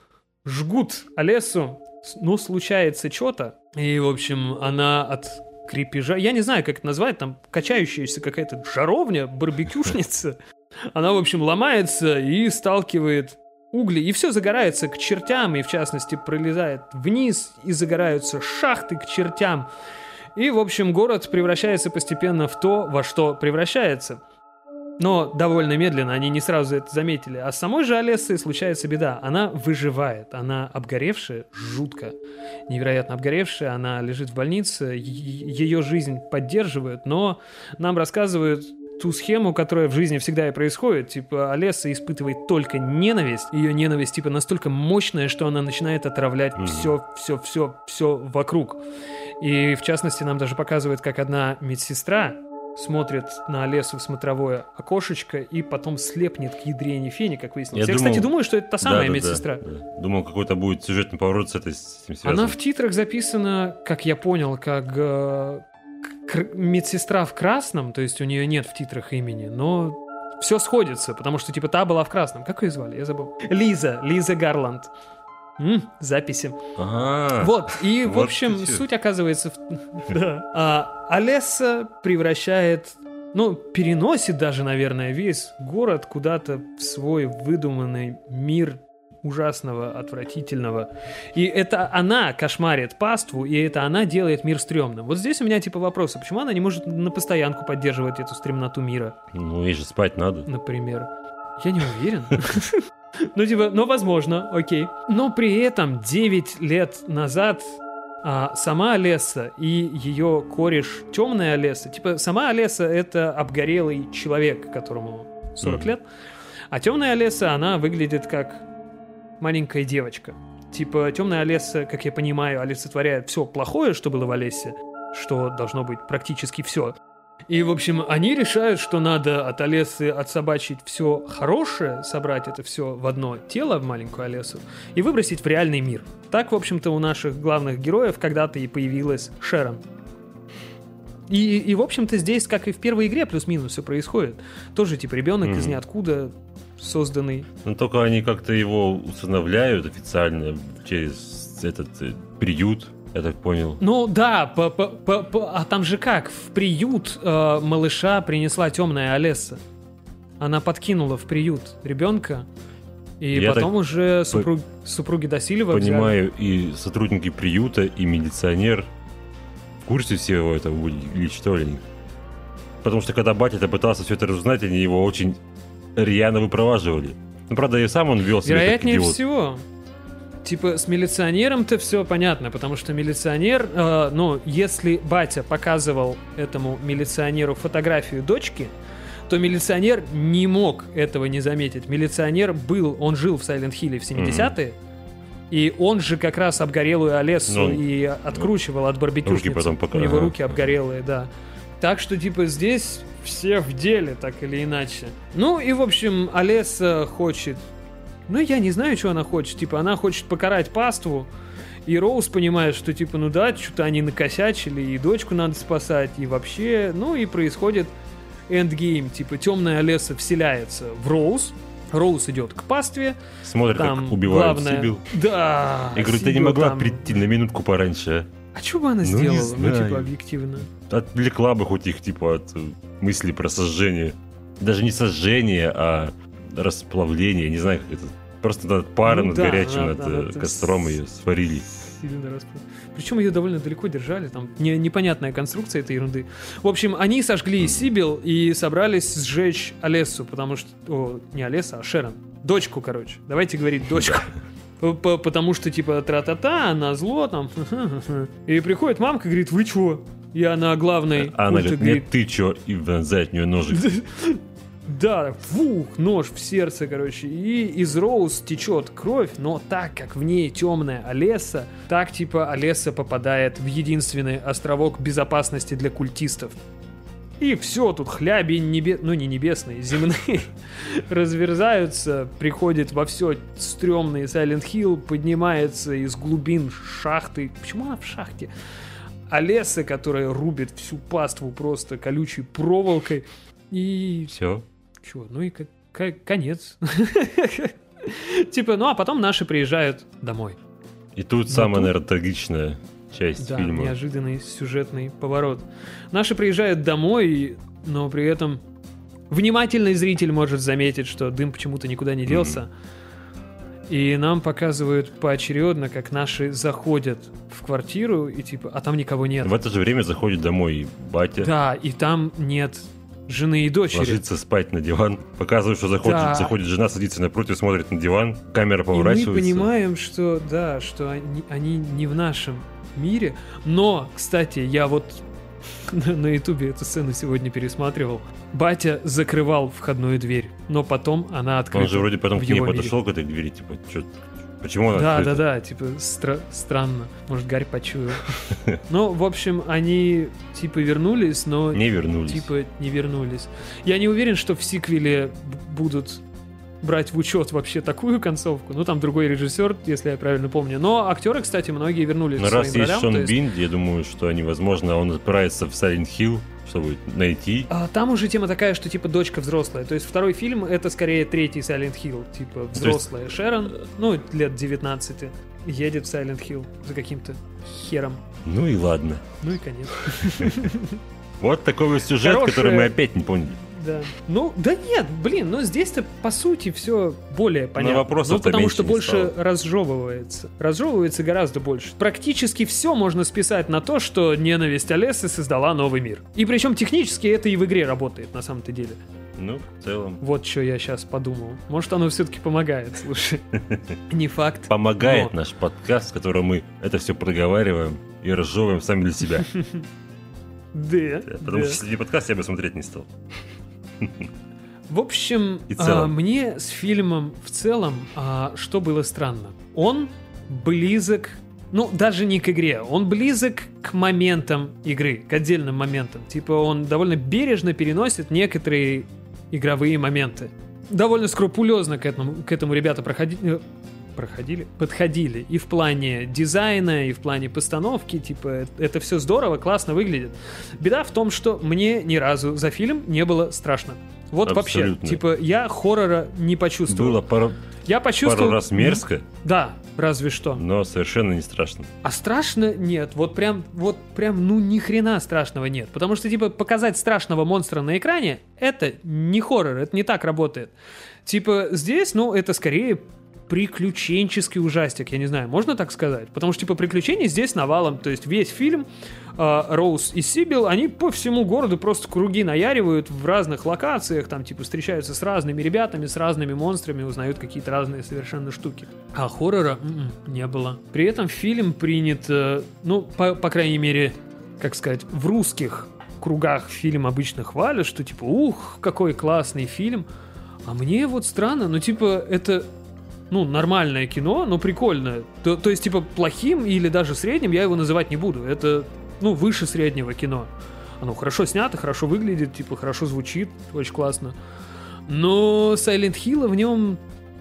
жгут Олессу. Ну, случается что-то. И, в общем, она от крепежа... Я не знаю, как это назвать. Там качающаяся какая-то жаровня, барбекюшница. Она, в общем, ломается и сталкивает угли. И все загорается к чертям. И, в частности, пролезает вниз. И загораются шахты к чертям. И, в общем, город превращается постепенно в то, во что превращается. Но довольно медленно, они не сразу это заметили. А с самой же Олессой случается беда. Она выживает, она обгоревшая, жутко, невероятно обгоревшая, она лежит в больнице, ее жизнь поддерживают, но нам рассказывают ту схему, которая в жизни всегда и происходит. Типа, Олесса испытывает только ненависть, ее ненависть типа настолько мощная, что она начинает отравлять mm-hmm. все, все, все, все вокруг. И в частности нам даже показывают, как одна медсестра смотрит на Олессу в смотровое окошечко и потом слепнет к ядрене фени, как выяснилось. Я, Я думал, кстати, думаю, что это та самая да, да, медсестра. Да, да. Думал, какой-то будет сюжетный поворот с этой с этим связан. Она в титрах записана, как я понял, как э, к- медсестра в красном, то есть у нее нет в титрах имени, но все сходится, потому что типа та была в красном. Как ее звали? Я забыл. Лиза. Лиза Гарланд. М, записи. Ага, вот, и, вот в общем, суть оказывается... да. а, Олесса превращает, ну, переносит даже, наверное, весь город куда-то в свой выдуманный мир ужасного, отвратительного. И это она кошмарит паству, и это она делает мир стрёмным. Вот здесь у меня типа вопрос, а почему она не может на постоянку поддерживать эту стремноту мира? Ну, ей же спать надо. Например. Я не уверен. Ну, типа, ну, возможно, окей. Но при этом девять лет назад а, сама Олесса и ее кореш темная Олесса, типа, сама Олесса — это обгорелый человек, которому сорок mm-hmm. лет, а темная Олесса, она выглядит как маленькая девочка. Типа, темная Олесса, как я понимаю, олицетворяет все плохое, что было в Олессе, что должно быть практически все. И, в общем, они решают, что надо от Олессы отсобачить все хорошее, собрать это все в одно тело, в маленькую Олессу, и выбросить в реальный мир. Так, в общем-то, у наших главных героев когда-то и появилась Шерон. И, и в общем-то, здесь, как и в первой игре, плюс-минус все происходит. Тоже, типа, ребенок mm-hmm. из ниоткуда созданный. Но только они как-то его усыновляют официально через этот э, приют. Я так понял. Ну да, по, по, по, по, а там же как? В приют э, малыша принесла темная Олесса. Она подкинула в приют ребенка, и Я потом уже супруг, по- супруги Досилева понимаю, взяли. И сотрудники приюта, и милиционер в курсе всего этого были, или что ли? Потому что когда батя-то пытался все это разузнать, они его очень рьяно выпроваживали. Ну, правда, и сам он вел себя как идиот. Вероятнее всего. Типа, с милиционером-то все понятно, потому что милиционер, э, ну, если батя показывал этому милиционеру фотографию дочки, то милиционер не мог этого не заметить. Милиционер был, он жил в Сайлент-Хилле в семидесятые, mm-hmm. и он же как раз обгорелую Олессу ну, и откручивал ну, от барбекюшницы. У него руки обгорелые, да. Так что, типа, здесь все в деле, так или иначе. Ну, и, в общем, Олесса хочет ну, я не знаю, что она хочет. Типа, она хочет покарать паству, и Роуз понимает, что, типа, ну да, что-то они накосячили, и дочку надо спасать, и вообще, ну, и происходит эндгейм. Типа, темная Алесса вселяется в Роуз, Роуз идет к пастве. Смотрит, там как убивают главное... Сибил. Да. Я говорю, ты не могла там... прийти на минутку пораньше. А что бы она ну, сделала? Ну, типа, объективно. Отвлекла бы хоть их, типа, от мыслей про сожжение. Даже не сожжение, а расплавление. Не знаю, как это. Просто над паром, ну, над да, горячим, она, над она, костром ее сварили. Сильно расплав... Причем ее довольно далеко держали. Там не, непонятная конструкция этой ерунды. В общем, они сожгли Сибил и собрались сжечь Алессу, потому что... О, не Алесса, а Шерон. Дочку, короче. Давайте говорить дочку. Потому что, типа, тра-та-та, она зло там. И приходит мамка и говорит, вы чего? И она главной... А она говорит, нет, ты чё? И вонзает в нее ножик. Да, фух, нож в сердце, короче. И из Роуз течет кровь, но так как в ней темная Алесса, так, типа, Алесса попадает в единственный островок безопасности для культистов. И все, тут хляби небе... ну не небесные, земные разверзаются, приходит во все стрёмный Silent Hill, поднимается из глубин шахты. Почему она в шахте? Алесса, которая рубит всю паству просто колючей проволокой. И... Все. Чё, ну и к- к- конец. Типа, ну а потом наши приезжают домой. И тут самая, наверное, трагичная часть да, фильма. Неожиданный сюжетный поворот. Наши приезжают домой, но при этом внимательный зритель может заметить, что дым почему-то никуда не делся. Mm-hmm. И нам показывают поочередно, как наши заходят в квартиру, и типа, а там никого нет. В это же время заходит домой и батя. Да, и там нет жены и дочери. Ложится спать на диван. Показывают, что заходит, да. заходит жена, садится напротив, смотрит на диван, камера поворачивается. И мы понимаем, что да, что они, они не в нашем мире. Но, кстати, я вот на ютубе эту сцену сегодня пересматривал. Батя закрывал входную дверь, но потом она открыта. Он же вроде потом к ней его подошел мире. К этой двери, типа, что, почему она да, открыта? Да, да, да, типа, стра- странно. Может, Гарь почуял. Ну, в общем, они, типа, вернулись, но... Не вернулись. Типа, не вернулись. Я не уверен, что в сиквеле будут брать в учет вообще такую концовку. Ну, там другой режиссер, если я правильно помню. Но актеры, кстати, многие вернулись Но к своим раз есть ролям. Шон есть... Бин, я думаю, что они, возможно, он отправится в Silent Hill, чтобы найти. А, там уже тема такая, что типа дочка взрослая. То есть второй фильм это скорее третий Silent Hill. Типа взрослая есть... Шерон, ну, лет девятнадцати, едет в Silent Hill за каким-то хером. Ну и ладно. Ну и конец. Вот такой вот сюжет, который мы опять не поняли. Да. Ну, да нет, блин, ну здесь-то по сути все более понятно. Но вопросов-то ну, потому что больше стало. разжевывается. Разжевывается гораздо больше. Практически все можно списать на то, что ненависть Алессы создала новый мир. И причем технически это и в игре работает на самом-то деле. Ну, в целом. Вот что я сейчас подумал. Может, оно все-таки помогает, слушай. Не факт. Помогает наш подкаст, в котором мы это все проговариваем и разжевываем сами для себя. Да. Потому что если не подкаст, я бы смотреть не стал. В общем, а, мне с фильмом в целом а, что было странно? Он близок, ну, даже не к игре, он близок к моментам игры, к отдельным моментам. Типа он довольно бережно переносит некоторые игровые моменты. Довольно скрупулезно к этому, к этому ребята проходили... проходили, подходили и в плане дизайна, и в плане постановки, типа, это все здорово, классно выглядит. Беда в том, что мне ни разу за фильм не было страшно. Вот абсолютно. Вообще, типа, я хоррора не почувствовал. Было пару, я почувствовал... пару раз мерзко. Да, разве что. Но совершенно не страшно. А страшно нет, вот прям, вот прям, ну ни хрена страшного нет. Потому что, типа, показать страшного монстра на экране, это не хоррор, это не так работает. Типа, здесь, ну, это скорее... приключенческий ужастик, я не знаю, можно так сказать? Потому что, типа, приключений здесь навалом, то есть весь фильм э, Роуз и Сибил, они по всему городу просто круги наяривают в разных локациях, там, типа, встречаются с разными ребятами, с разными монстрами, узнают какие-то разные совершенно штуки. А хоррора м-м, не было. При этом фильм принят, э, ну, по, по крайней мере, как сказать, в русских кругах фильм обычно хвалят, что, типа, ух, какой классный фильм. А мне вот странно, ну, типа, это... ну, нормальное кино, но прикольное. То, то есть, типа, плохим или даже средним я его называть не буду. Это, ну, выше среднего кино. Оно хорошо снято, хорошо выглядит, типа, хорошо звучит, очень классно. Но Silent Hill в нем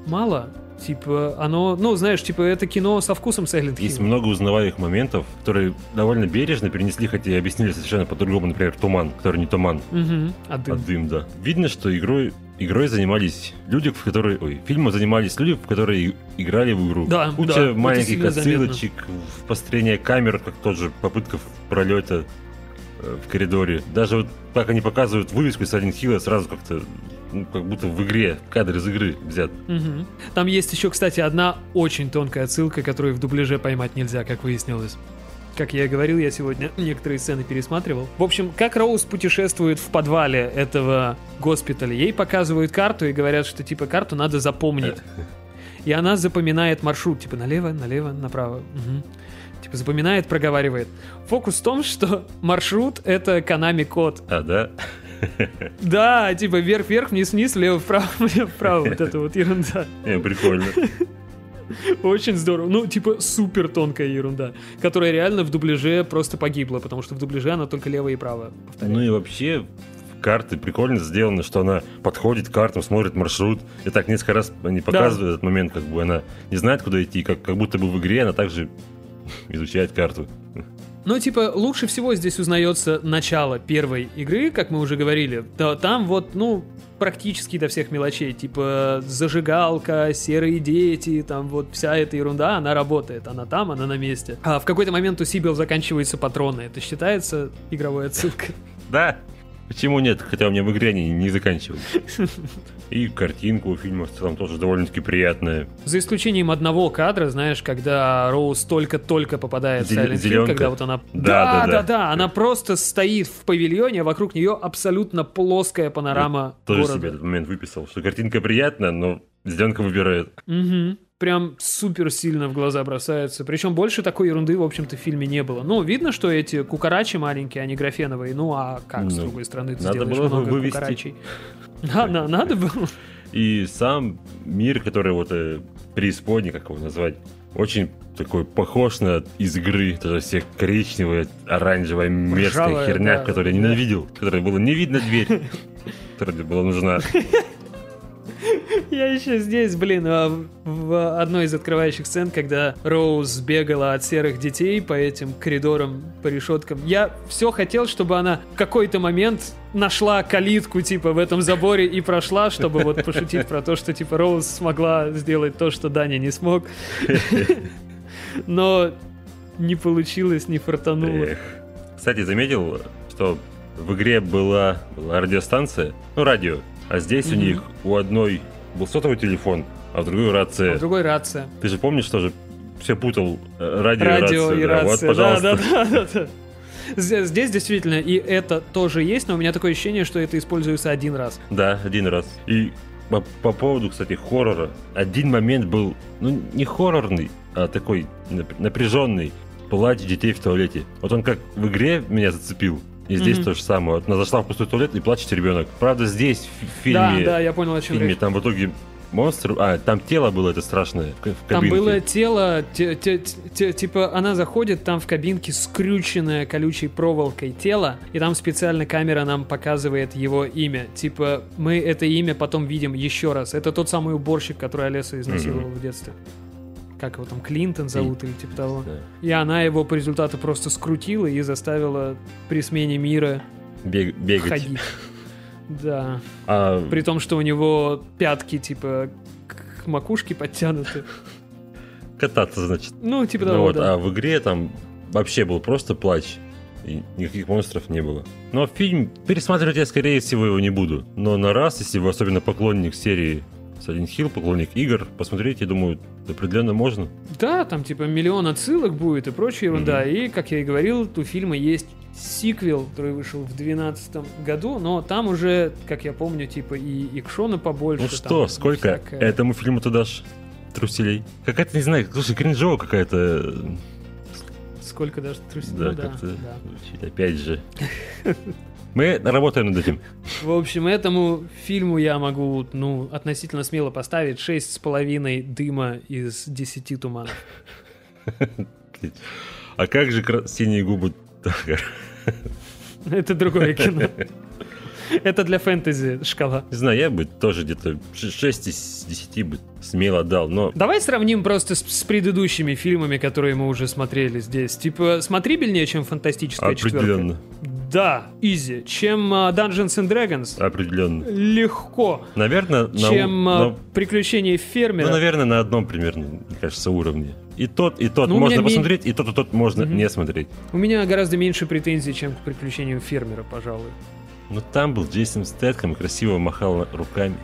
мало. Типа, оно, ну, знаешь, типа, это кино со вкусом Silent Hill. Есть много узнаваемых моментов, которые довольно бережно перенесли, хотя и объяснили совершенно по-другому. Например, туман, который не туман, угу. а дым. а дым, да. Видно, что игрой, игрой занимались люди, в которые... Ой, фильмом занимались люди, в которые играли в игру. Да, Куча да, маленьких отсылочек, в построение камер, как тот же попытка пролета в коридоре. Даже вот как они показывают вывеску Silent Hill, сразу как-то... Ну, как будто в игре, кадр из игры взят. Угу. Там есть еще, кстати, одна очень тонкая отсылка, которую в дубляже поймать нельзя, как выяснилось. Как я и говорил, я сегодня некоторые сцены пересматривал. В общем, как Роуз путешествует в подвале этого госпиталя, ей показывают карту и говорят, что типа карту надо запомнить. И она запоминает маршрут, типа налево, налево, направо. Угу. Типа запоминает, проговаривает. Фокус в том, что маршрут — это Konami-код. А, да? Да, типа вверх-вверх, вниз-вниз, влево-вправо, влево-вправо. Вот это вот ерунда. Не, прикольно. Очень здорово. Ну, типа супер тонкая ерунда, которая реально в дубляже просто погибла, потому что в дубляже она только лево и право повторяет. Ну и вообще карты прикольно сделано, что она подходит к картам, смотрит маршрут. И так несколько раз они показывают да. этот момент, как бы она не знает, куда идти, как, как будто бы в игре она также изучает карту. Ну, типа, лучше всего здесь узнается начало первой игры, как мы уже говорили. То, там вот, ну, практически до всех мелочей. Типа, зажигалка, серые дети, там вот вся эта ерунда, она работает. Она там, она на месте. А в какой-то момент у Сибил заканчиваются патроны. Это считается игровой отсылкой? Да. Почему нет? Хотя у меня в игре они не заканчиваются. И картинка у фильма в целом тоже довольно-таки приятная. За исключением одного кадра, знаешь, когда Роуз только-только попадает Зел- в Silent Hill, когда вот она... Да, да, да, да, да, она просто стоит в павильоне, а вокруг нее абсолютно плоская панорама Я города. тоже себе этот момент выписал, что картинка приятная, но зеленка выбирает. Угу. Прям супер сильно в глаза бросается. Причем больше такой ерунды, в общем-то, в фильме не было. Ну, видно, что эти кукарачи маленькие, они графеновые. Ну, а как, с ну, другой стороны, ты надо сделаешь было много вывести. кукарачей? Да, да, надо было. И сам мир, который вот э, преисподней, как его назвать, очень такой похож на из игры. Тоже все коричневая, оранжевая, мерзкая Ржавая, херня, да, которую я да. ненавидел, которой было не видно дверь, которая была нужна. Я еще здесь, блин, в одной из открывающих сцен, когда Роуз бегала от серых детей по этим коридорам, по решеткам, я все хотел, чтобы она в какой-то момент нашла калитку, типа, в этом заборе и прошла, чтобы вот пошутить про то, что, типа, Роуз смогла сделать то, что Даня не смог. Но не получилось, не фартануло. Эх. Кстати, заметил, что в игре была, была радиостанция, ну, радио, а здесь mm-hmm. у них у одной был сотовый телефон, а в другой рация. А в другой рация. Ты же помнишь, что же все путал радио, радио и рацию? И да, рация. Вот, пожалуйста. Да, да, да, да. Здесь, здесь действительно и это тоже есть, но у меня такое ощущение, что это используется один раз. Да, один раз. И по, по поводу, кстати, хоррора. Один момент был, ну, не хоррорный, а такой напряженный. Плач детей в туалете. Вот он как в игре меня зацепил. И здесь mm-hmm. то же самое. Вот она зашла в пустой туалет и плачет ребенок. Правда, здесь в фильме... Да, да, я понял, о чем в фильме речь. там в итоге монстр... А, там тело было это страшное в кабинке. Там было тело, те, те, те, типа она заходит, там в кабинке скрюченное колючей проволокой тело, и там специально камера нам показывает его имя. Типа мы это имя потом видим еще раз. Это тот самый уборщик, который Олесю изнасиловал mm-hmm. в детстве. Как его там, Клинтон зовут mm. или типа того. Да. И она его по результату просто скрутила и заставила при смене мира Бег- бегать. ходить. Да. А... При том, что у него пятки типа к макушке подтянуты. Кататься, значит. Ну, типа ну того, вот, да. А в игре там вообще был просто плач. И никаких монстров не было. Но фильм, пересматривать я, скорее всего, его не буду. Но на раз, если вы особенно поклонник серии Silent Hill, поклонник игр, посмотреть, я думаю, определенно можно. Да, там типа миллион отсылок будет и прочая ерунда. Mm-hmm. И, как я и говорил, у фильма есть сиквел, который вышел в двенадцатом году, но там уже, как я помню, типа и экшона побольше. Ну что, сколько всякое... этому фильму ты дашь труселей? Какая-то, не знаю, слушай, кринжовая какая-то... Сколько даже труселей? Да, ну, как-то, да, да. Опять же... Мы работаем над этим. В общем, этому фильму я могу, ну, относительно смело поставить шесть с половиной дыма из десяти туманов. А как же синие губы? Это другое кино. Это для фэнтези шкала. Не знаю, я бы тоже где-то шесть из десяти бы смело дал, но... Давай сравним просто с, с предыдущими фильмами, которые мы уже смотрели здесь. Типа, смотрибельнее, чем «Фантастическая четверка». Определенно. Да, изи. Чем uh, Dungeons and Dragons? Определенно. Легко. Наверное, Чем на... uh, «Приключения фермера». Ну, наверное, на одном примерно, мне кажется, уровне. И тот, и тот ну, можно ми... посмотреть, и тот, и тот можно mm-hmm. не смотреть. У меня гораздо меньше претензий, чем к «Приключениям фермера», пожалуй. Ну, там был Джейсон Стэтхэм и красиво махал руками.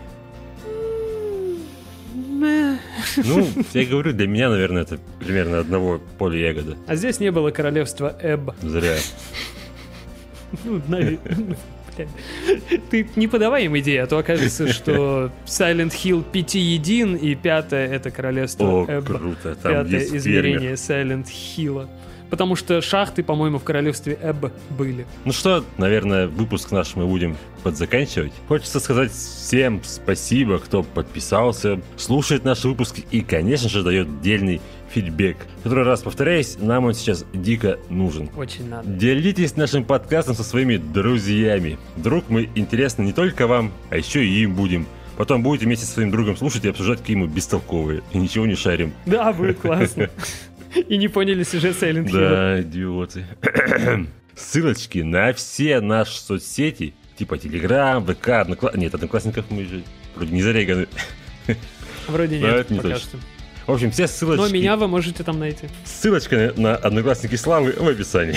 Ну, я говорю, для меня, наверное, это примерно одного поля ягода. А здесь не было королевства Эб. Зря. Ну, наверное. Ты не подавай им идеи, а то окажется, что Silent Hill пятиедин, и пятое — это королевство О, Эб. круто, там Пятое есть измерение фермер. Silent Hill. Потому что шахты, по-моему, в королевстве Эб были. Ну что, наверное, выпуск наш мы будем подзаканчивать. Хочется сказать всем спасибо, кто подписался, слушает наши выпуски и, конечно же, дает дельный фидбэк. Который раз повторяюсь, нам он сейчас дико нужен. Очень надо. Делитесь нашим подкастом со своими друзьями. Вдруг мы интересны не только вам, а еще и им будем. Потом будете вместе со своим другом слушать и обсуждать, какие мы бестолковые и ничего не шарим. Да, будет классно. И не поняли сюжет Silent Hill. Да, идиоты. Ссылочки на все наши соцсети, типа Телеграм, ВК, Однокла... Нет, Одноклассников мы же вроде не зареганы. Вроде Но нет, это не пока точно. что. В общем, все ссылочки... Но меня вы можете там найти. Ссылочка на Одноклассники Славы в описании.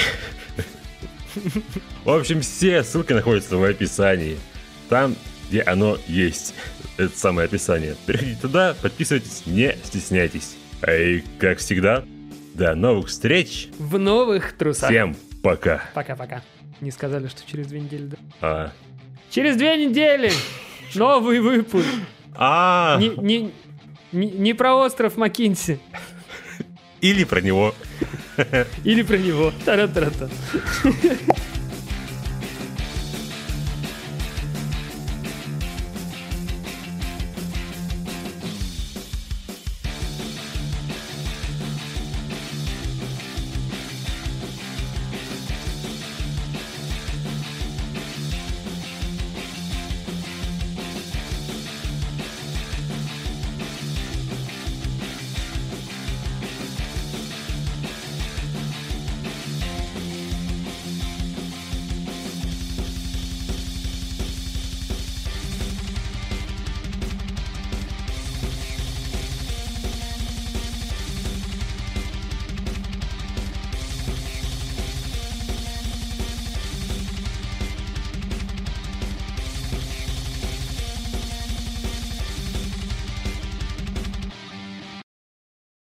В общем, все ссылки находятся в описании. Там, где оно есть. Это самое описание. Переходите туда, подписывайтесь, не стесняйтесь. А и, как всегда, до новых встреч. В новых трусах. Всем пока. Пока-пока. Не сказали, что через две недели, да? А. Через две недели новый выпуск. А. Не, не, не, не про остров Маккинси. Или про него. Или про него. Тара-тара-та.